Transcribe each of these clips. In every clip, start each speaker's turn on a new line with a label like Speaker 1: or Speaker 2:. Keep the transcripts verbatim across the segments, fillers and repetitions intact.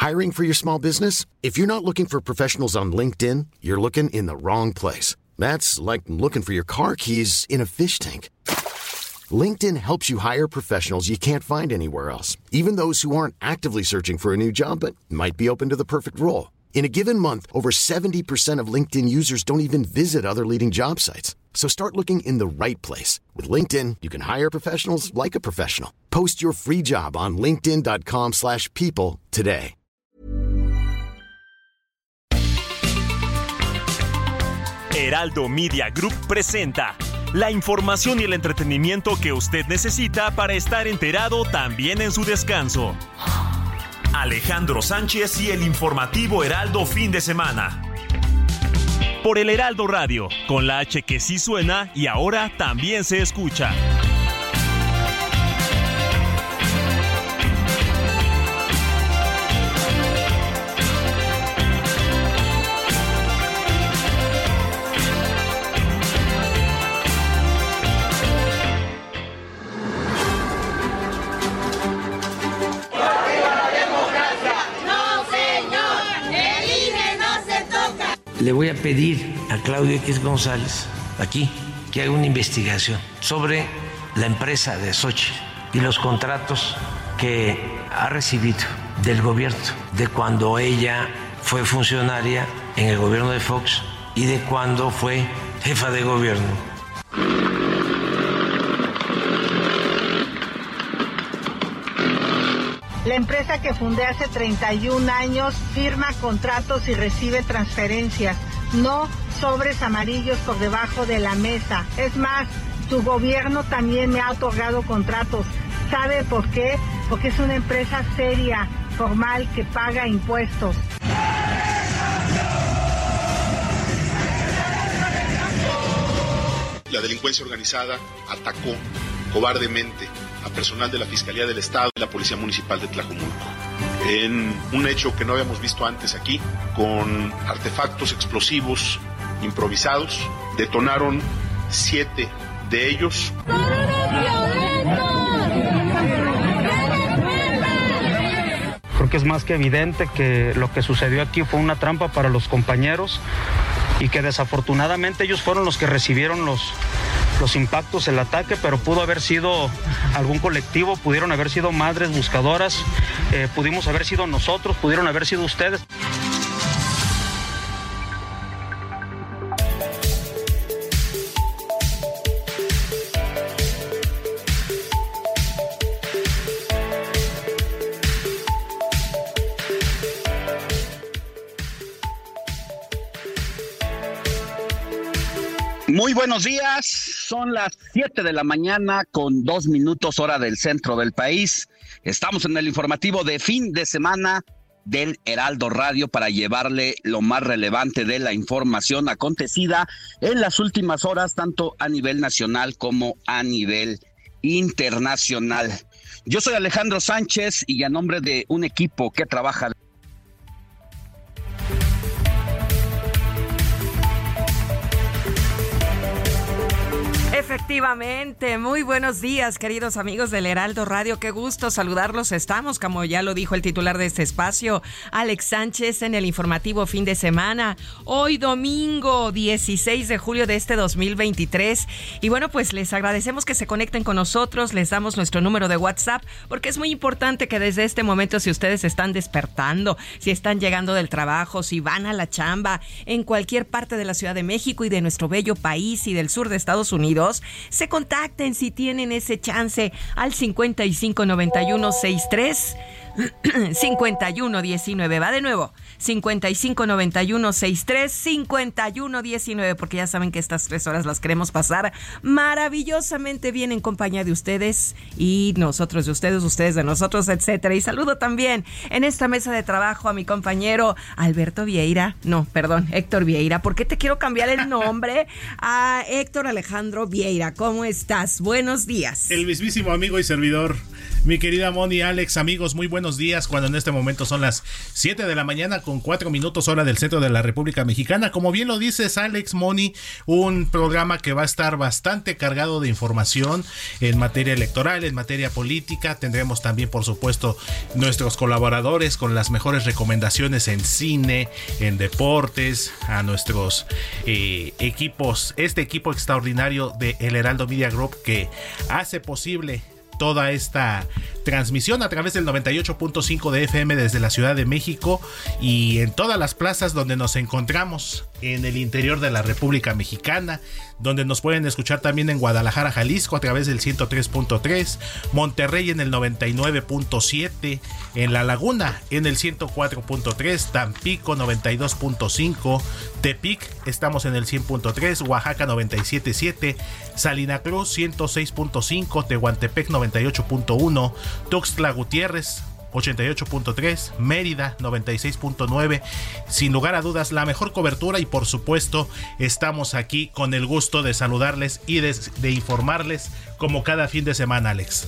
Speaker 1: Hiring for your small business? If you're not looking for professionals on LinkedIn, you're looking in the wrong place. That's like looking for your car keys in a fish tank. LinkedIn helps you hire professionals you can't find anywhere else, even those who aren't actively searching for a new job but might be open to the perfect role. In a given month, over seventy percent of LinkedIn users don't even visit other leading job sites. So start looking in the right place. With LinkedIn, you can hire professionals like a professional. Post your free job on linkedin dot com slash people today.
Speaker 2: Heraldo Media Group presenta la información y el entretenimiento que usted necesita para estar enterado también en su descanso. Alejandro Sánchez y el informativo Heraldo fin de semana. Por el Heraldo Radio, con la H que sí suena y ahora también se escucha.
Speaker 3: Le voy a pedir a Claudio X González, aquí, que haga una investigación sobre la empresa de Xochitl y los contratos que ha recibido del gobierno, de cuando ella fue funcionaria en el gobierno de Fox y de cuando fue jefa de gobierno.
Speaker 4: La empresa que fundé hace treinta y un años firma contratos y recibe transferencias, no sobres amarillos por debajo de la mesa. Es más, su gobierno también me ha otorgado contratos. ¿Sabe por qué? Porque es una empresa seria, formal, que paga impuestos.
Speaker 5: La delincuencia organizada atacó cobardemente a personal de la Fiscalía del Estado y la Policía Municipal de Tlajomulco, en un hecho que no habíamos visto antes aquí, con artefactos explosivos improvisados. Detonaron siete de ellos.
Speaker 6: Creo que es más que evidente que lo que sucedió aquí fue una trampa para los compañeros y que desafortunadamente ellos fueron los que recibieron los los impactos, el ataque, pero pudo haber sido algún colectivo, pudieron haber sido madres buscadoras, eh, pudimos haber sido nosotros, pudieron haber sido ustedes.
Speaker 7: Muy buenos días, son las siete de la mañana con dos minutos hora del centro del país. Estamos en el informativo de fin de semana del Heraldo Radio para llevarle lo más relevante de la información acontecida en las últimas horas, tanto a nivel nacional como a nivel internacional. Yo soy Alejandro Sánchez y a nombre de un equipo que trabaja
Speaker 8: Efectivamente, muy buenos días, queridos amigos del Heraldo Radio, qué gusto saludarlos. Estamos, como ya lo dijo el titular de este espacio, Alex Sánchez, en el informativo fin de semana, hoy domingo dieciséis de julio de este dos mil veintitrés, y bueno, pues les agradecemos que se conecten con nosotros, les damos nuestro número de WhatsApp, porque es muy importante que desde este momento, si ustedes están despertando, si están llegando del trabajo, si van a la chamba, en cualquier parte de la Ciudad de México y de nuestro bello país y del sur de Estados Unidos, se contacten si tienen ese chance al cincuenta y cinco noventa y uno sesenta y tres cincuenta y uno diecinueve. Va de nuevo, cincuenta y cinco noventa y uno sesenta y tres cincuenta y uno diecinueve, porque ya saben que estas tres horas las queremos pasar maravillosamente bien en compañía de ustedes y nosotros de ustedes, ustedes de nosotros, etcétera. Y saludo también en esta mesa de trabajo a mi compañero Alberto Vieira, no, perdón, Héctor Vieira. ¿Por qué te quiero cambiar el nombre? A Héctor Alejandro Vieira. ¿Cómo estás? Buenos días.
Speaker 9: El mismísimo amigo y servidor Mi querida Moni, Alex, amigos, muy buenos días, cuando en este momento son las siete de la mañana con cuatro minutos hora del centro de la República Mexicana. Como bien lo dices, Alex, Moni, un programa que va a estar bastante cargado de información en materia electoral, en materia política. Tendremos también, por supuesto, nuestros colaboradores con las mejores recomendaciones en cine, en deportes, a nuestros eh, equipos, este equipo extraordinario de El Heraldo Media Group que hace posible toda esta transmisión a través del noventa y ocho punto cinco de F M desde la Ciudad de México y en todas las plazas donde nos encontramos en el interior de la República Mexicana, donde nos pueden escuchar también en Guadalajara, Jalisco a través del ciento tres punto tres, Monterrey en el noventa y nueve punto siete, en La Laguna en el ciento cuatro punto tres, Tampico noventa y dos punto cinco, Tepic estamos en el cien punto tres, Oaxaca noventa y siete punto siete, Salina Cruz ciento seis punto cinco, Tehuantepec noventa y ocho punto uno, Tuxtla Gutiérrez ochenta y ocho punto tres, Mérida noventa y seis punto nueve. Sin lugar a dudas, la mejor cobertura y por supuesto estamos aquí con el gusto de saludarles y de, de informarles como cada fin de semana, Alex.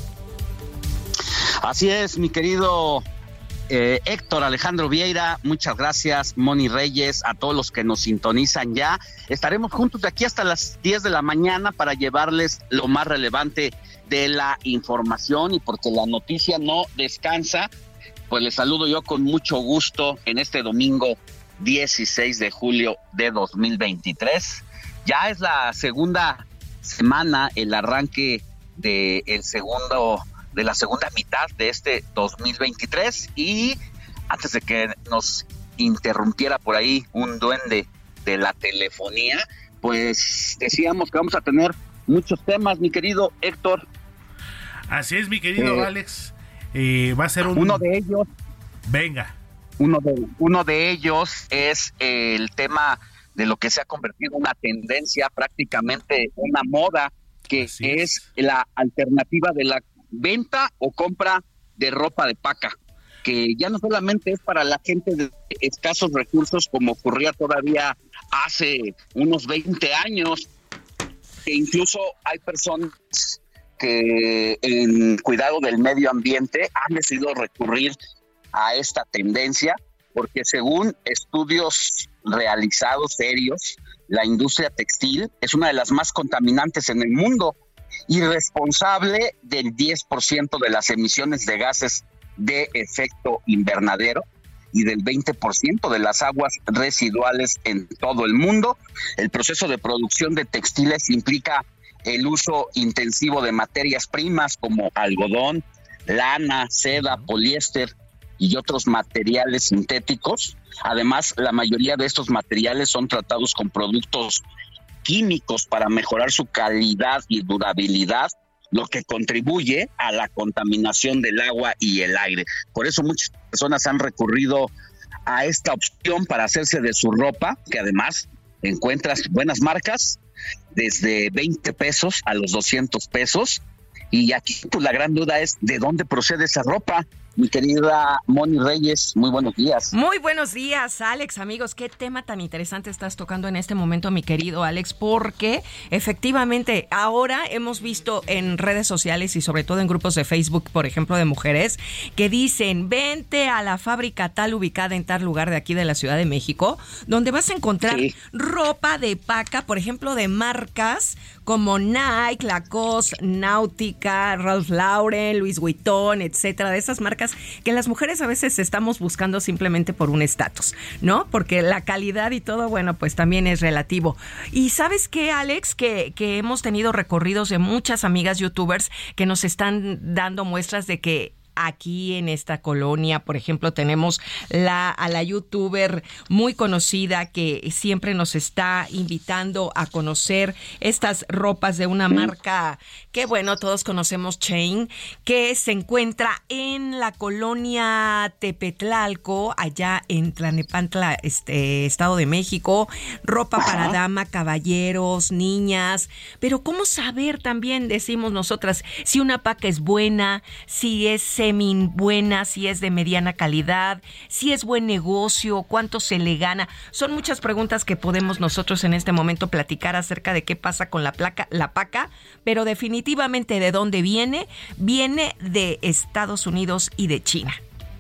Speaker 7: Así es, mi querido eh, Héctor Alejandro Vieira, muchas gracias, Moni Reyes, a todos los que nos sintonizan ya. Estaremos juntos de aquí hasta las diez de la mañana para llevarles lo más relevante de la información, y porque la noticia no descansa, pues les saludo yo con mucho gusto en este domingo dieciséis de julio de dos mil veintitrés. Ya es la segunda semana, el arranque de el segundo de la segunda mitad de este dos mil veintitrés, y antes de que nos interrumpiera por ahí un duende de la telefonía, pues decíamos que vamos a tener muchos temas, mi querido Héctor.
Speaker 9: Así es, mi querido eh, Alex. Eh, va a ser un...
Speaker 7: Uno de ellos...
Speaker 9: Venga.
Speaker 7: Uno de, uno de ellos es el tema de lo que se ha convertido en una tendencia, prácticamente una moda, que es. es la alternativa de la venta o compra de ropa de paca, que ya no solamente es para la gente de escasos recursos, como ocurría todavía hace unos veinte años, que incluso hay personas que en cuidado del medio ambiente han decidido recurrir a esta tendencia, porque según estudios realizados serios, la industria textil es una de las más contaminantes en el mundo y responsable del diez por ciento de las emisiones de gases de efecto invernadero y del veinte por ciento de las aguas residuales en todo el mundo. El proceso de producción de textiles implica el uso intensivo de materias primas como algodón, lana, seda, poliéster y otros materiales sintéticos. Además, la mayoría de estos materiales son tratados con productos químicos para mejorar su calidad y durabilidad, lo que contribuye a la contaminación del agua y el aire. Por eso muchas personas han recurrido a esta opción para hacerse de su ropa, que además encuentras buenas marcas, desde veinte pesos a los doscientos pesos. Y aquí pues la gran duda es ¿de dónde procede esa ropa? Mi querida Moni Reyes, muy buenos días.
Speaker 8: Muy buenos días, Alex, amigos. Qué tema tan interesante estás tocando en este momento, mi querido Alex, porque efectivamente ahora hemos visto en redes sociales y sobre todo en grupos de Facebook, por ejemplo, de mujeres, que dicen, vente a la fábrica tal ubicada en tal lugar de aquí de la Ciudad de México, donde vas a encontrar sí. ropa de paca, por ejemplo, de marcas como Nike, Lacoste, Náutica, Ralph Lauren, Louis Vuitton, etcétera, de esas marcas que las mujeres a veces estamos buscando simplemente por un estatus, ¿no? Porque la calidad y todo, bueno, pues también es relativo. Y ¿sabes qué, Alex? Que, que hemos tenido recorridos de muchas amigas youtubers que nos están dando muestras de que aquí en esta colonia, por ejemplo, tenemos la, a la youtuber muy conocida que siempre nos está invitando a conocer estas ropas de una marca que, bueno, todos conocemos, Chain, que se encuentra en la colonia Tepetlalco, allá en Tlalnepantla, este, Estado de México. Ropa para dama, caballeros, niñas. Pero ¿cómo saber también, decimos nosotras, si una paca es buena, si es semi buena, si es de mediana calidad, si es buen negocio, cuánto se le gana. Son muchas preguntas que podemos nosotros en este momento platicar acerca de qué pasa con la placa, la paca, pero definitivamente de dónde viene, viene de Estados Unidos y de China.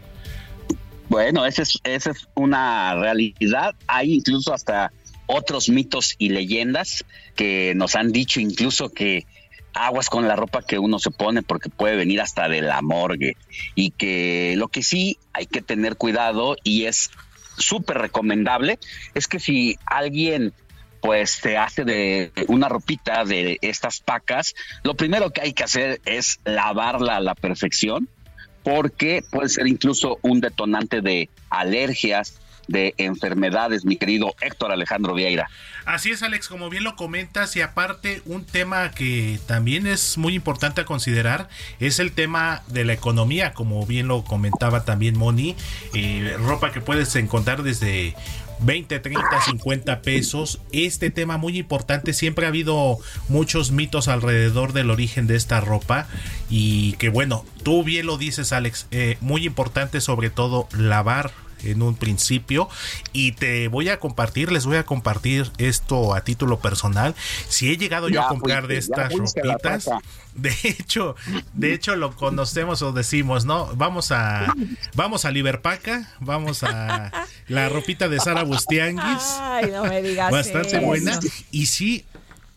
Speaker 7: Bueno, esa es, esa es una realidad. Hay incluso hasta otros mitos y leyendas que nos han dicho incluso que aguas con la ropa que uno se pone porque puede venir hasta de la morgue, y que lo que sí hay que tener cuidado y es súper recomendable es que si alguien pues se hace de una ropita de estas pacas, lo primero que hay que hacer es lavarla a la perfección, porque puede ser incluso un detonante de alergias, de enfermedades, mi querido Héctor Alejandro Vieira.
Speaker 9: Así es, Alex, como bien lo comentas, y aparte un tema que también es muy importante a considerar es el tema de la economía, como bien lo comentaba también Moni, eh, ropa que puedes encontrar desde veinte, treinta, cincuenta pesos. Este tema muy importante, siempre ha habido muchos mitos alrededor del origen de esta ropa, y que bueno, tú bien lo dices, Alex, eh, muy importante sobre todo lavar en un principio, y te voy a compartir, les voy a compartir esto a título personal. Si he llegado yo ya a comprar fuiste, de estas ropitas, de hecho, de hecho lo conocemos o decimos, ¿no? Vamos a vamos a Liverpaca, vamos a la ropita de Sara Bustianguis.
Speaker 8: Ay, no me digas
Speaker 9: bastante
Speaker 8: eso.
Speaker 9: buena, y sí,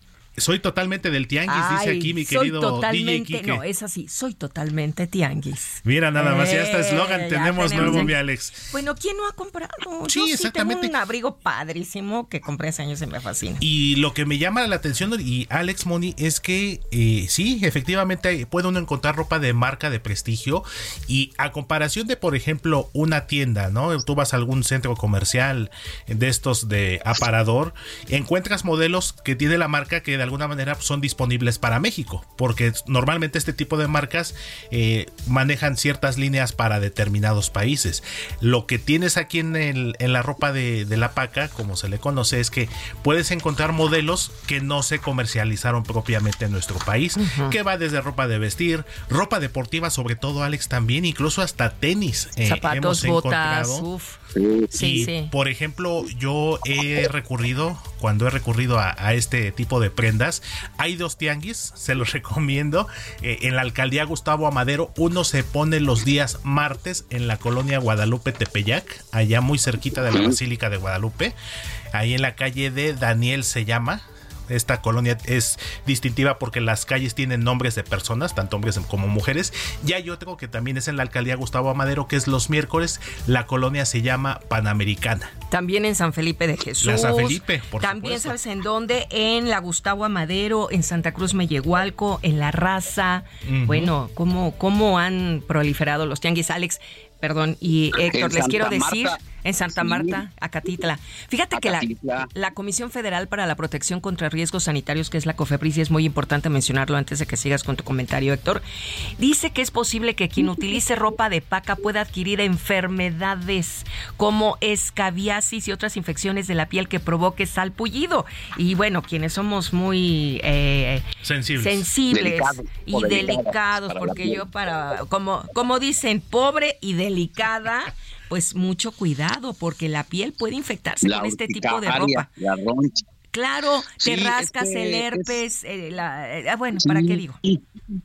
Speaker 9: soy totalmente del tianguis. Ay, dice aquí mi querido D J Kike.
Speaker 8: No, es así, soy totalmente tianguis.
Speaker 9: Mira nada más, eh, ya está eslogan tenemos, tenemos nuevo, mi Alex.
Speaker 8: Bueno, ¿quién no ha comprado?
Speaker 9: Sí,
Speaker 8: Yo
Speaker 9: exactamente.
Speaker 8: Sí tengo un abrigo padrísimo que compré hace años y me fascina.
Speaker 9: Y lo que me llama la atención, y Alex, Moni, es que eh, sí, efectivamente puede uno encontrar ropa de marca, de prestigio, y a comparación de, por ejemplo, una tienda, ¿no? Tú vas a algún centro comercial de estos de aparador, encuentras modelos que tiene la marca que de alguna manera son disponibles para México, porque normalmente este tipo de marcas eh, manejan ciertas líneas para determinados países. Lo que tienes aquí en, el, en la ropa de, de la paca, como se le conoce, es que puedes encontrar modelos que no se comercializaron propiamente en nuestro país, uh-huh. que va desde ropa de vestir, ropa deportiva, sobre todo, Alex, también, incluso hasta tenis. Eh,
Speaker 8: Zapatos,
Speaker 9: hemos
Speaker 8: botas,
Speaker 9: encontrado.
Speaker 8: Uf.
Speaker 9: Sí, y, sí. Por ejemplo, yo he recurrido, cuando he recurrido a, a este tipo de prendas, hay dos tianguis, se los recomiendo, eh, en la alcaldía Gustavo Amadero. Uno se pone los días martes en la colonia Guadalupe Tepeyac, allá muy cerquita de la Basílica de Guadalupe, ahí en la calle de Daniel se llama. Esta colonia es distintiva porque las calles tienen nombres de personas, tanto hombres como mujeres. Y hay otro que también es en la alcaldía Gustavo Amadero, que es los miércoles. La colonia se llama Panamericana.
Speaker 8: También en San Felipe de Jesús.
Speaker 9: La San Felipe, por
Speaker 8: También,
Speaker 9: supuesto.
Speaker 8: ¿sabes en dónde? En la Gustavo Amadero, en Santa Cruz Mellehualco, en La Raza. Uh-huh. Bueno, ¿cómo, cómo han proliferado los tianguis, Alex? Perdón, y Héctor, les quiero decir, Marta, en Santa sí. Marta, Acatitla. Fíjate Acatitla. que la, la Comisión Federal para la Protección contra Riesgos Sanitarios, que es la COFEPRIS, y es muy importante mencionarlo antes de que sigas con tu comentario, Héctor, dice que es posible que quien utilice ropa de paca pueda adquirir enfermedades como escabiasis y otras infecciones de la piel que provoque salpullido. Y bueno, quienes somos muy eh,
Speaker 9: sensibles,
Speaker 8: sensibles
Speaker 7: Delicado,
Speaker 8: y delicados, porque yo para, como, como dicen, pobre y delicada, pues mucho cuidado, porque la piel puede infectarse la con este tipo de ropa.
Speaker 7: La roncha.
Speaker 8: Claro,
Speaker 7: sí,
Speaker 8: te rascas
Speaker 7: es que
Speaker 8: el herpes,
Speaker 7: es...
Speaker 8: eh, la, eh, bueno,
Speaker 7: sí,
Speaker 8: ¿para qué digo?
Speaker 7: Sí.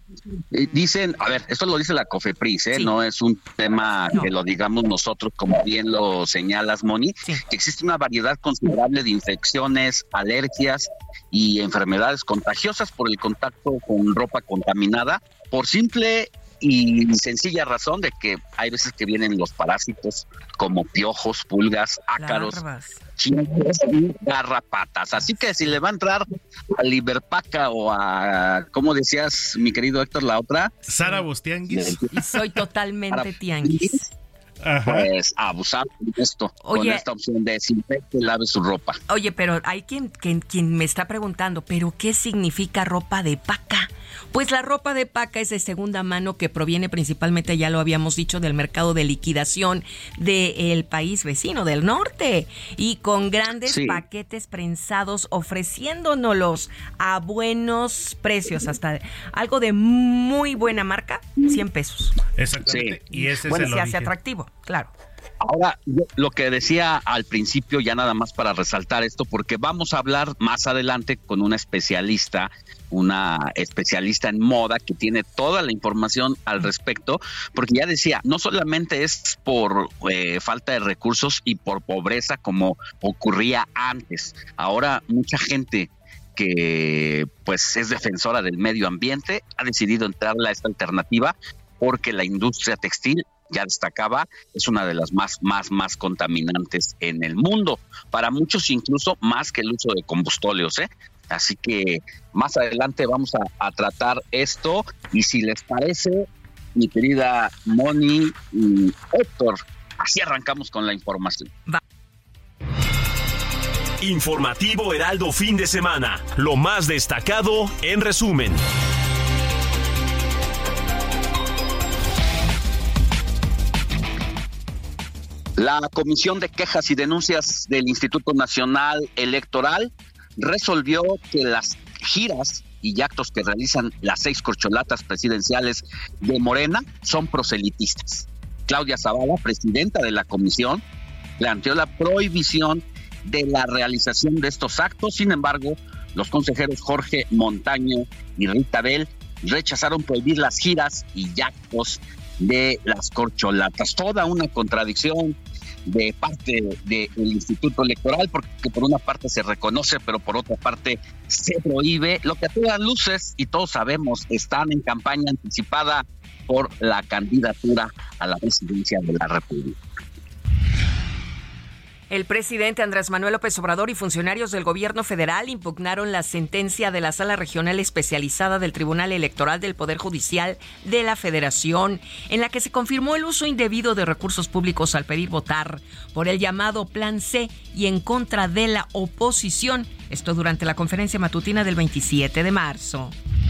Speaker 7: Dicen, a ver, esto lo dice la COFEPRIS, ¿eh? Sí. No es un tema no. que lo digamos nosotros, como bien lo señalas, Moni, sí. que existe una variedad considerable de infecciones, alergias y enfermedades contagiosas por el contacto con ropa contaminada, por simple y sencilla razón de que hay veces que vienen los parásitos como piojos, pulgas, ácaros, chingos y garrapatas. Así que si le va a entrar a Liverpaca o a, ¿cómo decías, mi querido Héctor, la otra?
Speaker 9: Sara Bustianguis.
Speaker 8: Y soy totalmente tianguis.
Speaker 7: Ajá. Pues abusar con esto, oye, con esta opción de desinfecte, lave su ropa.
Speaker 8: Oye, pero hay quien, quien, quien me está preguntando, ¿pero qué significa ropa de paca? Pues la ropa de paca es de segunda mano que proviene principalmente, ya lo habíamos dicho, del mercado de liquidación del país vecino del norte y con grandes sí. paquetes prensados ofreciéndonos a buenos precios, hasta algo de muy buena marca, cien pesos.
Speaker 9: Exactamente. Sí. Y ese
Speaker 8: bueno,
Speaker 9: es el
Speaker 8: se
Speaker 9: origen.
Speaker 8: hace atractivo, claro.
Speaker 7: Ahora, lo que decía al principio, ya nada más para resaltar esto, porque vamos a hablar más adelante con una especialista, una especialista en moda que tiene toda la información al respecto, porque ya decía, no solamente es por eh, falta de recursos y por pobreza como ocurría antes. Ahora mucha gente que pues es defensora del medio ambiente ha decidido entrarle a esta alternativa porque la industria textil, ya destacaba, es una de las más, más, más contaminantes en el mundo. Para muchos incluso más que el uso de combustóleos, ¿eh? Así que más adelante vamos a, a tratar esto. Y si les parece, mi querida Moni y Héctor, así arrancamos con la información. Va.
Speaker 2: Informativo Heraldo fin de semana. Lo más destacado en resumen.
Speaker 7: La Comisión de Quejas y Denuncias del Instituto Nacional Electoral resolvió que las giras y actos que realizan las seis corcholatas presidenciales de Morena son proselitistas. Claudia Zavala, presidenta de la comisión, planteó la prohibición de la realización de estos actos. Sin embargo, los consejeros Jorge Montaño y Rita Bell rechazaron prohibir las giras y actos de las corcholatas. Toda una contradicción de parte del Instituto Electoral, porque por una parte se reconoce, pero por otra parte se prohíbe, lo que a todas luces, y todos sabemos, están en campaña anticipada por la candidatura a la presidencia de la República.
Speaker 8: El presidente Andrés Manuel López Obrador y funcionarios del gobierno federal impugnaron la sentencia de la Sala Regional Especializada del Tribunal Electoral del Poder Judicial de la Federación, en la que se confirmó el uso indebido de recursos públicos al pedir votar por el llamado Plan C y en contra de la oposición. Esto durante la conferencia matutina del veintisiete de marzo.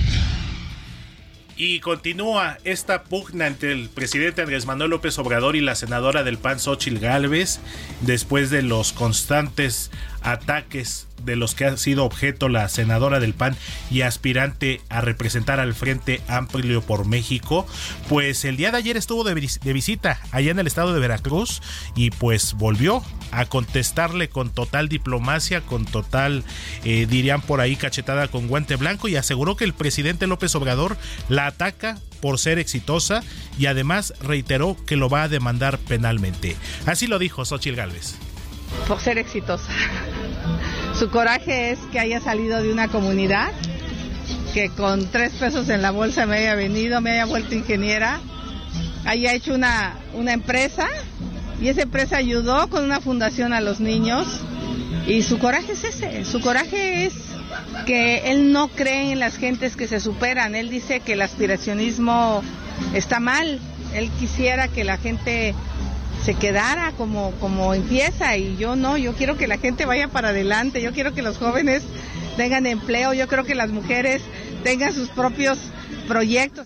Speaker 9: Y continúa esta pugna entre el presidente Andrés Manuel López Obrador y la senadora del P A N, Xóchitl Gálvez, después de los constantes ataques de los que ha sido objeto la senadora del P A N y aspirante a representar al Frente Amplio por México. Pues el día de ayer estuvo de, de visita allá en el estado de Veracruz y pues volvió a contestarle con total diplomacia, con total, eh, dirían por ahí, cachetada con guante blanco, y aseguró que el presidente López Obrador la ataca por ser exitosa y además reiteró que lo va a demandar penalmente. Así lo dijo Xóchitl Gálvez.
Speaker 4: Por ser exitosa. Su coraje es que haya salido de una comunidad, que con tres pesos en la bolsa me haya venido, me haya vuelto ingeniera, haya hecho una, una empresa, y esa empresa ayudó con una fundación a los niños, y su coraje es ese, su coraje es que él no cree en las gentes que se superan. Él dice que el aspiracionismo está mal, él quisiera que la gente se quedara como, como empieza, y yo no, yo quiero que la gente vaya para adelante, yo quiero que los jóvenes tengan empleo, yo creo que las mujeres tengan sus propios proyectos.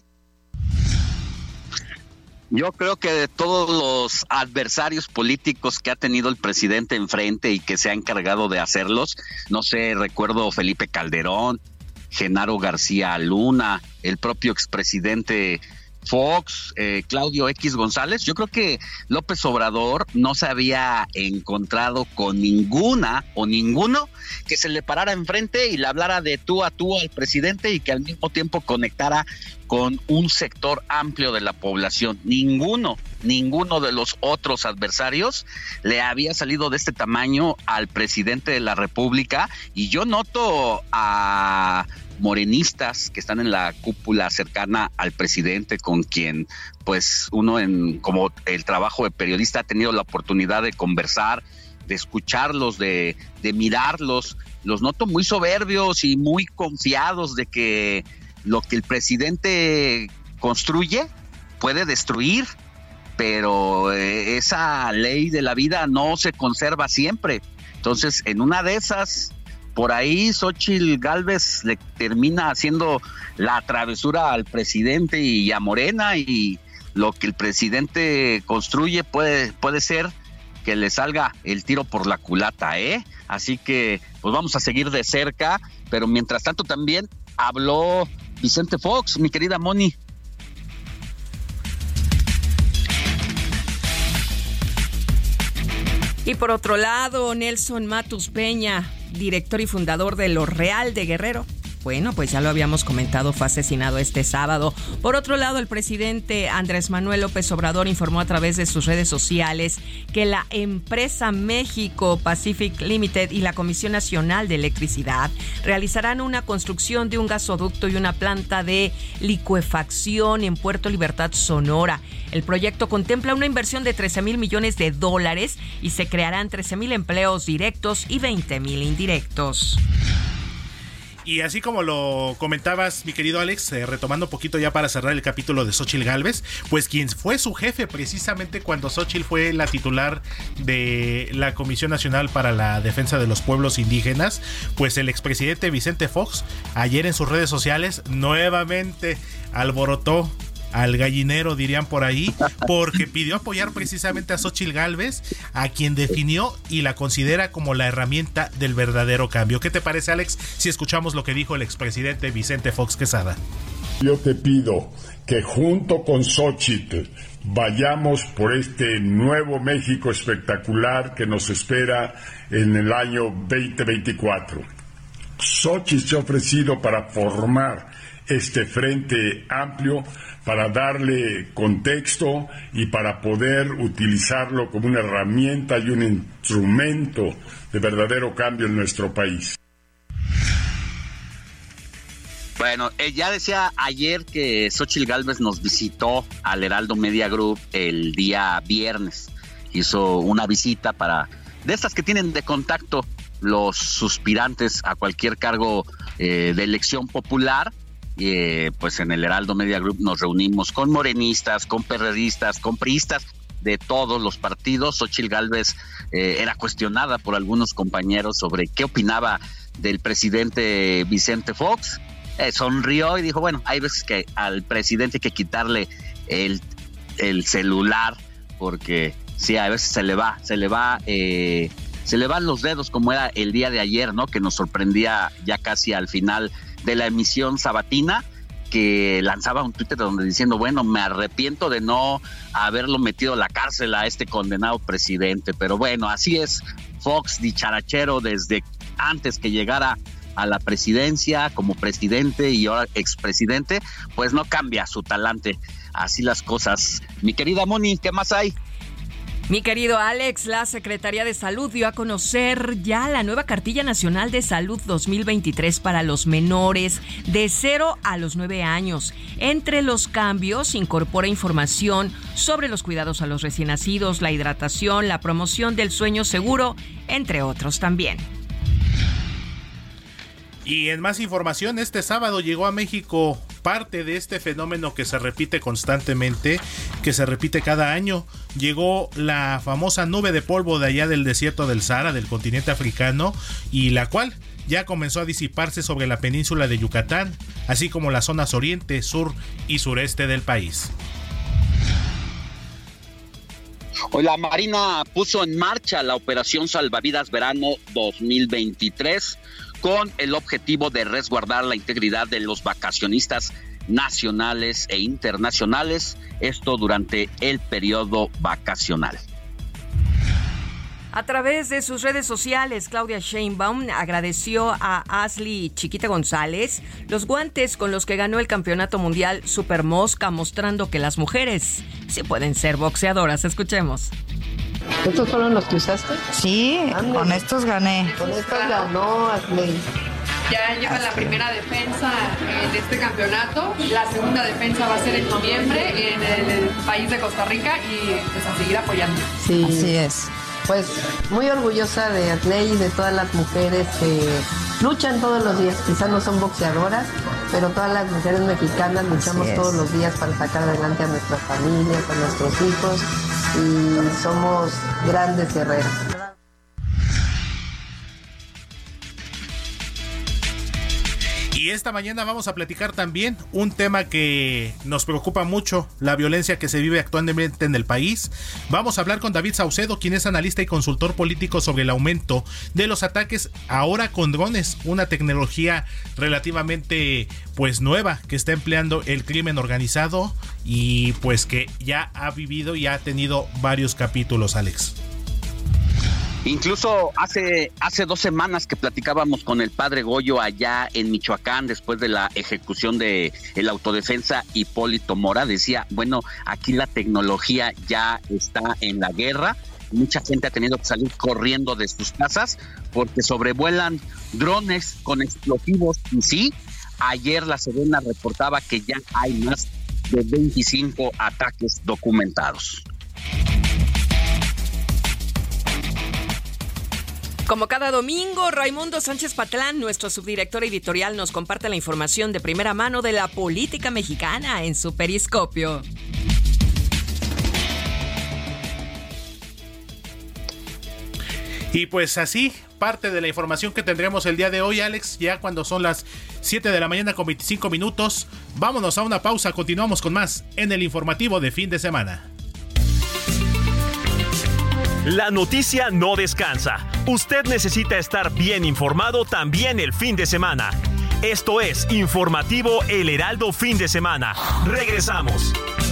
Speaker 7: Yo creo que de todos los adversarios políticos que ha tenido el presidente enfrente y que se ha encargado de hacerlos, no sé, recuerdo Felipe Calderón, Genaro García Luna, el propio expresidente Fox, eh, Claudio X González, yo creo que López Obrador no se había encontrado con ninguna o ninguno que se le parara enfrente y le hablara de tú a tú al presidente y que al mismo tiempo conectara con un sector amplio de la población. Ninguno, ninguno de los otros adversarios le había salido de este tamaño al presidente de la República, y yo noto a morenistas que están en la cúpula cercana al presidente, con quien pues uno en como el trabajo de periodista ha tenido la oportunidad de conversar, de escucharlos, de, de mirarlos. Los noto muy soberbios y muy confiados de que lo que el presidente construye puede destruir, pero eh, esa ley de la vida no se conserva siempre. Entonces, en una de esas, por ahí Xóchitl Gálvez le termina haciendo la travesura al presidente y a Morena, y lo que el presidente construye puede, puede ser que le salga el tiro por la culata, ¿eh? Así que pues vamos a seguir de cerca, pero mientras tanto también habló Vicente Fox, mi querida Moni.
Speaker 8: Y por otro lado, Nelson Matus Peña, director y fundador de Lo Real de Guerrero. Bueno, pues ya lo habíamos comentado, fue asesinado este sábado. Por otro lado, el presidente Andrés Manuel López Obrador informó a través de sus redes sociales que la empresa México Pacific Limited y la Comisión Nacional de Electricidad realizarán una construcción de un gasoducto y una planta de licuefacción en Puerto Libertad, Sonora. El proyecto contempla una inversión de trece mil millones de dólares y se crearán trece mil empleos directos y veinte mil indirectos.
Speaker 9: Y así como lo comentabas, mi querido Alex, eh, retomando un poquito ya para cerrar el capítulo de Xóchitl Gálvez, pues quien fue su jefe precisamente cuando Xóchitl fue la titular de la Comisión Nacional para la Defensa de los Pueblos Indígenas, pues el expresidente Vicente Fox ayer en sus redes sociales nuevamente alborotó al gallinero, dirían por ahí, porque pidió apoyar precisamente a Xóchitl Gálvez, a quien definió y la considera como la herramienta del verdadero cambio. ¿Qué te parece, Alex, si escuchamos lo que dijo el expresidente Vicente Fox Quesada?
Speaker 10: Yo te pido que junto con Xóchitl vayamos por este nuevo México espectacular que nos espera en el año veinte veinticuatro. Xóchitl se ha ofrecido para formar este frente amplio, para darle contexto y para poder utilizarlo como una herramienta y un instrumento de verdadero cambio en nuestro país.
Speaker 7: Bueno, eh, ya decía ayer que Xóchitl Gálvez nos visitó al Heraldo Media Group el día viernes. Hizo una visita para, de estas que tienen de contacto los suspirantes a cualquier cargo eh, de elección popular. Eh, pues en el Heraldo Media Group nos reunimos con morenistas, con perredistas, con priistas de todos los partidos. Xóchitl Gálvez eh, era cuestionada por algunos compañeros sobre qué opinaba del presidente Vicente Fox. Eh, sonrió y dijo, bueno, hay veces que al presidente hay que quitarle el, el celular, porque sí, a veces se le va, se le va, eh, se le van los dedos, como era el día de ayer, ¿no? Que nos sorprendía ya casi al final de la emisión sabatina, que lanzaba un Twitter donde diciendo, bueno, me arrepiento de no haberlo metido a la cárcel a este condenado presidente. Pero bueno, así es Fox, dicharachero desde antes que llegara a la presidencia como presidente y ahora expresidente, pues no cambia su talante. Así las cosas. Mi querida Moni, ¿qué más hay?
Speaker 8: Mi querido Alex, la Secretaría de Salud dio a conocer ya la nueva Cartilla Nacional de Salud dos mil veintitrés para los menores de cero a los nueve años. Entre los cambios incorpora información sobre los cuidados a los recién nacidos, la hidratación, la promoción del sueño seguro, entre otros también.
Speaker 9: Y en más información, este sábado llegó a México parte de este fenómeno que se repite constantemente, que se repite cada año. Llegó la famosa nube de polvo de allá del desierto del Sahara, del continente africano, y la cual ya comenzó a disiparse sobre la península de Yucatán, así como las zonas oriente, sur y sureste del país.
Speaker 7: Hoy la Marina puso en marcha la Operación Salvavidas Verano dos mil veintitrés, con el objetivo de resguardar la integridad de los vacacionistas nacionales e internacionales, esto durante el periodo vacacional.
Speaker 8: A través de sus redes sociales, Claudia Sheinbaum agradeció a Ashley Chiquita González los guantes con los que ganó el Campeonato Mundial Super Mosca, mostrando que las mujeres sí pueden ser boxeadoras. Escuchemos.
Speaker 11: ¿Estos fueron los que usaste?
Speaker 12: Sí, Ande. Con estos gané.
Speaker 11: Con estos ganó Ashley.
Speaker 13: Ya lleva la primera defensa en este campeonato. La segunda defensa va a ser en noviembre en el país de Costa Rica y pues a seguir apoyando.
Speaker 12: Sí, así es.
Speaker 11: Pues muy orgullosa de Ashley y de todas las mujeres que luchan todos los días. Quizás no son boxeadoras, pero todas las mujeres mexicanas luchamos todos los días para sacar adelante a nuestras familias, a nuestros hijos, y somos grandes guerreras.
Speaker 9: Y esta mañana vamos a platicar también un tema que nos preocupa mucho, la violencia que se vive actualmente en el país. Vamos a hablar con David Saucedo, quien es analista y consultor político sobre el aumento de los ataques ahora con drones, una tecnología relativamente pues nueva que está empleando el crimen organizado y pues que ya ha vivido y ha tenido varios capítulos, Alex.
Speaker 7: Incluso hace, hace dos semanas que platicábamos con el padre Goyo allá en Michoacán, después de la ejecución de el autodefensa Hipólito Mora, decía, bueno, aquí la tecnología ya está en la guerra. Mucha gente ha tenido que salir corriendo de sus casas porque sobrevuelan drones con explosivos. Y sí, ayer la Sedena reportaba que ya hay más de veinticinco ataques documentados.
Speaker 8: Como cada domingo, Raimundo Sánchez Patlán, nuestro subdirector editorial, nos comparte la información de primera mano de la política mexicana en su periscopio.
Speaker 9: Y pues así, parte de la información que tendremos el día de hoy, Alex, ya cuando son las siete de la mañana con veinticinco minutos. Vámonos a una pausa, continuamos con más en el informativo de fin de semana.
Speaker 2: La noticia no descansa. Usted necesita estar bien informado también el fin de semana. Esto es Informativo El Heraldo Fin de Semana. Regresamos.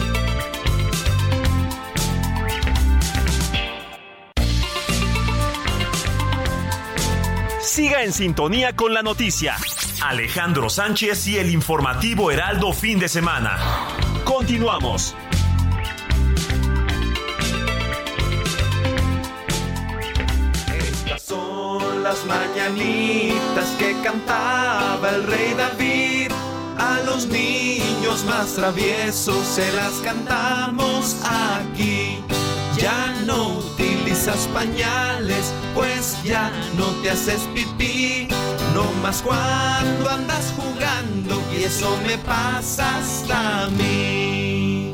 Speaker 2: Siga en sintonía con la noticia. Alejandro Sánchez y el Informativo Heraldo Fin de Semana. Continuamos.
Speaker 14: Son las mañanitas que cantaba el rey David. A los niños más traviesos se las cantamos aquí. Ya no utilizas pañales, pues ya no te haces pipí. No más cuando andas jugando, y eso me pasa hasta a mí.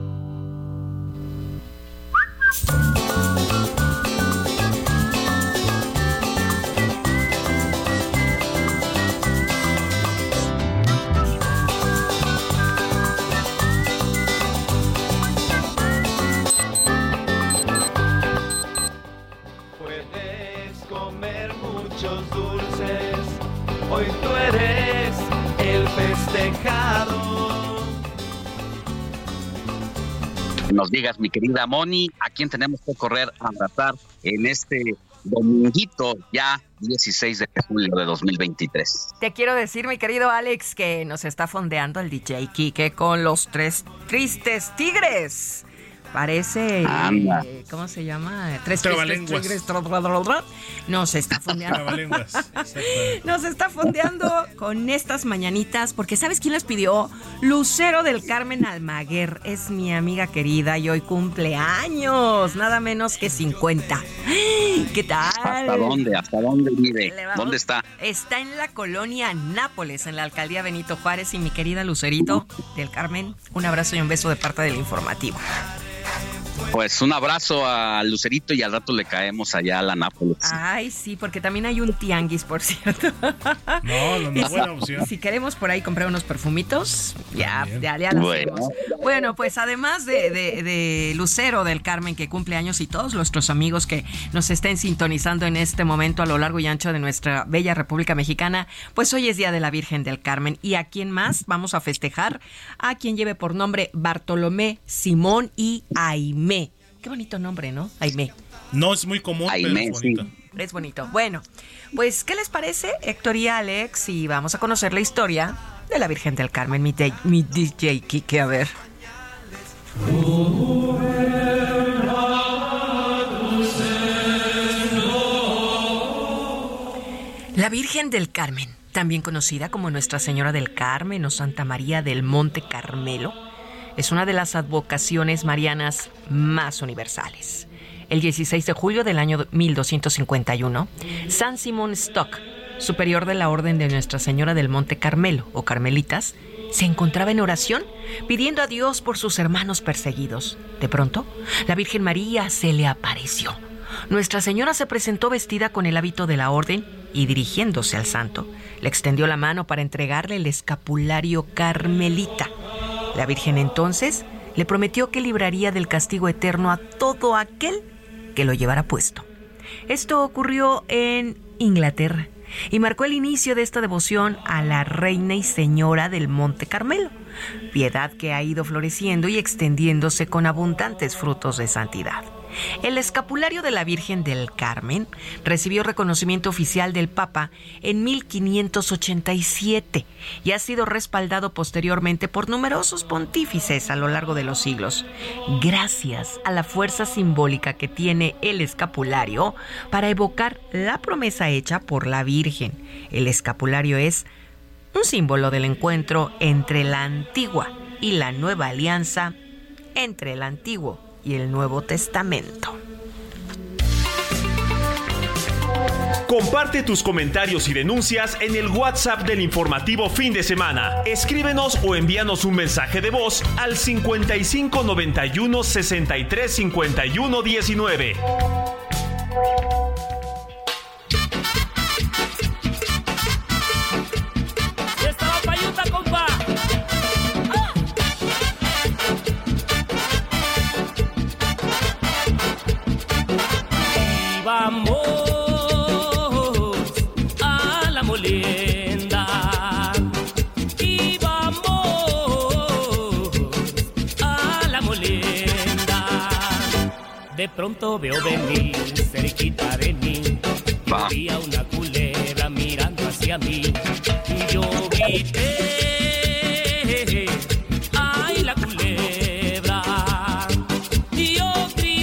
Speaker 14: Hoy tú eres el festejado.
Speaker 7: Nos digas, mi querida Moni, ¿a quién tenemos que correr a abrazar en este dominguito ya dieciséis de julio de dos mil veintitrés?
Speaker 8: Te quiero decir, mi querido Alex, que nos está fondeando el D J Kike con los tres tristes tigres. Parece, eh, ¿cómo se llama? Tres
Speaker 9: Trabalenguas.
Speaker 8: Tigres. Nos está fondeando. Nos está fondeando con estas mañanitas, porque ¿sabes quién las pidió? Lucero del Carmen Almaguer. Es mi amiga querida y hoy cumple años, nada menos que cincuenta. ¿Qué tal?
Speaker 7: ¿Hasta dónde? ¿Hasta dónde vive? ¿Dónde está?
Speaker 8: Está en la colonia Nápoles, en la alcaldía Benito Juárez. Y mi querida Lucerito del Carmen, un abrazo y un beso de parte del informativo.
Speaker 7: Pues un abrazo a Lucerito y al rato le caemos allá a la Nápoles.
Speaker 8: Ay, sí, porque también hay un tianguis, por cierto.
Speaker 9: No, no, no, buena opción.
Speaker 8: Si queremos por ahí comprar unos perfumitos, ya, ya, ya las
Speaker 7: bueno.
Speaker 8: hacemos. Bueno, pues además de, de, de Lucero del Carmen, que cumple años, y todos nuestros amigos que nos estén sintonizando en este momento a lo largo y ancho de nuestra bella República Mexicana, pues hoy es Día de la Virgen del Carmen. ¿Y a quién más vamos a festejar? A quien lleve por nombre Bartolomé, Simón y Aimé. Qué bonito nombre, ¿no? Aimé.
Speaker 9: No es muy común,
Speaker 7: Aimé,
Speaker 9: pero es bonito.
Speaker 7: Sí.
Speaker 8: Es bonito. Bueno, pues, ¿qué les parece, Héctor y Alex? Y vamos a conocer la historia de la Virgen del Carmen, mi, de, mi D J Kike, a ver. La Virgen del Carmen, también conocida como Nuestra Señora del Carmen o Santa María del Monte Carmelo, es una de las advocaciones marianas más universales. El dieciséis de julio del año mil doscientos cincuenta y uno, San Simón Stock, superior de la Orden de Nuestra Señora del Monte Carmelo, o Carmelitas, se encontraba en oración pidiendo a Dios por sus hermanos perseguidos. De pronto, la Virgen María se le apareció. Nuestra Señora se presentó vestida con el hábito de la Orden y dirigiéndose al santo, le extendió la mano para entregarle el escapulario carmelita. La Virgen entonces le prometió que libraría del castigo eterno a todo aquel que lo llevara puesto. Esto ocurrió en Inglaterra y marcó el inicio de esta devoción a la Reina y Señora del Monte Carmelo, piedad que ha ido floreciendo y extendiéndose con abundantes frutos de santidad. El escapulario de la Virgen del Carmen recibió reconocimiento oficial del Papa en mil quinientos ochenta y siete y ha sido respaldado posteriormente por numerosos pontífices a lo largo de los siglos, gracias a la fuerza simbólica que tiene el escapulario para evocar la promesa hecha por la Virgen. El escapulario es un símbolo del encuentro entre la antigua y la nueva alianza, entre el antiguo y el Nuevo Testamento.
Speaker 2: Comparte tus comentarios y denuncias en el WhatsApp del informativo fin de semana. Escríbenos o envíanos un mensaje de voz al cincuenta y cinco noventa y uno sesenta y tres cincuenta y uno diecinueve.
Speaker 15: Vamos a la molienda y vamos a la molienda. De pronto veo venir cerquita de mí, había una culebra mirando hacia mí y yo grité, ¡ay, la culebra! Y yo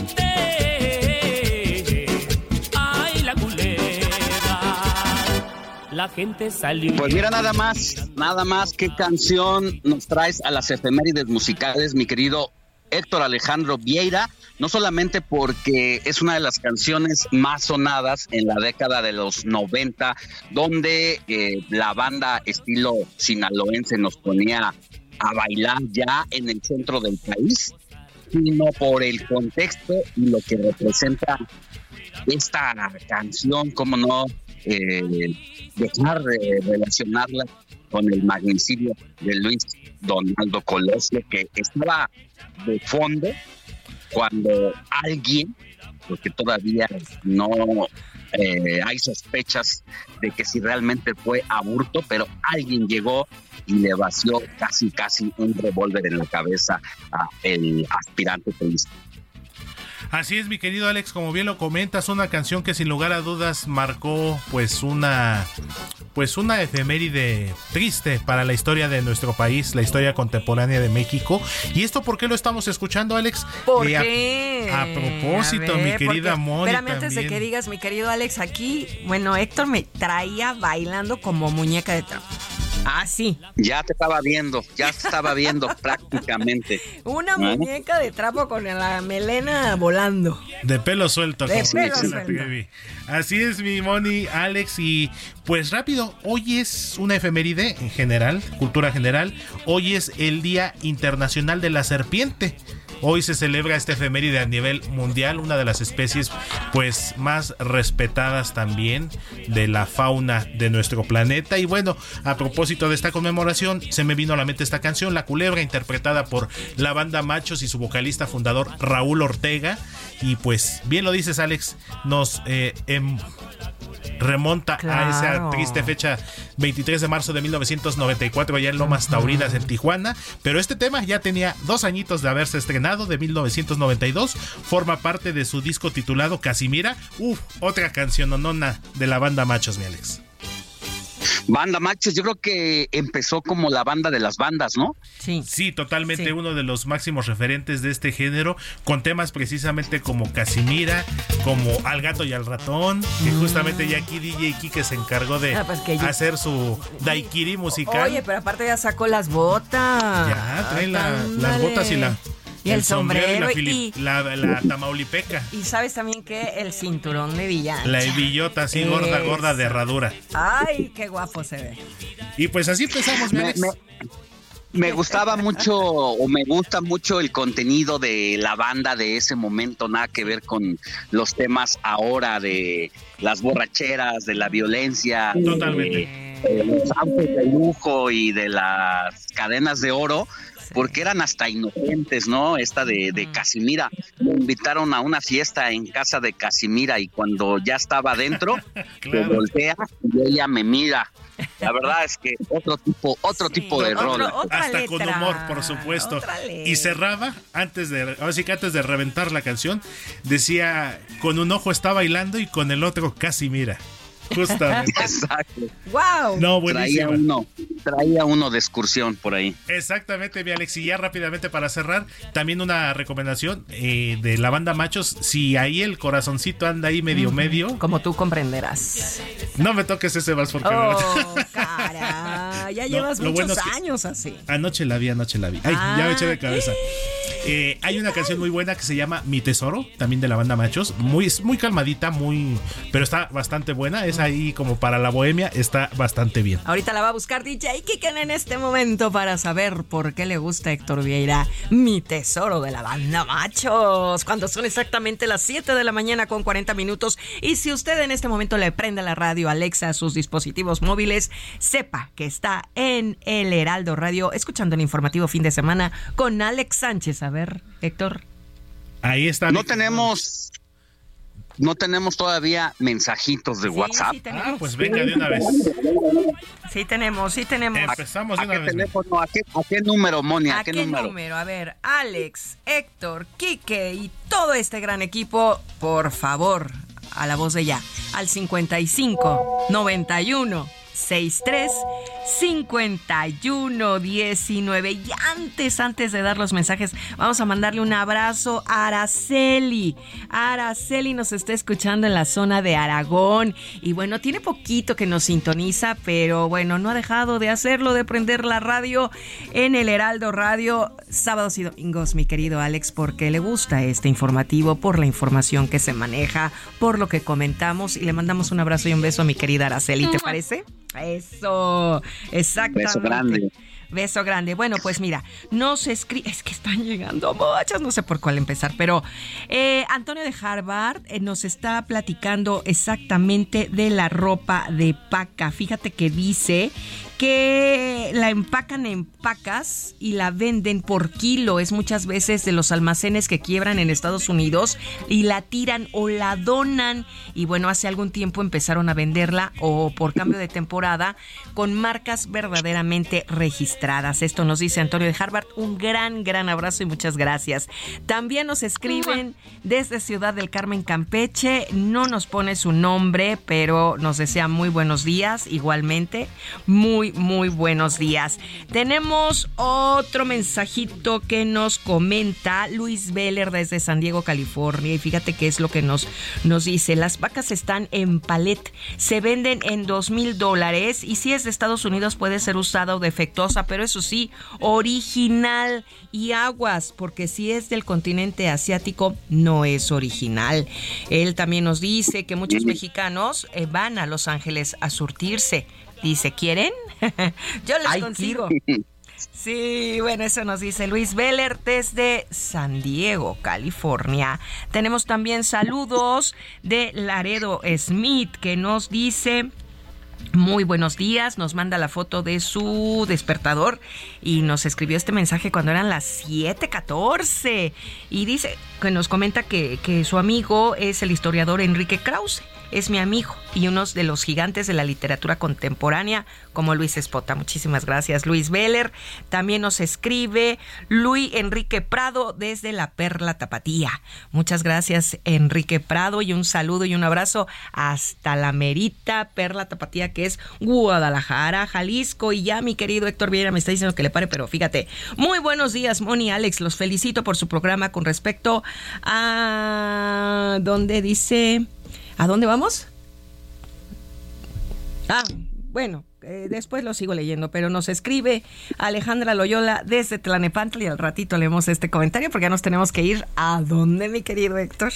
Speaker 15: la gente salió.
Speaker 7: Pues mira, nada más, nada más qué canción nos traes a las efemérides musicales, mi querido Héctor Alejandro Vieira, no solamente porque es una de las canciones más sonadas en la década de los noventa, donde eh, la banda estilo sinaloense nos ponía a bailar ya en el centro del país, sino por el contexto y lo que representa esta canción, cómo no eh, dejar de relacionarla con el magnicidio de Luis Donaldo Colosio, que estaba de fondo cuando alguien, porque todavía no eh, hay sospechas de que si realmente fue aborto, pero alguien llegó y le vació casi casi un revólver en la cabeza al aspirante político.
Speaker 9: Así es, mi querido Alex, como bien lo comentas, una canción que sin lugar a dudas marcó pues una pues una efeméride triste para la historia de nuestro país, la historia contemporánea de México. ¿Y esto por qué lo estamos escuchando, Alex?
Speaker 8: ¿Por
Speaker 9: eh,
Speaker 8: qué?
Speaker 9: A, a propósito, a ver, mi querida Moni.
Speaker 8: Espérame, antes de que digas, mi querido Alex, aquí, bueno, Héctor me traía bailando como muñeca de trapo. Ah, sí.
Speaker 7: Ya te estaba viendo, ya te estaba viendo prácticamente.
Speaker 8: Una ¿Eh? muñeca de trapo con la melena volando.
Speaker 9: De pelo suelto.
Speaker 8: De pelo suelto.
Speaker 9: Así es, mi Moni, Alex, y pues rápido, hoy es una efeméride en general, cultura general. Hoy es el Día Internacional de la Serpiente. Hoy se celebra esta efeméride a nivel mundial, una de las especies pues más respetadas también de la fauna de nuestro planeta. Y bueno, a propósito de esta conmemoración, se me vino a la mente esta canción, La Culebra, interpretada por la banda Machos y su vocalista fundador Raúl Ortega. Y pues, bien lo dices, Alex, nos eh, em, remonta claro. a esa triste fecha, veintitrés de marzo de mil novecientos noventa y cuatro, allá en Lomas Taurinas, en Tijuana. Pero este tema ya tenía dos añitos de haberse estrenado, de mil novecientos noventa y dos. Forma parte de su disco titulado Casimira. Uf, otra canciononona de la banda Machos, mi Alex.
Speaker 7: Banda Machos, yo creo que empezó como la banda de las bandas, ¿no?
Speaker 8: Sí.
Speaker 9: Sí, totalmente, sí. Uno de los máximos referentes de este género, con temas precisamente como Casimira, como Al Gato y al Ratón, que mm. justamente ya aquí D J Kike se encargó de ah, pues yo... hacer su daiquiri musical.
Speaker 8: Oye, pero aparte ya sacó las botas.
Speaker 9: Ya, trae la, las botas y la...
Speaker 8: Y el, el sombrero, sombrero y, la,
Speaker 9: Filip, y la, la tamaulipeca.
Speaker 8: Y sabes también que el cinturón de Villancha.
Speaker 9: La hebillota así, Eso. gorda, gorda de herradura.
Speaker 8: Ay, qué guapo se ve.
Speaker 9: Y pues así empezamos, mi Alex. Me, me,
Speaker 7: Me gustaba mucho, o me gusta mucho el contenido de la banda de ese momento, nada que ver con los temas ahora de las borracheras, de la violencia,
Speaker 9: totalmente,
Speaker 7: de, de los autos de lujo y de las cadenas de oro, porque eran hasta inocentes, ¿no? Esta de, de Casimira, me invitaron a una fiesta en casa de Casimira y cuando ya estaba adentro, claro, me voltea y ella me mira. La verdad es que otro tipo, otro sí, tipo de rol.
Speaker 9: Hasta letra, con humor, por supuesto. Y cerraba, antes de, ahora sí que antes de reventar la canción, decía, con un ojo está bailando y con el otro casi mira. Justamente.
Speaker 7: Exacto.
Speaker 8: Wow.
Speaker 9: No, buenísimo.
Speaker 7: Traía uno, traía uno de excursión por ahí.
Speaker 9: Exactamente, mi Alex. Y ya rápidamente para cerrar, también una recomendación eh, de la banda Machos. Si ahí el corazoncito anda ahí medio mm, medio,
Speaker 8: como tú comprenderás.
Speaker 9: No me toques ese vals porque
Speaker 8: oh, me... cara, ya no, llevas muchos bueno es años así.
Speaker 9: Anoche la vi, anoche la vi. Ay, ah. ya me eché de cabeza. Eh, hay una canción muy buena que se llama Mi Tesoro, también de la banda Machos, muy, muy calmadita, muy, pero está bastante buena, es ahí como para la bohemia, está bastante bien.
Speaker 8: Ahorita la va a buscar D J Kiken en este momento para saber por qué le gusta a Héctor Vieira Mi Tesoro de la banda Machos, cuando son exactamente las siete de la mañana con cuarenta minutos, y si usted en este momento le prende la radio Alexa a sus dispositivos móviles, sepa que está en el Heraldo Radio, escuchando el informativo fin de semana con Alex Sánchez. A ver, Héctor.
Speaker 9: Ahí está.
Speaker 7: No tenemos, no tenemos todavía mensajitos de sí, WhatsApp.
Speaker 8: Sí
Speaker 9: ah, pues venga de una vez.
Speaker 8: Sí tenemos, sí tenemos.
Speaker 9: Empezamos de una
Speaker 7: ¿A
Speaker 9: vez.
Speaker 7: Qué teléfono, ¿a, qué, ¿A qué número, Moni? ¿A,
Speaker 8: ¿A
Speaker 7: qué,
Speaker 8: qué
Speaker 7: número?
Speaker 8: número? A ver, Alex, Héctor, Quique y todo este gran equipo, por favor, a la voz de ya, al cincuenta y cinco, noventa y uno, sesenta y tres, cincuenta y uno, diecinueve. Y antes, antes de dar los mensajes, vamos a mandarle un abrazo a Araceli. Araceli nos está escuchando en la zona de Aragón. Y bueno, tiene poquito que nos sintoniza, pero bueno, no ha dejado de hacerlo, de prender la radio en el Heraldo Radio, sábados y domingos, mi querido Alex, porque le gusta este informativo, por la información que se maneja, por lo que comentamos. Y le mandamos un abrazo y un beso a mi querida Araceli, ¿te parece? Eso, exactamente.
Speaker 7: Beso grande.
Speaker 8: Beso grande. Bueno, pues mira, nos escribe, es que están llegando muchas, no sé por cuál empezar, pero eh, Antonio de Harvard eh, nos está platicando exactamente de la ropa de paca. Fíjate que dice que la empacan en pacas y la venden por kilo. Es muchas veces de los almacenes que quiebran en Estados Unidos y la tiran o la donan. Y bueno, hace algún tiempo empezaron a venderla o por cambio de temporada con marcas verdaderamente registradas. Esto nos dice Antonio de Harvard. Un gran, gran abrazo y muchas gracias. También nos escriben desde Ciudad del Carmen, Campeche. No nos pone su nombre, pero nos desea muy buenos días. Igualmente, muy Muy buenos días. Tenemos otro mensajito que nos comenta Luis Veller desde San Diego, California. Y fíjate qué es lo que nos, nos dice. Las vacas están en palet. Se venden en dos mil dólares. Y si es de Estados Unidos puede ser usada o defectuosa. Pero eso sí, original. Y aguas, porque si es del continente asiático, no es original. Él también nos dice que muchos mexicanos eh, van a Los Ángeles a surtirse. Dice, ¿quieren? Yo les Ay, consigo. Sí, bueno, eso nos dice Luis Veller desde San Diego, California. Tenemos también saludos de Laredo Smith, que nos dice: muy buenos días, nos manda la foto de su despertador y nos escribió este mensaje cuando eran las siete catorce. Y dice que nos comenta que, que su amigo es el historiador Enrique Krause. Es mi amigo y uno de los gigantes de la literatura contemporánea como Luis Espota. Muchísimas gracias, Luis Veller. También nos escribe Luis Enrique Prado desde La Perla Tapatía. Muchas gracias, Enrique Prado, y un saludo y un abrazo hasta la merita Perla Tapatía, que es Guadalajara, Jalisco. Y ya mi querido Héctor Vieira me está diciendo que le pare, pero fíjate. Muy buenos días, Moni, Alex. Los felicito por su programa con respecto a... ¿Dónde dice... ¿A dónde vamos? Ah, bueno, eh, después lo sigo leyendo, pero nos escribe Alejandra Loyola desde Tlanepantla y al ratito leemos este comentario porque ya nos tenemos que ir. ¿A dónde, mi querido Héctor?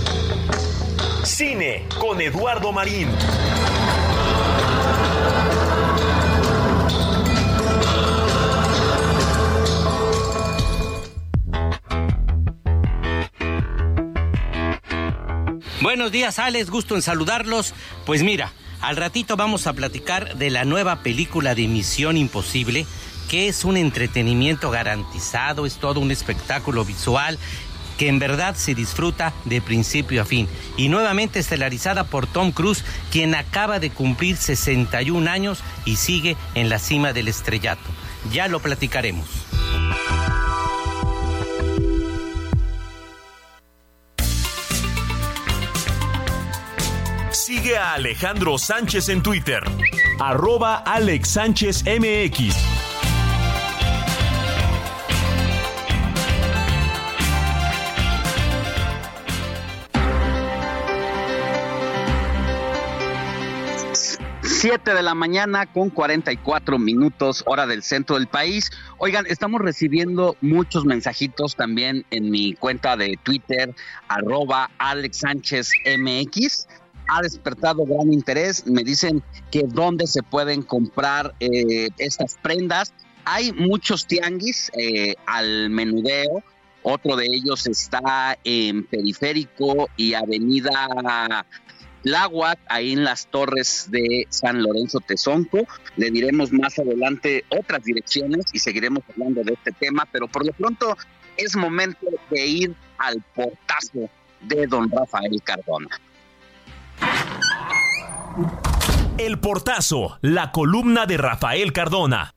Speaker 2: Cine con Eduardo Marín.
Speaker 16: Buenos días, Alex, gusto en saludarlos. Pues mira, al ratito vamos a platicar de la nueva película de Misión Imposible, que es un entretenimiento garantizado, es todo un espectáculo visual que en verdad se disfruta de principio a fin. Y nuevamente estelarizada por Tom Cruise, quien acaba de cumplir sesenta y un años y sigue en la cima del estrellato. Ya lo platicaremos.
Speaker 2: Sigue a Alejandro Sánchez en Twitter, arroba Alex Sánchez M X.
Speaker 7: Siete de la mañana con cuarenta y cuatro minutos, hora del centro del país. Oigan, estamos recibiendo muchos mensajitos también en mi cuenta de Twitter, arroba Alex Sánchez M X. Ha despertado gran interés. Me dicen que dónde se pueden comprar eh, estas prendas. Hay muchos tianguis eh, al menudeo. Otro de ellos está en Periférico y Avenida Tláhuac, ahí en las torres de San Lorenzo Tezonco. Le diremos más adelante otras direcciones y seguiremos hablando de este tema, pero por lo pronto es momento de ir al portazo de don Rafael Cardona.
Speaker 2: El portazo, la columna de Rafael Cardona.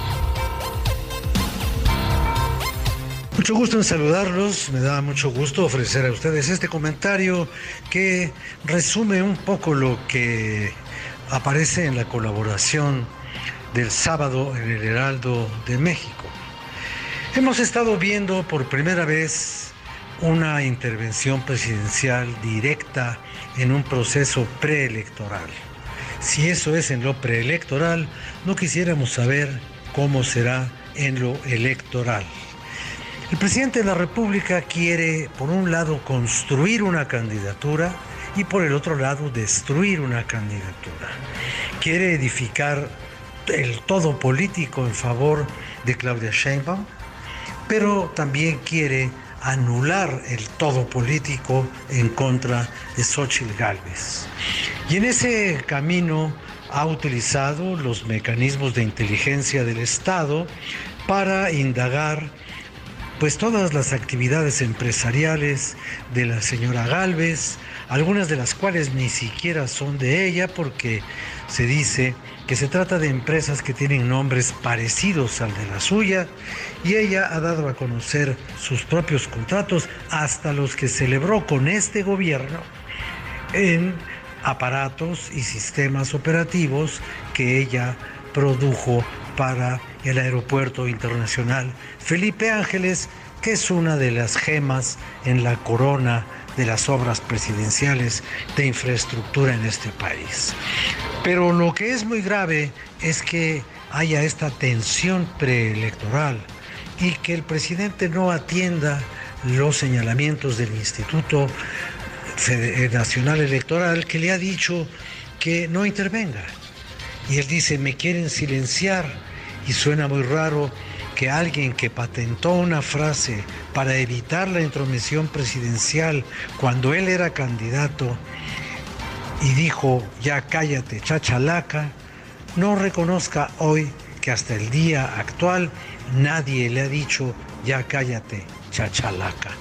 Speaker 17: Mucho gusto en saludarlos, me da mucho gusto ofrecer a ustedes este comentario que resume un poco lo que aparece en la colaboración del sábado en el Heraldo de México. Hemos estado viendo por primera vez una intervención presidencial directa en un proceso preelectoral. Si eso es en lo preelectoral, no quisiéramos saber cómo será en lo electoral. El presidente de la República quiere, por un lado, construir una candidatura y por el otro lado, destruir una candidatura. Quiere edificar el todo político en favor de Claudia Sheinbaum, pero también quiere anular el todo político en contra de Xóchitl Gálvez. Y en ese camino ha utilizado los mecanismos de inteligencia del Estado para indagar pues todas las actividades empresariales de la señora Gálvez, algunas de las cuales ni siquiera son de ella, porque se dice que se trata de empresas que tienen nombres parecidos al de la suya, y ella ha dado a conocer sus propios contratos, hasta los que celebró con este gobierno, en aparatos y sistemas operativos que ella produjo para el Aeropuerto Internacional Felipe Ángeles, que es una de las gemas en la corona de las obras presidenciales de infraestructura en este país. Pero lo que es muy grave es que haya esta tensión preelectoral y que el presidente no atienda los señalamientos del Instituto Nacional Electoral, que le ha dicho que no intervenga. Y él dice, me quieren silenciar. Y suena muy raro que alguien que patentó una frase para evitar la intromisión presidencial cuando él era candidato y dijo, ya cállate, chachalaca, no reconozca hoy que hasta el día actual nadie le ha dicho, ya cállate, chachalaca.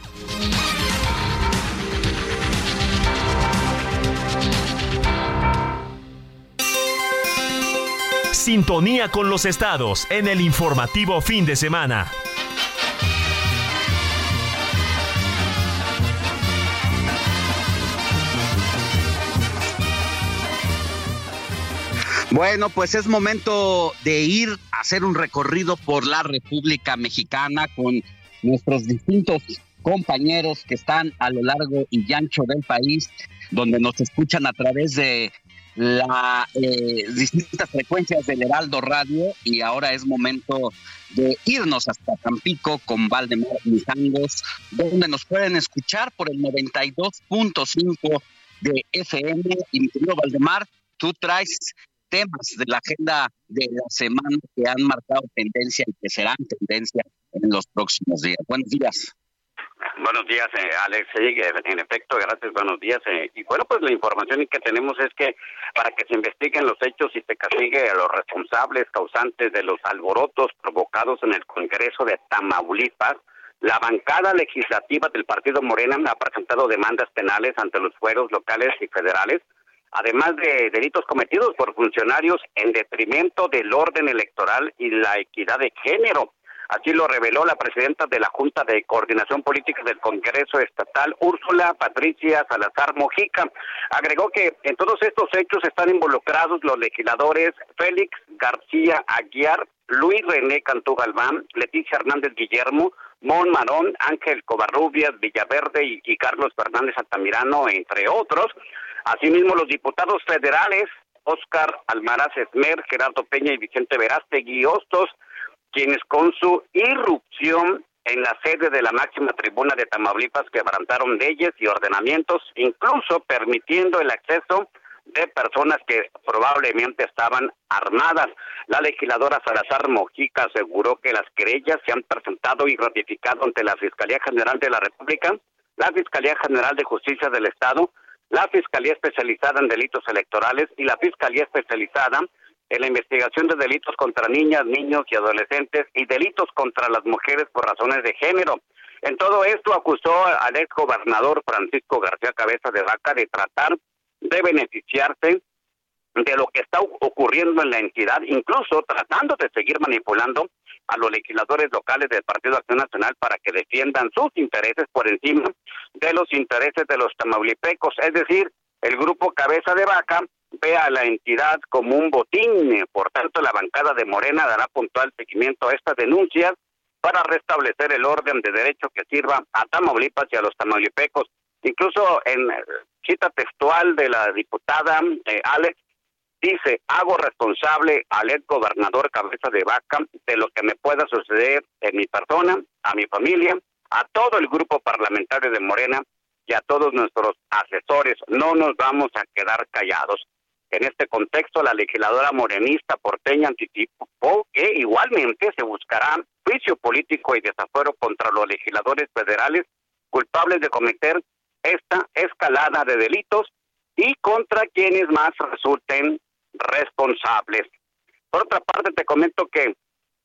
Speaker 2: Sintonía con los estados en el informativo fin de semana.
Speaker 7: Bueno, pues es momento de ir a hacer un recorrido por la República Mexicana con nuestros distintos compañeros que están a lo largo y ancho del país, donde nos escuchan a través de las eh, distintas frecuencias del Heraldo Radio, y ahora es momento de irnos hasta Tampico con Valdemar Mijangos, donde nos pueden escuchar por el noventa y dos punto cinco de F M. Y mi querido Valdemar, tú traes temas de la agenda de la semana que han marcado tendencia y que serán tendencia en los próximos días. Buenos días.
Speaker 18: Buenos días, eh, Alex. Sí, en efecto, gracias, buenos días. Eh, y bueno, pues la información que tenemos es que para que se investiguen los hechos y se castigue a los responsables causantes de los alborotos provocados en el Congreso de Tamaulipas, la bancada legislativa del Partido Morena ha presentado demandas penales ante los fueros locales y federales, además de delitos cometidos por funcionarios en detrimento del orden electoral y la equidad de género. Así lo reveló la presidenta de la Junta de Coordinación Política del Congreso Estatal, Úrsula Patricia Salazar Mojica. Agregó que en todos estos hechos están involucrados los legisladores Félix García Aguiar, Luis René Cantú Galván, Leticia Hernández Guillermo, Mon Marón, Ángel Covarrubias, Villaverde y, y Carlos Fernández Altamirano, entre otros. Asimismo, los diputados federales Óscar Almaraz Esmer, Gerardo Peña y Vicente Verástegui Hostos, quienes con su irrupción en la sede de la máxima tribuna de Tamaulipas quebrantaron leyes y ordenamientos, incluso permitiendo el acceso de personas que probablemente estaban armadas. La legisladora Salazar Mojica aseguró que las querellas se han presentado y ratificado ante la Fiscalía General de la República, la Fiscalía General de Justicia del Estado, la Fiscalía Especializada en Delitos Electorales y la Fiscalía Especializada en la investigación de delitos contra niñas, niños y adolescentes y delitos contra las mujeres por razones de género. En todo esto acusó al ex gobernador Francisco García Cabeza de Vaca de tratar de beneficiarse de lo que está ocurriendo en la entidad, incluso tratando de seguir manipulando a los legisladores locales del Partido Acción Nacional para que defiendan sus intereses por encima de los intereses de los tamaulipecos. Es decir, el grupo Cabeza de Vaca ve a la entidad como un botín. Por tanto, la bancada de Morena dará puntual seguimiento a estas denuncias para restablecer el orden de derecho que sirva a Tamaulipas y a los tamaulipecos. Incluso en cita textual de la diputada eh, Alex, dice: hago responsable al ex gobernador Cabeza de Vaca de lo que me pueda suceder en mi persona, a mi familia, a todo el grupo parlamentario de Morena y a todos nuestros asesores. No nos vamos a quedar callados. En este contexto, la legisladora morenista porteña anticipó que igualmente se buscará juicio político y desafuero contra los legisladores federales culpables de cometer esta escalada de delitos y contra quienes más resulten responsables. Por otra parte, te comento que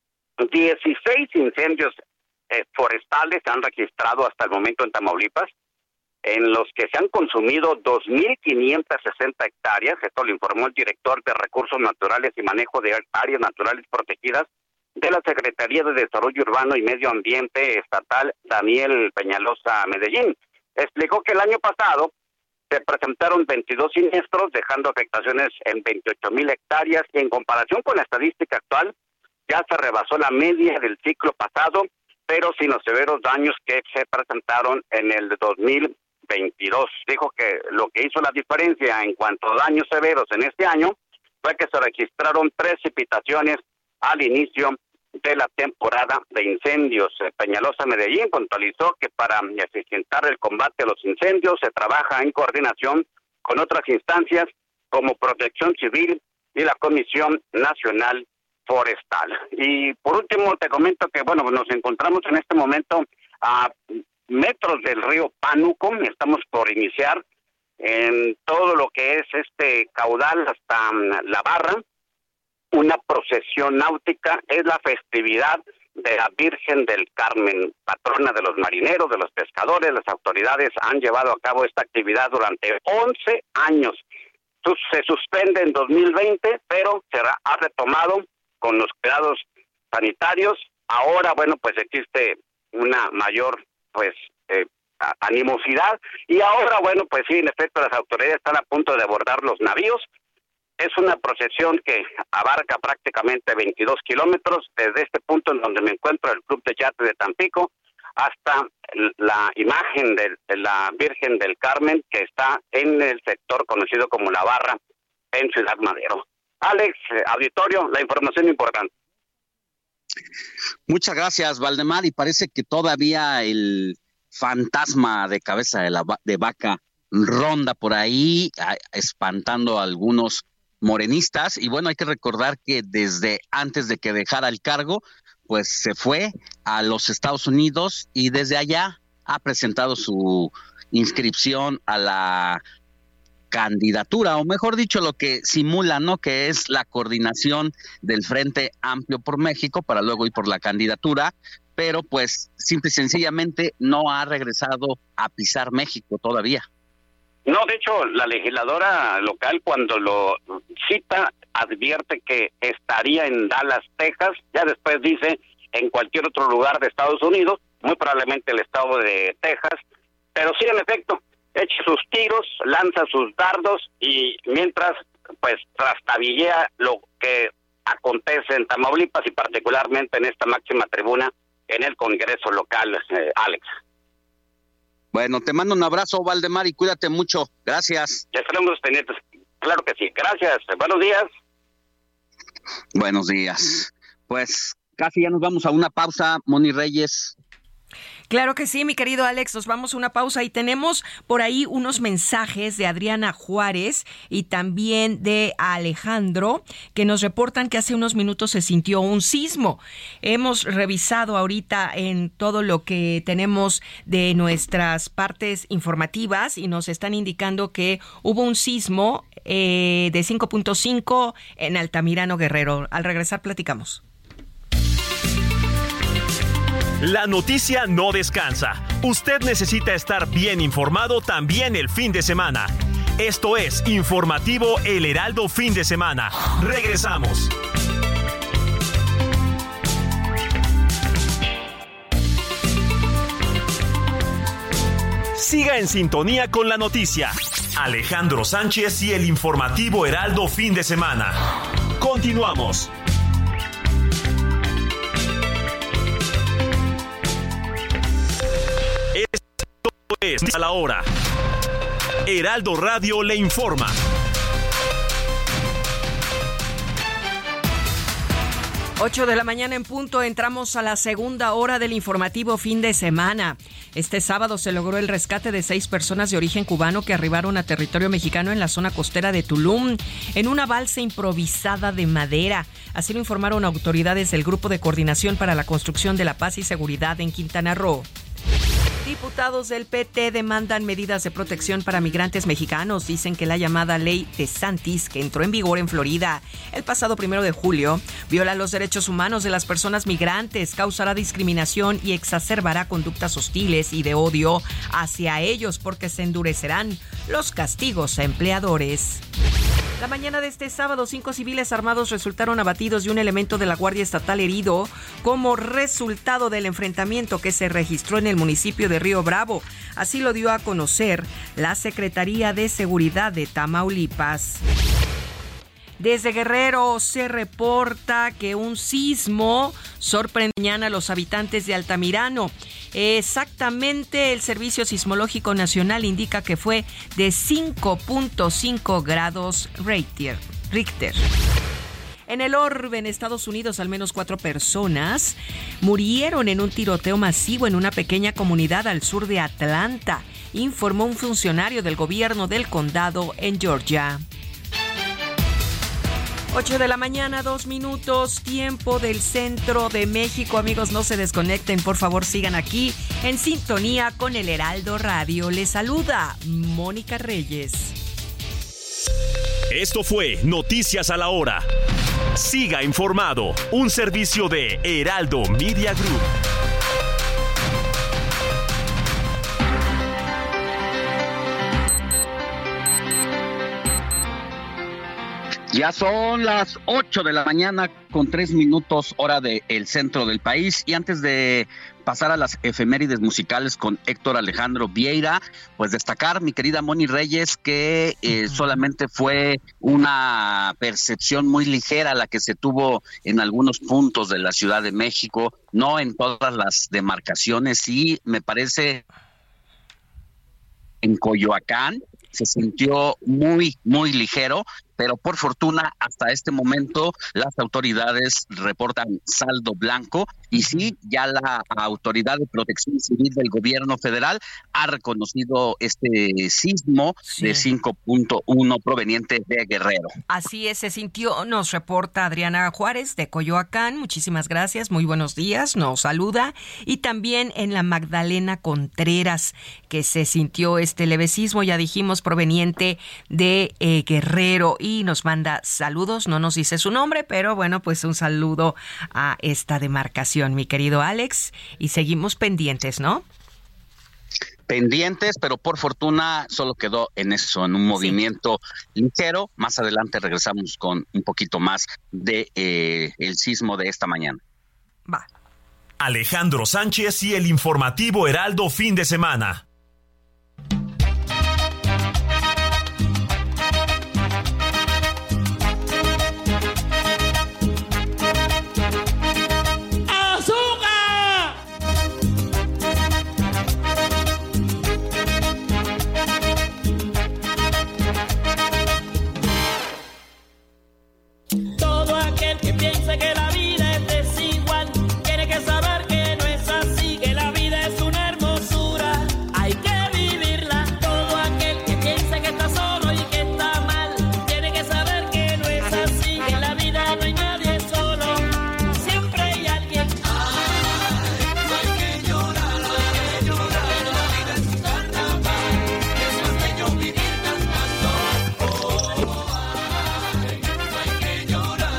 Speaker 18: dieciséis incendios eh, forestales se han registrado hasta el momento en Tamaulipas, en los que se han consumido dos mil quinientas sesenta hectáreas. Esto lo informó el director de Recursos Naturales y Manejo de Áreas Naturales Protegidas de la Secretaría de Desarrollo Urbano y Medio Ambiente Estatal, Daniel Peñalosa Medellín. Explicó que el año pasado se presentaron veintidós siniestros, dejando afectaciones en veintiocho mil hectáreas, y en comparación con la estadística actual, ya se rebasó la media del ciclo pasado, pero sin los severos daños que se presentaron en el dos mil veintidós. Dijo que lo que hizo la diferencia en cuanto a daños severos en este año fue que se registraron precipitaciones al inicio de la temporada de incendios. Peñalosa Medellín puntualizó que para eficientar el combate a los incendios se trabaja en coordinación con otras instancias como Protección Civil y la Comisión Nacional Forestal. Y por último te comento que bueno, nos encontramos en este momento a metros del río Pánuco. Estamos por iniciar en todo lo que es este caudal hasta La Barra una procesión náutica. Es la festividad de la Virgen del Carmen, patrona de los marineros, de los pescadores. Las autoridades han llevado a cabo esta actividad durante once años. Se suspende en dos mil veinte, pero será ha retomado con los cuidados sanitarios. Ahora, bueno, pues existe una mayor, pues, eh, animosidad, y ahora, bueno, pues sí, en efecto, las autoridades están a punto de abordar los navíos. Es una procesión que abarca prácticamente veintidós kilómetros, desde este punto en donde me encuentro, el Club de Yate de Tampico, hasta la imagen de, de la Virgen del Carmen, que está en el sector conocido como La Barra, en Ciudad Madero. Alex, eh, auditorio, la información importante.
Speaker 7: Muchas gracias, Valdemar, y parece que todavía el fantasma de Cabeza de, la, de Vaca ronda por ahí, espantando a algunos morenistas. Y bueno, hay que recordar que desde antes de que dejara el cargo, pues se fue a los Estados Unidos y desde allá ha presentado su inscripción a la candidatura, o mejor dicho, lo que simula, ¿no?, que es la coordinación del Frente Amplio por México para luego ir por la candidatura, pero pues simple y sencillamente no ha regresado a pisar México todavía.
Speaker 18: No, de hecho, la legisladora local cuando lo cita advierte que estaría en Dallas, Texas, ya después dice en cualquier otro lugar de Estados Unidos, muy probablemente el estado de Texas, pero sí, en efecto, echa sus tiros, lanza sus dardos y mientras pues trastabillea lo que acontece en Tamaulipas y particularmente en esta máxima tribuna en el Congreso local, eh, Alex.
Speaker 7: Bueno, te mando un abrazo, Valdemar, y cuídate mucho. Gracias.
Speaker 18: Ya estaremos pendientes. Claro que sí. Gracias. Buenos días.
Speaker 7: Buenos días. Pues casi ya nos vamos a una pausa, Moni Reyes.
Speaker 8: Claro que sí, mi querido Alex, nos vamos a una pausa y tenemos por ahí unos mensajes de Adriana Juárez y también de Alejandro que nos reportan que hace unos minutos se sintió un sismo. Hemos revisado ahorita en todo lo que tenemos de nuestras partes informativas y nos están indicando que hubo un sismo eh, de cinco punto cinco en Altamirano, Guerrero. Al regresar platicamos.
Speaker 2: La noticia no descansa. Usted necesita estar bien informado también el fin de semana. Esto es Informativo El Heraldo Fin de Semana. Regresamos. Siga en sintonía con la noticia. Alejandro Sánchez y el Informativo Heraldo Fin de Semana. Continuamos. Es a la hora. Heraldo Radio le informa.
Speaker 8: Ocho de la mañana en punto, entramos a la segunda hora del informativo fin de semana. Este sábado se logró el rescate de seis personas de origen cubano que arribaron a territorio mexicano en la zona costera de Tulum, en una balsa improvisada de madera. Así lo informaron autoridades del Grupo de Coordinación para la Construcción de la Paz y Seguridad en Quintana Roo. Diputados del P T demandan medidas de protección para migrantes mexicanos. Dicen que la llamada ley DeSantis, que entró en vigor en Florida el pasado primero de julio, viola los derechos humanos de las personas migrantes, causará discriminación y exacerbará conductas hostiles y de odio hacia ellos porque se endurecerán los castigos a empleadores. La mañana de este sábado, cinco civiles armados resultaron abatidos y un elemento de la Guardia Estatal herido como resultado del enfrentamiento que se registró en el municipio de Río Bravo. Así lo dio a conocer la Secretaría de Seguridad de Tamaulipas. Desde Guerrero se reporta que un sismo sorprendió a los habitantes de Altamirano. Exactamente, el Servicio Sismológico Nacional indica que fue de cinco punto cinco grados Richter. En el orbe, en Estados Unidos, al menos cuatro personas murieron en un tiroteo masivo en una pequeña comunidad al sur de Atlanta, informó un funcionario del gobierno del condado en Georgia. Ocho de la mañana, dos minutos, tiempo del centro de México. Amigos, no se desconecten, por favor, sigan aquí en sintonía con el Heraldo Radio. Les saluda Mónica Reyes.
Speaker 2: Esto fue Noticias a la Hora. Siga informado, un servicio de Heraldo Media Group.
Speaker 7: Ya son las ocho de la mañana con tres minutos hora del centro del país y antes de pasar a las efemérides musicales con Héctor Alejandro Vieira, pues destacar, mi querida Moni Reyes, que eh, solamente fue una percepción muy ligera la que se tuvo en algunos puntos de la Ciudad de México, no en todas las demarcaciones, y me parece en Coyoacán se sintió muy, muy ligero, pero por fortuna hasta este momento las autoridades reportan saldo blanco y sí, ya la Autoridad de Protección Civil del Gobierno Federal ha reconocido este sismo sí. de cinco punto uno proveniente de Guerrero.
Speaker 8: Así es, se sintió, nos reporta Adriana Juárez de Coyoacán, muchísimas gracias, muy buenos días, nos saluda, y también en la Magdalena Contreras, que se sintió este leve sismo, ya dijimos, proveniente de eh, Guerrero, y nos manda saludos, no nos dice su nombre, pero bueno, pues un saludo a esta demarcación, mi querido Alex, y seguimos pendientes, ¿no?
Speaker 7: Pendientes, pero por fortuna solo quedó en eso, en un movimiento sí. ligero. Más adelante regresamos con un poquito más de eh, el sismo de esta mañana.
Speaker 8: Va.
Speaker 2: Alejandro Sánchez y el informativo Heraldo fin de semana.
Speaker 15: Que la vida es desigual, tiene que saber que no es así, que la vida es una hermosura, hay que vivirla. Todo aquel que piensa que está solo y que está mal, tiene que saber que no es así, que en la vida no hay nadie solo, siempre hay alguien. Ay, no hay que llorar, no hay que llorar, la vida es un carnaval, es más bello vivir cantando. Oh, ay, no hay que llorar.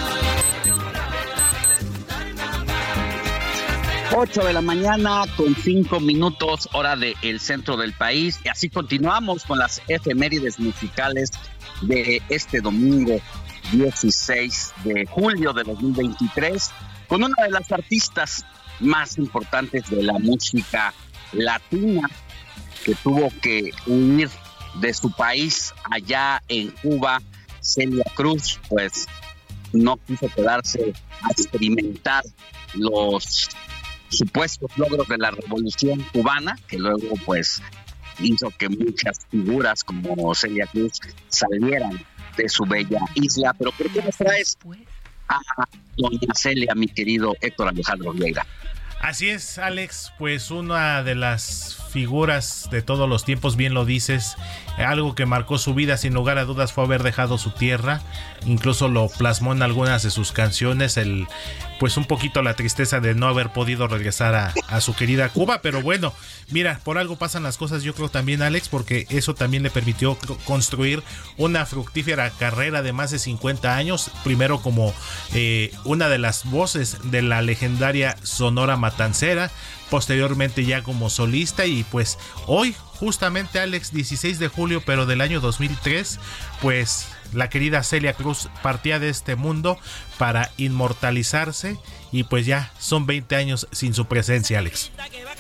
Speaker 7: ocho de la mañana con cinco minutos, hora del centro del país. Y así continuamos con las efemérides musicales de este domingo dieciséis de julio de dos mil veintitrés, con una de las artistas más importantes de la música latina, que tuvo que huir de su país allá en Cuba. Celia Cruz, pues no quiso quedarse a experimentar los supuestos logros de la Revolución Cubana, que luego pues hizo que muchas figuras como Celia Cruz salieran de su bella isla. Pero ¿por qué nos traes a doña Celia, mi querido Héctor Alejandro Vieira?
Speaker 9: Así es, Alex, pues una de las figuras de todos los tiempos, bien lo dices, algo que marcó su vida sin lugar a dudas fue haber dejado su tierra, incluso lo plasmó en algunas de sus canciones, el pues un poquito la tristeza de no haber podido regresar a, a su querida Cuba, pero bueno, mira, por algo pasan las cosas, yo creo también, Alex, porque eso también le permitió construir una fructífera carrera de más de cincuenta años, primero como eh, una de las voces de la legendaria Sonora Matancera, posteriormente ya como solista, y pues hoy justamente, Alex, dieciséis de julio pero del año dos mil tres, pues la querida Celia Cruz partía de este mundo para inmortalizarse, y pues ya son veinte años sin su presencia, Alex.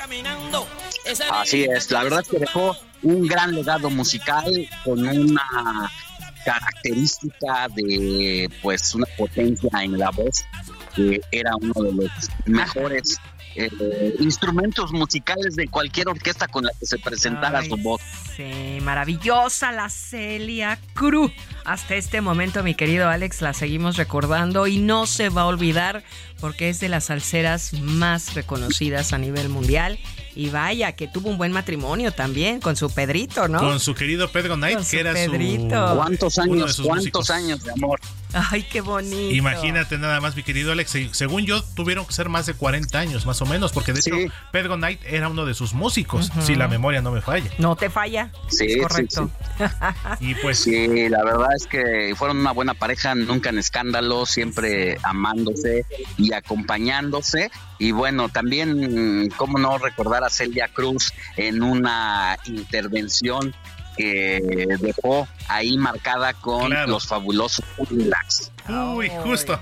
Speaker 7: Así es, la verdad es que dejó un gran legado musical con una característica de pues una potencia en la voz, que era uno de los mejores Eh, instrumentos musicales de cualquier orquesta con la que se presentara Ay, su voz.
Speaker 8: Sí, maravillosa la Celia Cruz. Hasta este momento, mi querido Alex, la seguimos recordando y no se va a olvidar, porque es de las salseras más reconocidas a nivel mundial. Y vaya, que tuvo un buen matrimonio también con su Pedrito, ¿no?
Speaker 9: Con su querido Pedro Knight, con que era
Speaker 8: Pedrito.
Speaker 9: su...
Speaker 7: ¿Cuántos años, cuántos músicos. años de amor?
Speaker 8: Ay, qué bonito.
Speaker 9: Imagínate nada más, mi querido Alex. Según yo, tuvieron que ser más de cuarenta años, más o menos, porque de sí. hecho, Pedro Knight era uno de sus músicos, uh-huh. si la memoria no me falla.
Speaker 8: No te falla.
Speaker 7: Sí,
Speaker 8: es correcto.
Speaker 7: Sí, sí. Y pues sí, la verdad es que fueron una buena pareja, nunca en escándalo, siempre sí. amándose y acompañándose. Y bueno, también, cómo no recordar a Celia Cruz en una intervención que dejó ahí marcada con claro. los fabulosos Cadillacs.
Speaker 9: Uy, justo.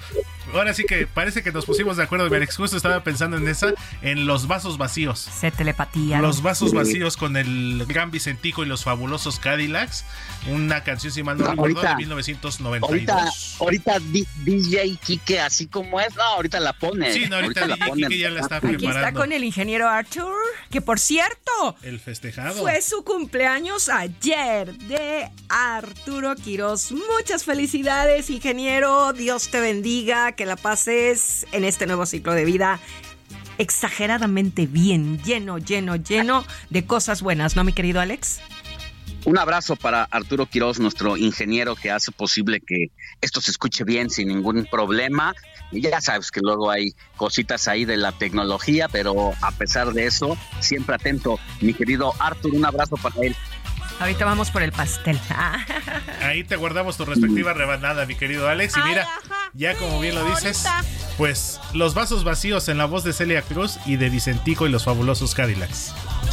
Speaker 9: ahora sí que parece que nos pusimos de acuerdo. Alex, justo estaba pensando en esa, en los vasos vacíos.
Speaker 8: Se telepatía.
Speaker 9: Los vasos vacíos con el Gran Vicentico y los fabulosos Cadillacs. Una canción, si mal no, no recuerdo, ahorita, de mil novecientos noventa y dos.
Speaker 7: Ahorita, ahorita D J Kike, así como es, no, ahorita la pone.
Speaker 9: Sí, no, ahorita, ahorita D J Kike ya la está preparando.
Speaker 8: Aquí está con el ingeniero Arthur, que por cierto,
Speaker 9: el festejado.
Speaker 8: Fue su cumpleaños ayer de Arturo Quirós. Muchas felicidades, ingeniero. Dios te bendiga, que la pases en este nuevo ciclo de vida exageradamente bien, lleno, lleno, lleno de cosas buenas, ¿no, mi querido Alex?
Speaker 7: Un abrazo para Arturo Quirós, nuestro ingeniero que hace posible que esto se escuche bien sin ningún problema. Y ya sabes que luego hay cositas ahí de la tecnología, pero a pesar de eso, siempre atento. Mi querido Arturo, un abrazo para él.
Speaker 8: Ahorita vamos por el pastel.
Speaker 9: Ahí te guardamos tu respectiva rebanada, mi querido Alex. Y mira, ya como bien lo dices, pues los vasos vacíos en la voz de Celia Cruz y de Vicentico y los fabulosos Cadillacs.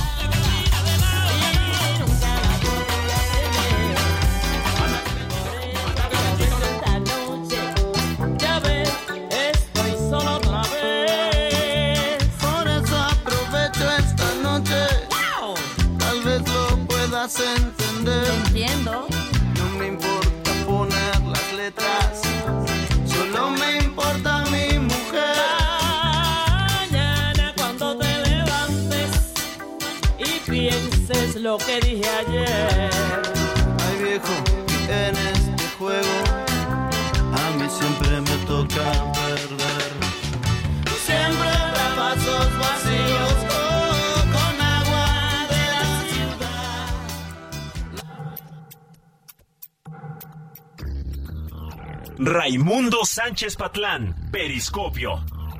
Speaker 19: Entender.
Speaker 8: Entiendo.
Speaker 19: No me importa poner las letras, solo me importa mi mujer.
Speaker 15: Mañana cuando te levantes y pienses lo que dije ayer.
Speaker 19: Ay viejo, en este juego a mí siempre me toca perder. Siempre habrá vasos vacíos.
Speaker 2: Raimundo Sánchez Patlán, Periscopio.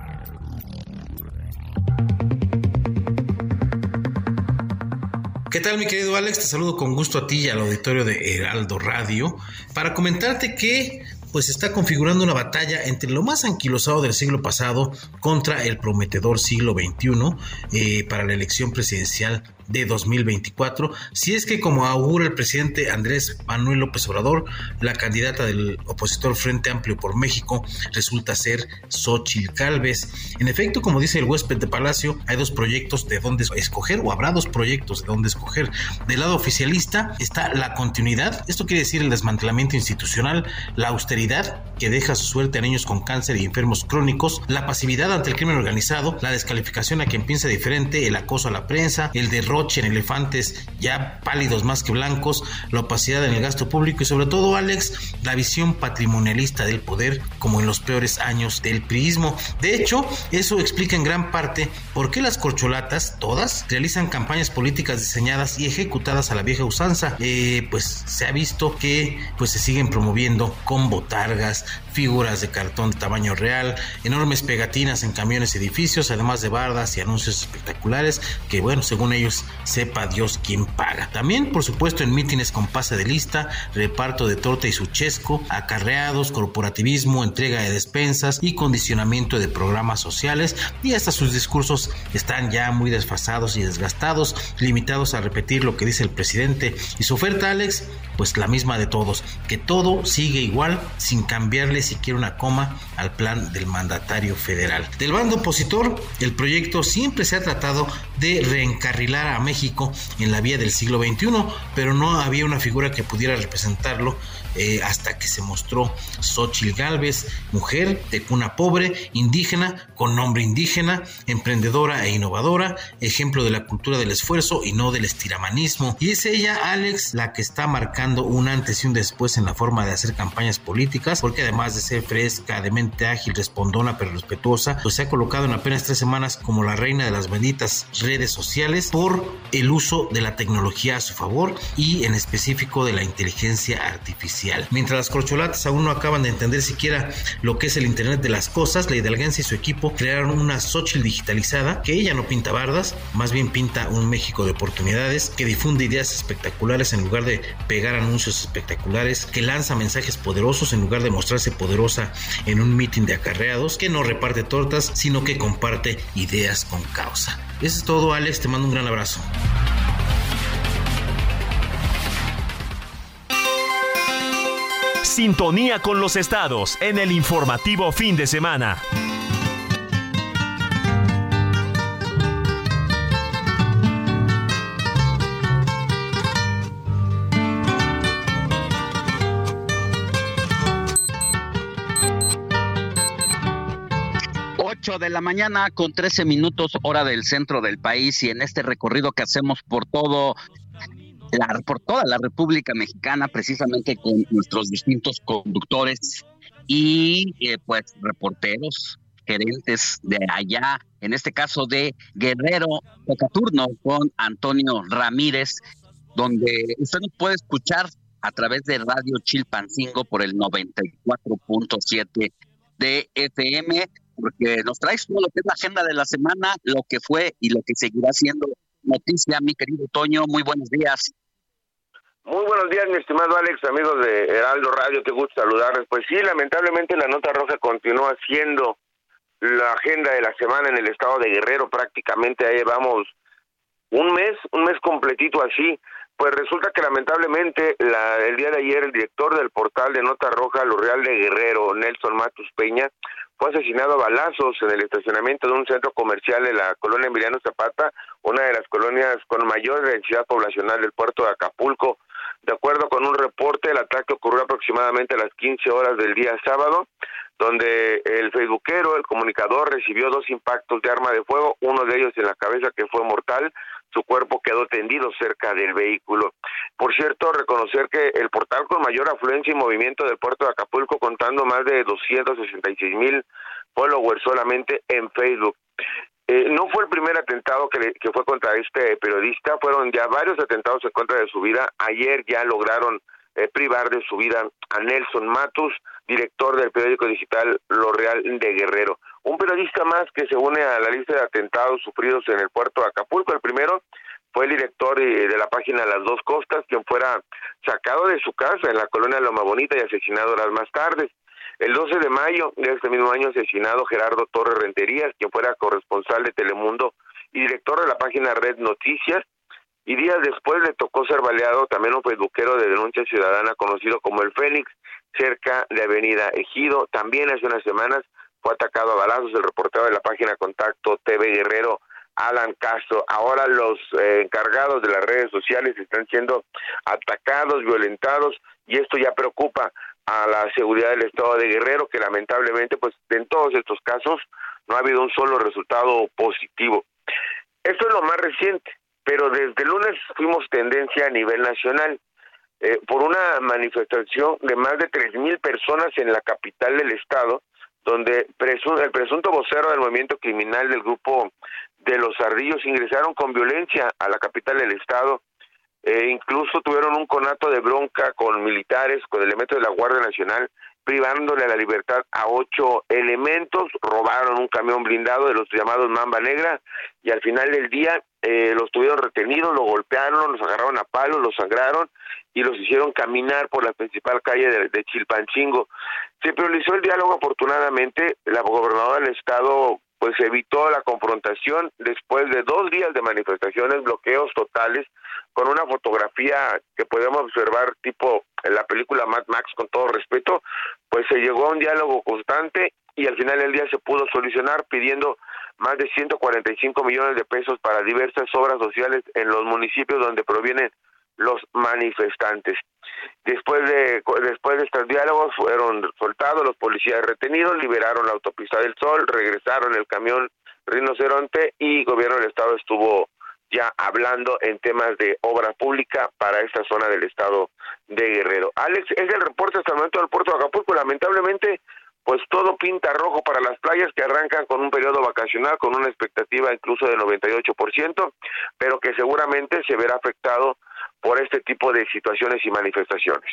Speaker 20: ¿Qué tal, mi querido Alex? Te saludo con gusto a ti y al auditorio de Heraldo Radio para comentarte que pues está configurando una batalla entre lo más anquilosado del siglo pasado contra el prometedor siglo veintiuno eh, para la elección presidencial de dos mil veinticuatro, si es que, como augura el presidente Andrés Manuel López Obrador, la candidata del opositor Frente Amplio por México resulta ser Xóchitl Gálvez. En efecto, como dice el huésped de Palacio, hay dos proyectos de dónde escoger, o habrá dos proyectos de dónde escoger. Del lado oficialista está la continuidad, esto quiere decir el desmantelamiento institucional, la austeridad que deja su suerte a niños con cáncer y enfermos crónicos, la pasividad ante el crimen organizado, la descalificación a quien piensa diferente, el acoso a la prensa, el derroche en elefantes ya pálidos más que blancos, la opacidad en el gasto público y sobre todo, Alex, la visión patrimonialista del poder como en los peores años del priismo. De hecho, eso explica en gran parte por qué las corcholatas, todas, realizan campañas políticas diseñadas y ejecutadas a la vieja usanza. Eh, pues se ha visto que pues se siguen promoviendo con botargas, figuras de cartón de tamaño real, enormes pegatinas en camiones y edificios, además de bardas y anuncios espectaculares que, bueno, según ellos, sepa Dios quién paga. También, por supuesto, en mítines con pase de lista, reparto de torta y suchesco, acarreados, corporativismo, entrega de despensas y condicionamiento de programas sociales, y hasta sus discursos están ya muy desfasados y desgastados, limitados a repetir lo que dice el presidente, y su oferta, Alex, pues la misma de todos, que todo sigue igual, sin cambiarle siquiera una coma al plan del mandatario federal. Del bando opositor, el proyecto siempre se ha tratado de reencarrilar a México en la vía del siglo veintiuno, pero no había una figura que pudiera representarlo eh, hasta que se mostró Xóchitl Gálvez, mujer de cuna pobre, indígena, con nombre indígena, emprendedora e innovadora, ejemplo de la cultura del esfuerzo y no del estiramanismo. Y es ella, Alex, la que está marcando un antes y un después en la forma de hacer campañas políticas, porque además de ser fresca, de mente ágil, respondona pero respetuosa, pues se ha colocado en apenas tres semanas como la reina de las benditas redes sociales por el uso de la tecnología a su favor y en específico de la inteligencia artificial. Mientras las corcholatas aún no acaban de entender siquiera lo que es el Internet de las cosas, la hidalguense y su equipo crearon una Xóchitl digitalizada que ella no pinta bardas, más bien pinta un México de oportunidades, que difunde ideas espectaculares en lugar de pegar anuncios espectaculares, que lanza mensajes poderosos en lugar de mostrarse poderosa en un mitin de acarreados, que no reparte tortas, sino que comparte ideas con causa. Eso es todo, Alex, te mando un gran abrazo.
Speaker 2: Sintonía con los estados en el informativo fin de semana.
Speaker 7: ocho de la mañana con trece minutos hora del centro del país, y en este recorrido que hacemos por todo la, por toda la República Mexicana, precisamente con nuestros distintos conductores y eh, pues reporteros, gerentes de allá, en este caso de Guerrero, Tocaturno, con Antonio Ramírez, donde usted nos puede escuchar a través de Radio Chilpancingo por el noventa y cuatro punto siete de F M, porque nos traes todo lo que es la agenda de la semana, lo que fue y lo que seguirá siendo noticia, mi querido Toño. Muy buenos días.
Speaker 21: Muy buenos días, mi estimado Alex, amigos de Heraldo Radio, qué gusto saludarles. Pues sí, lamentablemente la nota roja continúa siendo la agenda de la semana en el estado de Guerrero. Prácticamente ahí llevamos un mes, un mes completito así. Pues resulta que lamentablemente la, el día de ayer el director del portal de Nota Roja, Lo Real de Guerrero, Nelson Matus Peña, fue asesinado a balazos en el estacionamiento de un centro comercial de la colonia Emiliano Zapata, una de las colonias con mayor densidad poblacional del puerto de Acapulco. De acuerdo con un reporte, el ataque ocurrió aproximadamente a las quince horas del día sábado, donde el facebookero, el comunicador, recibió dos impactos de arma de fuego, uno de ellos en la cabeza que fue mortal. Su cuerpo quedó tendido cerca del vehículo. Por cierto, reconocer que el portal con mayor afluencia y movimiento del puerto de Acapulco, contando más de doscientos sesenta y seis mil followers solamente en Facebook. Eh, no fue el primer atentado que, le, que fue contra este periodista, fueron ya varios atentados en contra de su vida. Ayer ya lograron eh, privar de su vida a Nelson Matus, director del periódico digital Lo Real de Guerrero. Un periodista más que se une a la lista de atentados sufridos en el puerto de Acapulco. El primero fue el director de la página Las Dos Costas, quien fuera sacado de su casa en la colonia Loma Bonita y asesinado horas más tarde. El doce de mayo de este mismo año asesinado Gerardo Torres Renterías, quien fuera corresponsal de Telemundo y director de la página Red Noticias. Y días después le tocó ser baleado también un facebookero de Denuncia Ciudadana conocido como el Fénix, cerca de Avenida Ejido. También hace unas semanas fue atacado a balazos el reportero de la página Contacto T V Guerrero, Alan Castro. Ahora los eh, encargados de las redes sociales están siendo atacados, violentados, y esto ya preocupa a la seguridad del estado de Guerrero, que lamentablemente pues en todos estos casos no ha habido un solo resultado positivo. Esto es lo más reciente, pero desde el lunes fuimos tendencia a nivel nacional. Eh, por una manifestación de más de tres mil personas en la capital del estado, donde presun- el presunto vocero del movimiento criminal del grupo de los Ardillos ingresaron con violencia a la capital del estado. Eh, incluso tuvieron un conato de bronca con militares, con elementos de la Guardia Nacional, privándole la libertad a ocho elementos. Robaron un camión blindado de los llamados Mamba Negra, y al final del día eh, los tuvieron retenidos, lo golpearon, los agarraron a palos, los sangraron y los hicieron caminar por la principal calle de, de Chilpancingo. Se priorizó el diálogo, afortunadamente. La gobernadora del estado pues evitó la confrontación después de dos días de manifestaciones, bloqueos totales, con una fotografía que podemos observar tipo en la película Mad Max, con todo respeto. Pues se llegó a un diálogo constante y al final del día se pudo solucionar, pidiendo más de ciento cuarenta y cinco millones de pesos para diversas obras sociales en los municipios donde provienen los manifestantes. Después de después de estos diálogos fueron soltados los policías retenidos, liberaron la autopista del Sol, regresaron el camión Rinoceronte, y el gobierno del estado estuvo ya hablando en temas de obra pública para esta zona del estado de Guerrero. Alex, es el reporte hasta el momento del puerto de Acapulco. Lamentablemente, pues todo pinta rojo para las playas, que arrancan con un periodo vacacional con una expectativa incluso de noventa y ocho por ciento, pero que seguramente se verá afectado por este tipo de situaciones y manifestaciones.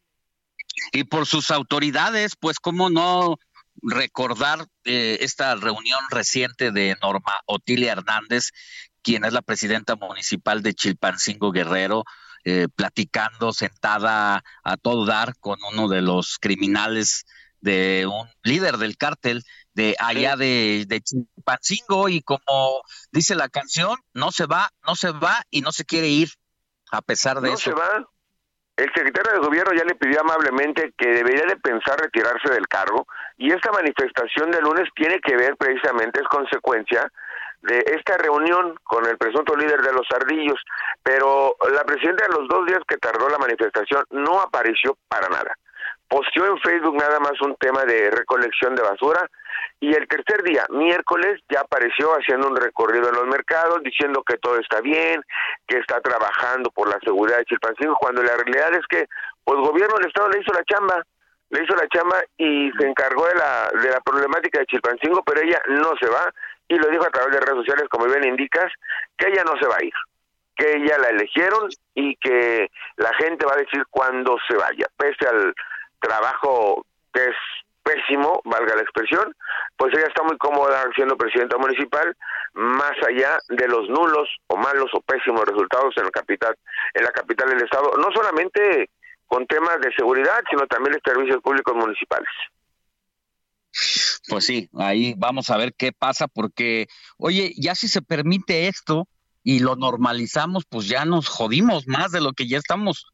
Speaker 7: Y por sus autoridades, pues cómo no recordar eh, esta reunión reciente de Norma Otilia Hernández, quien es la presidenta municipal de Chilpancingo Guerrero, eh, platicando sentada a todo dar con uno de los criminales, de un líder del cártel de allá de, de Chilpancingo, y como dice la canción, no se va, no se va y no se quiere ir, a pesar de
Speaker 21: no
Speaker 7: eso.
Speaker 21: No se va, El secretario de Gobierno ya le pidió amablemente que debería de pensar retirarse del cargo, y esta manifestación de lunes tiene que ver precisamente, es consecuencia de esta reunión con el presunto líder de los Ardillos, pero la presidenta, en los dos días que tardó la manifestación, no apareció para nada. Posteó en Facebook nada más un tema de recolección de basura, y el tercer día, miércoles, ya apareció haciendo un recorrido en los mercados, diciendo que todo está bien, que está trabajando por la seguridad de Chilpancingo, cuando la realidad es que pues, el gobierno del estado le hizo la chamba, le hizo la chamba y se encargó de la de la problemática de Chilpancingo, pero ella no se va, y lo dijo a través de redes sociales, como bien indicas, que ella no se va a ir, que ella la eligieron y que la gente va a decir cuándo se vaya, pese al trabajo que es pésimo, valga la expresión, pues ella está muy cómoda siendo presidenta municipal, más allá de los nulos o malos o pésimos resultados en la capital, en la capital del estado, no solamente con temas de seguridad, sino también de servicios públicos municipales.
Speaker 7: Pues sí, ahí vamos a ver qué pasa, porque, oye, ya si se permite esto y lo normalizamos, pues ya nos jodimos más de lo que ya estamos.